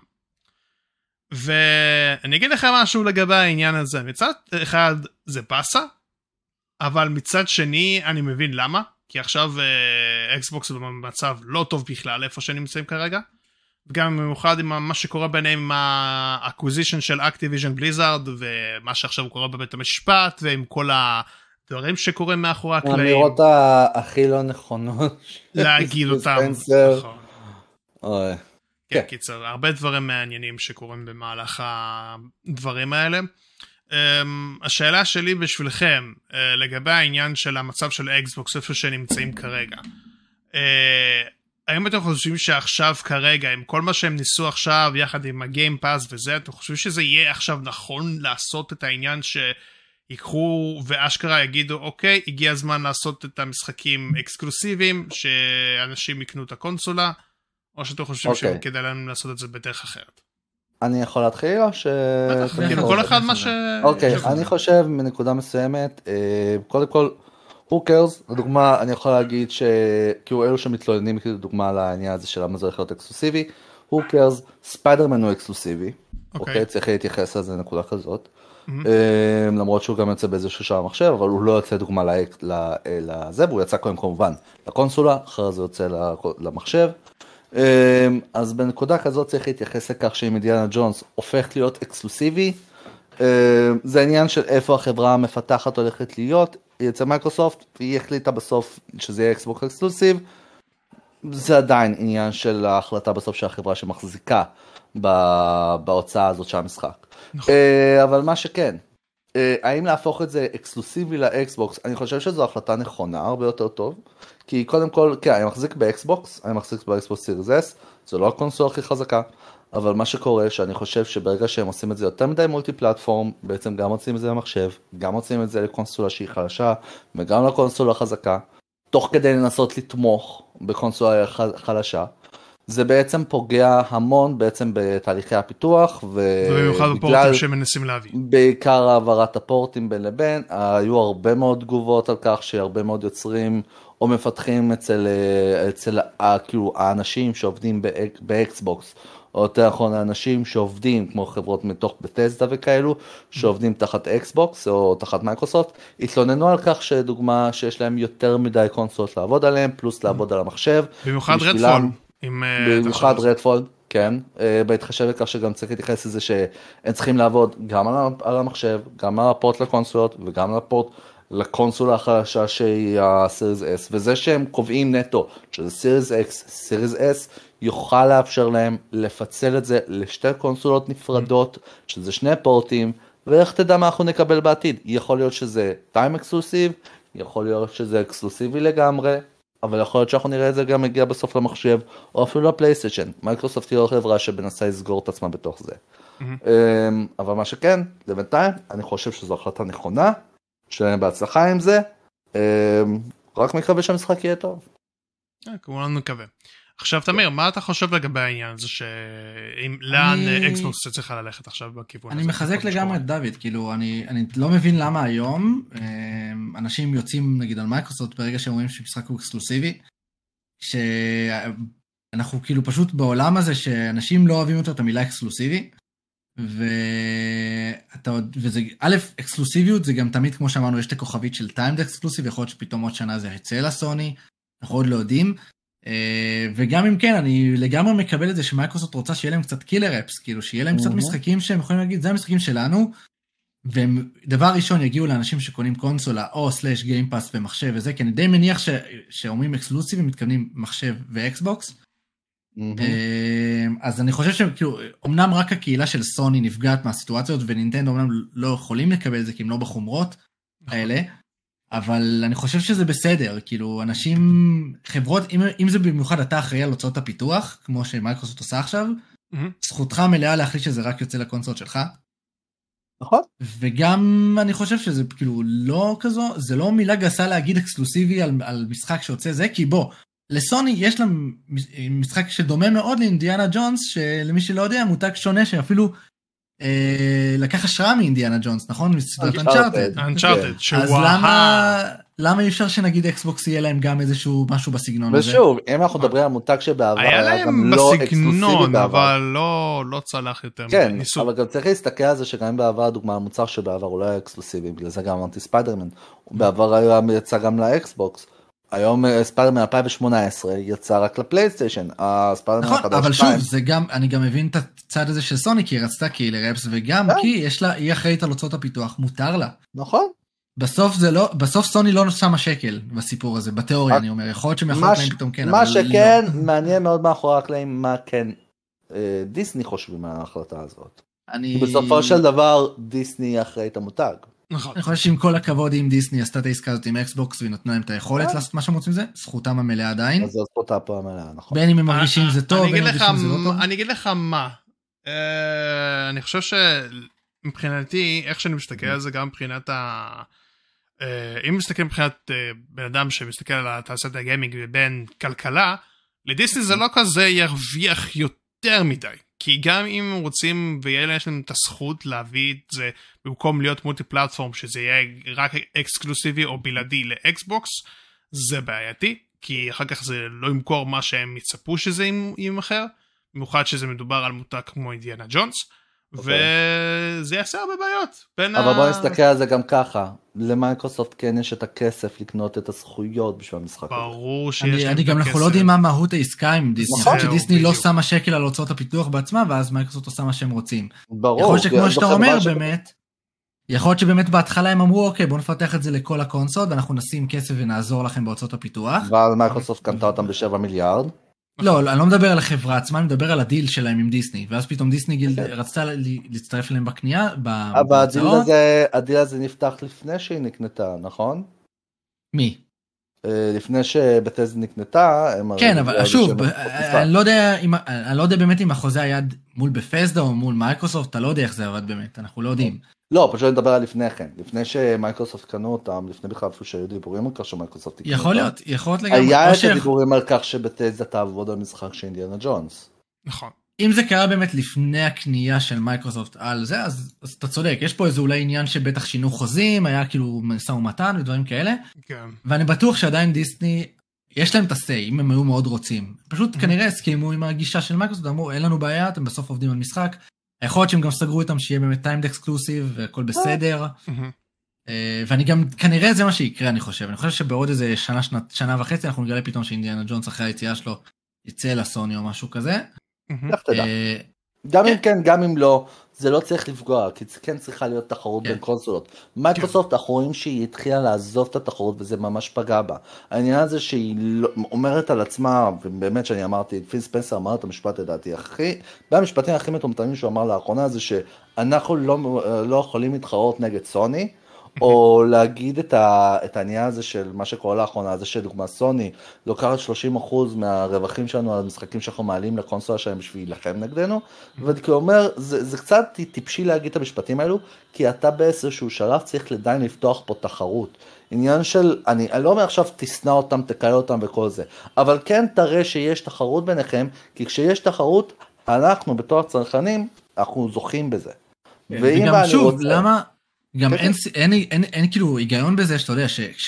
ואני אגיד לכם משהו לגבי העניין הזה, מצד אחד זה פסה, אבל מצד שני אני מבין למה, כי עכשיו אקסבוקס הוא במצב לא טוב בכלל איפה שנמצאים כרגע, וגם במיוחד עם מה שקורה ביניהם עם האקוויזישן של אקטיביז'ן בליזארד, ומה שעכשיו קורה בבית המשפט, ועם כל הדברים שקורים מאחורי הקלעים. האמירות הכי לא נכונות. להגיד אותם. נכון. אוי. כן, קיצר, הרבה דברים מעניינים שקורים במהלך הדברים האלה. השאלה שלי בשבילכם, לגבי העניין של המצב של אקסבוקס, איפה שנמצאים כרגע. האם אתם חושבים שעכשיו כרגע, עם כל מה שהם ניסו עכשיו, יחד עם הגיים פאס וזה, אתם חושבים שזה יהיה עכשיו נכון לעשות את העניין שיקחו ואשכרה יגידו, אוקיי, הגיע הזמן לעשות את המשחקים אקסקלוסיביים, שאנשים יקנו את הקונסולה, או שאתם חושבים שכדאי לנו לעשות את זה בדרך אחרת? אני יכול להתחיל או ש... כל אחד מה ש... אוקיי, אני חושב מנקודה מסוימת, קודם כל, הוקרס, לדוגמה, אני יכול להגיד שכאילו אלו שמתלוננים, לדוגמה, לעניין הזה של למה זה הולך להיות אקסקלוסיבי, who cares, ספיידרמן הוא אקסקלוסיבי, אוקיי. אוקיי, צריך להתייחס לזה נקודה כזאת, אה, למרות שהוא גם יוצא באיזשהו שער מחשב, אבל הוא לא יוצא דוגמה לאק- ל- לזה, והוא יצא קודם כמובן לקונסולה, אחרי זה יוצא ל- למחשב, אה, אז בנקודה כזאת צריך להתייחס לכך שאם אינדיאנה ג'ונס הופך להיות אקסקלוסיבי, אה, זה עניין של איפה החברה המפתחת הולכת להיות, יצא מייקרוסופט, והיא החליטה בסוף שזה יהיה אקסבוקס אקסקלוסיב, זה עדיין עניין של ההחלטה בסוף של החברה שמחזיקה ב- בהוצאה הזאת של המשחק. נכון. אה, אבל מה שכן, אה, האם להפוך את זה אקסקלוסיבי לאקסבוקס, אני חושב שזו החלטה נכונה, הרבה יותר טוב, כי קודם כל, כן, אני מחזיק באקסבוקס, אני מחזיק באקסבוקס סיריס אס, זה לא הקונסולה הכי חזקה, אבל מה שקורה, שאני חושב שברגע שהם עושים את זה יותר מדי מולטי פלטפורם, בעצם גם מוצאים את זה למחשב, גם מוצאים את זה לקונסולה שהיא חלשה, וגם לקונסולה חזקה, תוך כדי לנסות לתמוך בקונסולה חלשה, זה בעצם פוגע המון בעצם בתהליכי הפיתוח, ובמיוחד בפורטים שמנסים להביא. בעיקר העברת הפורטים בין לבין, היו הרבה מאוד תגובות על כך שהרבה מאוד יוצרים או מפתחים אצל, אצל כאילו, האנשים שעובדים באק, באקסבוקס, או יותר נכון האנשים שעובדים כמו חברות מתוך בתסדה וכאלו, שעובדים תחת אקסבוקס או תחת מייקרוסופט, התלוננו על כך שדוגמה שיש להם יותר מדי קונסולות לעבוד עליהם, פלוס לעבוד על המחשב. במיוחד רדפול. במיוחד רדפול, כן. בהתחשב לכך שגם צריך להתייחס לזה שהם צריכים לעבוד גם על המחשב, גם על הפורט לקונסולות וגם על הפורט לקונסולה החדשה שהיא ה-Series S, וזה שהם קובעים נטו, שזה Series X, Series S, יוכל לאפשר להם לפצל את זה לשתי קונסולות נפרדות, שזה שני פורטים, ואיך תדע מה אנחנו נקבל בעתיד. יכול להיות שזה טיים אקסקלוסיב, יכול להיות שזה אקסקלוסיבי לגמרי, אבל יכול להיות שאנחנו נראה את זה גם מגיע בסוף למחשב, או אפילו לפלייסטיישן. מייקרוסופט היא לא חברה שבנסה לסגור את עצמה בתוך זה. אבל מה שכן, לבינתיים, אני חושב שזו החלטה נכונה, שלהם בהצלחה עם זה, רק מקווה שהמשחק יהיה טוב. כמובן מקווה. עכשיו תמיר, מה אתה חושב לגבי העניין הזה, לאן אקסבוקס צריכה ללכת עכשיו בכיוון הזה? אני מחזק לגמרי את דוד, כאילו אני לא מבין למה היום אנשים יוצאים נגיד על מייקרוסופט ברגע שהם אומרים שמשחק הוא אקסקלוסיבי, שאנחנו כאילו פשוט בעולם הזה שאנשים לא אוהבים יותר את המילה אקסקלוסיבי, ואתה עוד, וזה, א', אקסקלוסיביות זה גם תמיד, כמו שאמרנו, יש את הכוכבית של טיימד אקסקלוסיב, יכול להיות שפתאום עוד שנה זה יצא לסוני, אנחנו עוד לא יודעים, וגם אם כן, אני לגמרי מקבל את זה שמייקרוסופט רוצה שיהיה להם קצת קילר אפס, כאילו שיהיה להם קצת משחקים שהם יכולים להגיד, זה המשחקים שלנו, והם דבר ראשון יגיעו לאנשים שקונים קונסולה, או סלאש גיימפאס ומחשב וזה, כי אני די מניח ש, שאומרים אקסקלוסיב, הם מתכוונים מחשב ואקסבוקס, אז אני חושב שכאילו, אמנם רק הקהילה של סוני נפגעת מהסיטואציות, ונינטנדו אמנם לא יכולים לקבל את זה, כי הם לא בחומרות האלה, אבל אני חושב שזה בסדר, כאילו, אנשים, חברות, אם, אם זה במיוחד אתה אחראי על הוצאות הפיתוח, כמו שמייקרוסופט עושה עכשיו, זכותך מלאה להחליט שזה רק יוצא לקונסולות שלך. נכון. וגם אני חושב שזה כאילו לא כזו, זה לא מילה גסה להגיד אקסקלוסיבי על, על משחק שיוצא זה, כי בוא, לסוני יש לה משחק שדומה מאוד לאינדיאנה ג'ונס, שלמי שלא יודע, מותג שונה שאפילו אה, לקח השראה מאינדיאנה ג'ונס, נכון? מסדרת אנצ'ארטד. אנצ'ארטד, שהוא... אז למה, למה אי אפשר שנגיד אקסבוקס יהיה להם גם איזשהו משהו בסגנון הזה? ושוב, אם אנחנו מדברים על מותג שבעבר היה גם לא אקסקלוסיבי בעבר. אבל לא, לא צלח יותר. כן, אבל גם צריך להסתכל על זה שגם בעבר הדוגמה המוצר שבעבר הוא לא היה אקסקלוסיבי, בגלל זה גם אמרתי ספיידרמן. בעבר היה יצא גם לאקסבוקס. היום ספיידרמן אלפיים שמונה עשרה יצא רק לפלייסטיישן. נכון, אבל שוב, זה גם, אני גם מבין את הצד הזה של סוני, כי היא רצתה קילר אפס, וגם כי יש לה, היא אחראית על הוצאות הפיתוח, מותר לה. נכון. בסוף זה לא, בסוף סוני לא שמה שקל בסיפור הזה, בתיאוריה אני אומר, יכול להיות שמאחורי הקלעים פתאום כן, מה שכן, מעניין מאוד מאחורי הקלעים, מה כן דיסני חושבים על ההחלטה הזאת. בסופו של דבר, דיסני אחראית המותג. נכון. אני חושב שעם כל הכבוד, אם דיסני עשתה את העסקה הזאת עם אקסבוקס ונתנו להם את היכולת לעשות מה שהם רוצים זה, זכותם המלאה עדיין. אז זו זכותה פה המלאה, נכון. בין אם הם מרגישים זה טוב, בין אם מרגישים זה לא טוב. אני אגיד לך מה, אני חושב שמבחינתי, איך שאני מסתכל על זה, גם מבחינת ה... אם מסתכל מבחינת בן אדם שמסתכל על התעשיית הגיימינג ובין כלכלה, לדיסני זה לא כזה ירוויח יותר מדי. כי גם אם הם רוצים ויהיה להם את הזכות להביא את זה במקום להיות מולטי פלטפורם, שזה יהיה רק אקסקלוסיבי או בלעדי לאקסבוקס, זה בעייתי, כי אחר כך זה לא ימכור מה שהם יצפו שזה ימכר. במיוחד שזה מדובר על מותג כמו אינדיאנה ג'ונס, וזה יעשה הרבה בעיות. אבל בוא נסתכל על זה גם ככה, למייקרוסופט כן יש את הכסף לקנות את הזכויות בשביל המשחק הזה. ברור שיש להם את הכסף. אני גם אנחנו לא יודעים מה מהות העסקה עם דיסני, נכון, שדיסני לא שמה שקל על הוצאות הפיתוח בעצמה, ואז מייקרוסופט עושה מה שהם רוצים. ברור. יכול להיות שכמו שאתה אומר באמת, יכול להיות שבאמת בהתחלה הם אמרו, אוקיי, בואו נפתח את זה לכל הקונסול, ואנחנו נשים כסף ונעזור לכם בהוצאות הפיתוח. ואז מייקרוסופט קנתה אותם בשבע מיליארד. לא, אני לא מדבר על החברה עצמה, אני מדבר על הדיל שלהם עם דיסני, ואז פתאום דיסני רצתה להצטרף אליהם בקנייה, אבל הדיל הזה נפתח לפני שהיא נקנתה, נכון? מי? לפני שבתז נקנתה, כן, אבל שוב, אני לא יודע באמת אם החוזה היה מול בפסדה או מול מייקרוסופט, אתה לא יודע איך זה עבד באמת, אנחנו לא יודעים. לא, פשוט נדבר על לפני כן, לפני שמייקרוסופט קנו אותם, לפני בכלל אפילו שהיו דיבורים על כך שמייקרוסופט יקנו אותם. יכול להיות, יכול להיות לגמרי. היה את הדיבורים על כך שבתז תעבוד על משחק של אינדיאנה ג'ונס. נכון. אם זה קרה באמת לפני הקנייה של מייקרוסופט על זה, אז, אז אתה צודק, יש פה איזה אולי עניין שבטח שינו חוזים, היה כאילו משא ומתן ודברים כאלה, כן. ואני בטוח שעדיין דיסני, יש להם את הסי, אם הם היו מאוד רוצים. פשוט mm-hmm. כנראה הסכימו עם הגישה של מייקרוסופט, אמרו, אין לנו בעיה, אתם בסוף עובדים על משחק, יכול להיות שהם גם סגרו איתם שיהיה באמת טיימד אקסקלוסיב, והכל בסדר, mm-hmm. ואני גם, כנראה זה מה שיקרה, אני חושב, אני חושב שבעוד איזה שנה, שנה, שנה וחצי, אנחנו נגלה פתאום שאינדיאנה ג'ונס אחרי היציאה שלו, יצא לסוני או משהו כזה. גם אם כן, גם אם לא, זה לא צריך לפגוע, כי זה כן צריכה להיות תחרות בין קונסולות. מייקרוסופט, אנחנו רואים שהיא התחילה לעזוב את התחרות, וזה ממש פגע בה. העניין הזה שהיא אומרת על עצמה, ובאמת שאני אמרתי, פיל ספנסר אמר את המשפט לדעתי, במשפטים הכי מטומטמים שהוא אמר לאחרונה, זה שאנחנו לא יכולים להתחרות נגד סוני, או להגיד את, ה, את העניין הזה של מה שקורה לאחרונה, זה שדוגמה סוני לוקחת שלושים אחוז מהרווחים שלנו על המשחקים שאנחנו מעלים לקונסולה שלהם בשביל לכם נגדנו, ואני אומר, זה, זה קצת טיפשי להגיד את המשפטים האלו, כי אתה באיזשהו שלב צריך עדיין לפתוח פה תחרות. עניין של, אני, אני לא אומר עכשיו תסנע אותם, תקל אותם וכל זה, אבל כן תראה שיש תחרות ביניכם, כי כשיש תחרות, אנחנו בתור הצרכנים, אנחנו זוכים בזה. וגם שוב, רוצה... למה... גם אין, אין, אין, אין, אין כאילו היגיון בזה שאתה יודע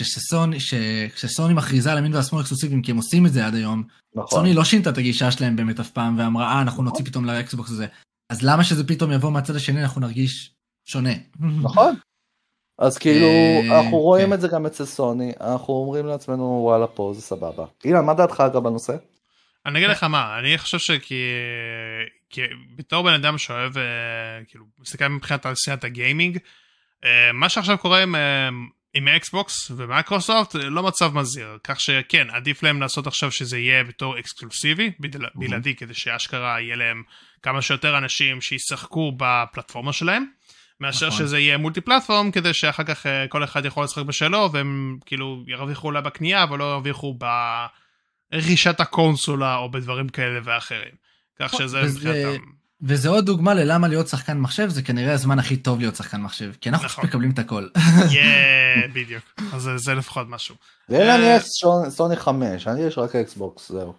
שכשסוני מכריזה על ימין והשמאל אקסקלוסיביים כי הם עושים את זה עד היום, נכון. סוני לא שינתה את הגישה שלהם באמת אף פעם ואמרה אה אנחנו נוציא פתאום לאקסבוקס הזה, אז למה שזה פתאום יבוא מהצד השני אנחנו נרגיש שונה. נכון. אז כאילו אנחנו רואים את זה גם אצל סוני, אנחנו אומרים לעצמנו וואלה פה זה סבבה. אילן, מה דעתך אגב בנושא? אני אגיד לך מה, אני חושב שכי בתור בן אדם שאוהב כאילו מסתכל מבחינת תעשיית הגיימינג, מה שעכשיו קורה עם, עם אקסבוקס ומייקרוסופט לא מצב מזהיר, כך שכן, עדיף להם לעשות עכשיו שזה יהיה בתור אקסקלוסיבי, בלעדי, כדי שאשכרה יהיה להם כמה שיותר אנשים שישחקו בפלטפורמה שלהם, מאשר שזה יהיה מולטי פלטפורם, כדי שאחר כך כל אחד יכול לשחק בשלו, והם כאילו ירוויחו אולי בקנייה, אבל לא ירוויחו ברכישת הקונסולה, או בדברים כאלה ואחרים. כך שזה מבחינתם... וזה עוד דוגמה ללמה להיות שחקן מחשב, זה כנראה הזמן הכי טוב להיות שחקן מחשב, כי אנחנו מקבלים את הכל. יאה, בדיוק. אז זה לפחות משהו. ואין יש סוני חמש, אני יש רק אקסבוקס, זהו.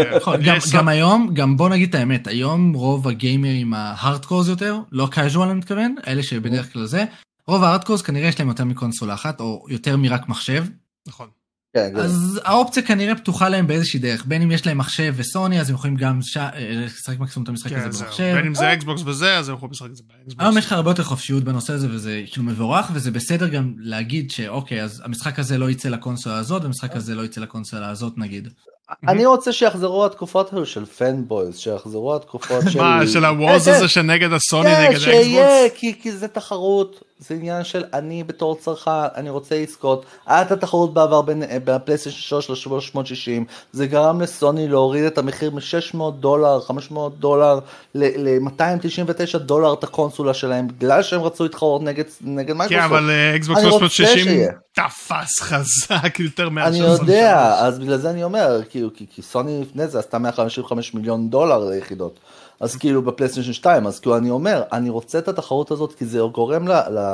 גם היום, גם בוא נגיד את האמת, היום רוב הגיימרים ההארדקורס יותר, לא קאז'ואל אני מתכוון, אלה שבדרך כלל זה, רוב ההארדקורס כנראה יש להם יותר מקונסולה אחת, או יותר מרק מחשב. נכון. אז האופציה כנראה פתוחה להם באיזושהי דרך, בין אם יש להם מחשב וסוני, אז הם יכולים גם לשחק מקסימום את המשחק הזה במחשב. בין אם זה אקסבוקס וזה, אז הם יכולים לשחק את זה באקסבוקס. היום יש לך הרבה יותר חופשיות בנושא הזה, וזה כאילו מבורך, וזה בסדר גם להגיד שאוקיי, אז המשחק הזה לא יצא לקונסולה הזאת, והמשחק הזה לא יצא לקונסולה הזאת נגיד. אני רוצה שיחזרו התקופות האלו של פנבויז, שיחזרו התקופות של... מה, של הווז הזה שנגד הסוני נגד האקסבוקס? שיהיה, כי זה תחרות, זה עניין של אני בתור צרכן, אני רוצה עסקות, היה את התחרות בעבר בפלייסטיישן שלוש ל-שלוש מאות שישים, זה גרם לסוני להוריד את המחיר מ-שש מאות דולר, חמש מאות דולר, ל-מאתיים תשעים ותשע דולר את הקונסולה שלהם, בגלל שהם רצו להתחרות נגד מייקרוסופט. כן, אבל אקסבוקס שלוש מאות שישים תפס חזק יותר מהשם. אני יודע, אז בגלל זה אני אומר, כי סוני לפני זה עשתה מאה חמישים וחמישה מיליון דולר ליחידות. אז כאילו בפלייסטיישן שתיים, אז כאילו אני אומר, אני רוצה את התחרות הזאת, כי זה גורם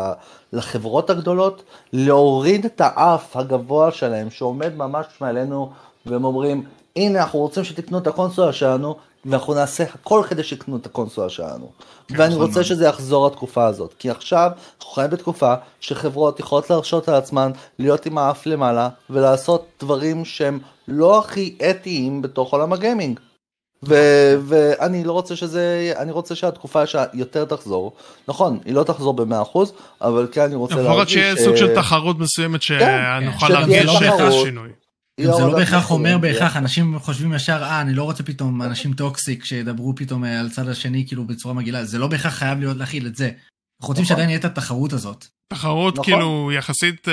לחברות הגדולות להוריד את האף הגבוה שלהם, שעומד ממש מעלינו, והם אומרים, הנה אנחנו רוצים שתקנו את הקונסולה שלנו, ואנחנו נעשה הכל כדי שיקנו את הקונסולה שלנו. ואני רוצה שזה יחזור התקופה הזאת, כי עכשיו אנחנו חיים בתקופה שחברות יכולות להרשות על עצמן, להיות עם האף למעלה, ולעשות דברים שהם לא הכי אתיים בתוך עולם הגיימינג. ואני לא רוצה שזה, אני רוצה שהתקופה יותר תחזור. נכון, היא לא תחזור ב-מאה אחוז, אבל כן אני רוצה לפחות שיהיה סוג של תחרות מסוימת שנוכל להרגיש שאתה שינוי. זה לא בהכרח אומר בהכרח, אנשים חושבים ישר, אה, אני לא רוצה פתאום אנשים טוקסיק שידברו פתאום על צד השני כאילו בצורה מגעילה, זה לא בהכרח חייב להיות להכיל את זה. אנחנו רוצים שעדיין יהיה את התחרות הזאת. תחרות כאילו יחסית,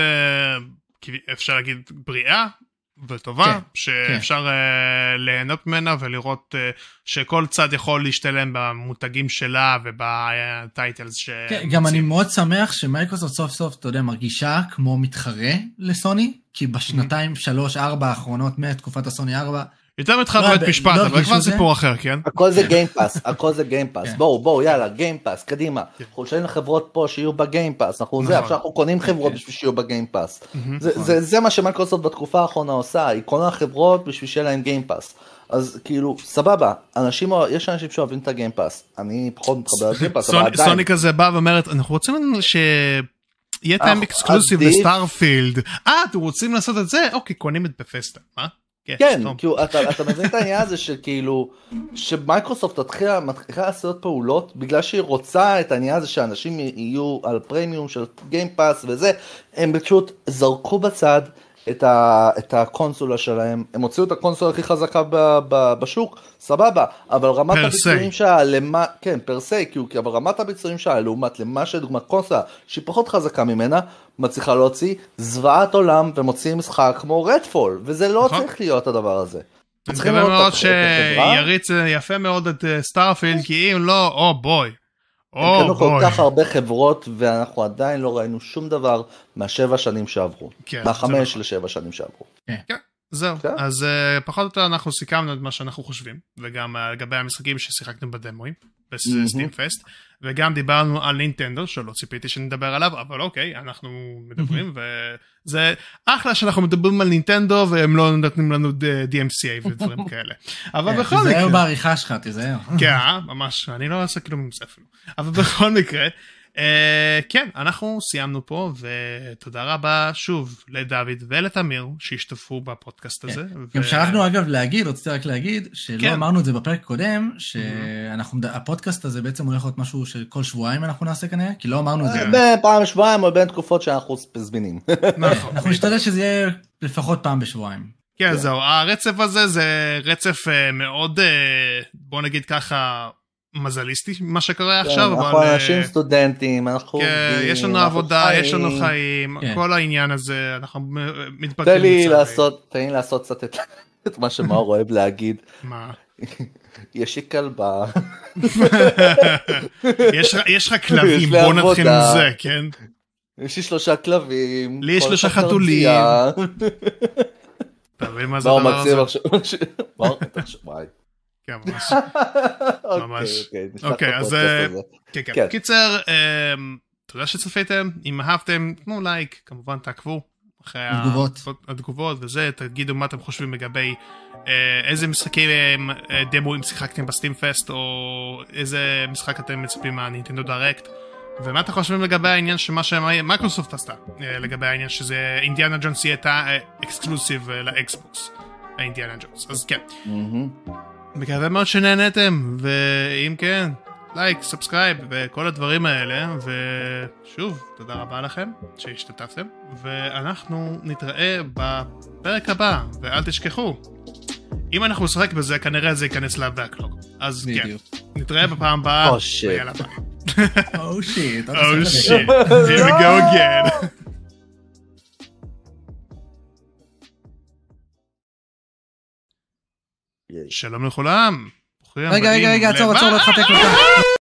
אפשר להגיד בריאה וטובה, שאפשר ליהנות ממנה ולראות שכל צד יכול להשתלם במותגים שלה ובטייטלס. גם אני מאוד שמח שמייקרוסופט סוף סוף, אתה יודע, מרגישה כמו מתחרה לסוני, כי בשנתיים, שלוש, ארבע האחרונות, מתקופת הסוני ארבע, יותר מתחרה בית משפט, אבל כבר סיפור אחר, כן? הכל זה גיימפאס, הכל זה גיימפאס. בואו, בואו, יאללה, גיימפאס, קדימה. אנחנו שואלים לחברות פה שיהיו בגיימפאס, אנחנו זה, עכשיו אנחנו קונים חברות בשביל שיהיו בגיימפאס. זה מה שמייקרוסופט בתקופה האחרונה עושה, היא קונה חברות בשביל שיהיה להם גיימפאס. אז כאילו, סבבה, אנשים, יש אנשים שאוהבים את הגיימפאס, אני פחות מתחבר על גיימפאס, אבל עדיין. סוני כזה בא ואומרת, אנחנו רוצים ש... יהיה טיים אקסקלוסיב לסטארפילד. אה, אתם רוצים לעשות את זה? אוקיי, קונים את בפסטה, מה? כן, כאילו, אתה, אתה מבין את העניין הזה שכאילו, שמייקרוסופט מתחילה, מתחילה לעשות פעולות, בגלל שהיא רוצה את העניין הזה שאנשים יהיו על פרמיום של גיימפאס וזה, הם פשוט זרקו בצד את, ה, את הקונסולה שלהם, הם הוציאו את הקונסולה הכי חזקה ב, ב, בשוק, סבבה, אבל רמת הביצועים שלה, למה, כן, פרסי, כאילו, אבל רמת הביצועים שלה, לעומת למה שדוגמת קונסולה, שהיא פחות חזקה ממנה, מצליחה להוציא זוועת עולם ומוציא משחק כמו רדפול, וזה לא צריך להיות הדבר הזה. אני מקווה מאוד שיריץ יפה מאוד את סטארפילד, כי אם לא, או בוי. הם קנו כל כך הרבה חברות, ואנחנו עדיין לא ראינו שום דבר מהשבע שנים שעברו. מהחמש לשבע שנים שעברו. כן, זהו. אז פחות או יותר אנחנו סיכמנו את מה שאנחנו חושבים, וגם לגבי המשחקים ששיחקנו בדמוים, בסטים פסט, וגם דיברנו על נינטנדו, שלא ציפיתי שנדבר עליו, אבל אוקיי, אנחנו מדברים, וזה אחלה שאנחנו מדברים על נינטנדו, והם לא נותנים לנו די אם סי איי ודברים כאלה. אבל בכל מקרה... תיזהר בעריכה שלך, תיזהר. כן, ממש, אני לא אעשה כלום עם זה אפילו. אבל בכל מקרה, כן, אנחנו סיימנו פה, ותודה רבה שוב לדוד ולתמיר שהשתתפו בפודקאסט הזה. גם שלחנו אגב להגיד, רציתי רק להגיד, שלא אמרנו את זה בפרק קודם, שהפודקאסט הזה בעצם הולך להיות משהו שכל שבועיים אנחנו נעשה כנראה, כי לא אמרנו את זה. פעם בשבועיים או בין תקופות שאנחנו זמינים. אנחנו נשתדל שזה יהיה לפחות פעם בשבועיים. כן, זהו, הרצף הזה זה רצף מאוד, בוא נגיד ככה, מזליסטי, מה שקורה עכשיו. אנחנו אנשים סטודנטים, אנחנו עובדים. יש לנו עבודה, יש לנו חיים, כל העניין הזה, אנחנו מתפקדים. תן לי לעשות, תן לי לעשות קצת את מה שמאור אוהב להגיד. מה? יש לי כלבה. יש לך כלבים, בוא נתחיל עם זה, כן? יש לי שלושה כלבים. לי יש שלושה חתולים. אתה מבין מה זה דבר הזה? מאור, תחשוב, וואי. כן, ממש. ממש. אוקיי, אז קיצר, תודה שצפיתם, אם אהבתם, תנו לייק, כמובן תעקבו אחרי התגובות וזה, תגידו מה אתם חושבים לגבי איזה משחקים דמוים שיחקתם בסטים פסט, או איזה משחק אתם מצפים מהנינטנדו דיירקט, ומה אתם חושבים לגבי העניין שמה שמייקרוסופט עשתה, לגבי העניין שזה אינדיאנה ג'ונס יהיה אקסקלוסיב לאקסבוקס, האינדיאנה ג'ונס, אז כן. מקווה מאוד שנהנתם, ואם כן, לייק, סאבסקרייב וכל הדברים האלה, ושוב, תודה רבה לכם שהשתתפתם, ואנחנו נתראה בפרק הבא, ואל תשכחו, אם אנחנו נשחק בזה, כנראה זה ייכנס לבקלוג, אז כן, נתראה בפעם הבאה, ויאללה ביי. Oh shit, oh shit, here we go again. שלום לכולם. רגע, רגע, רגע, עצור, עצור, לא תחתק אותה.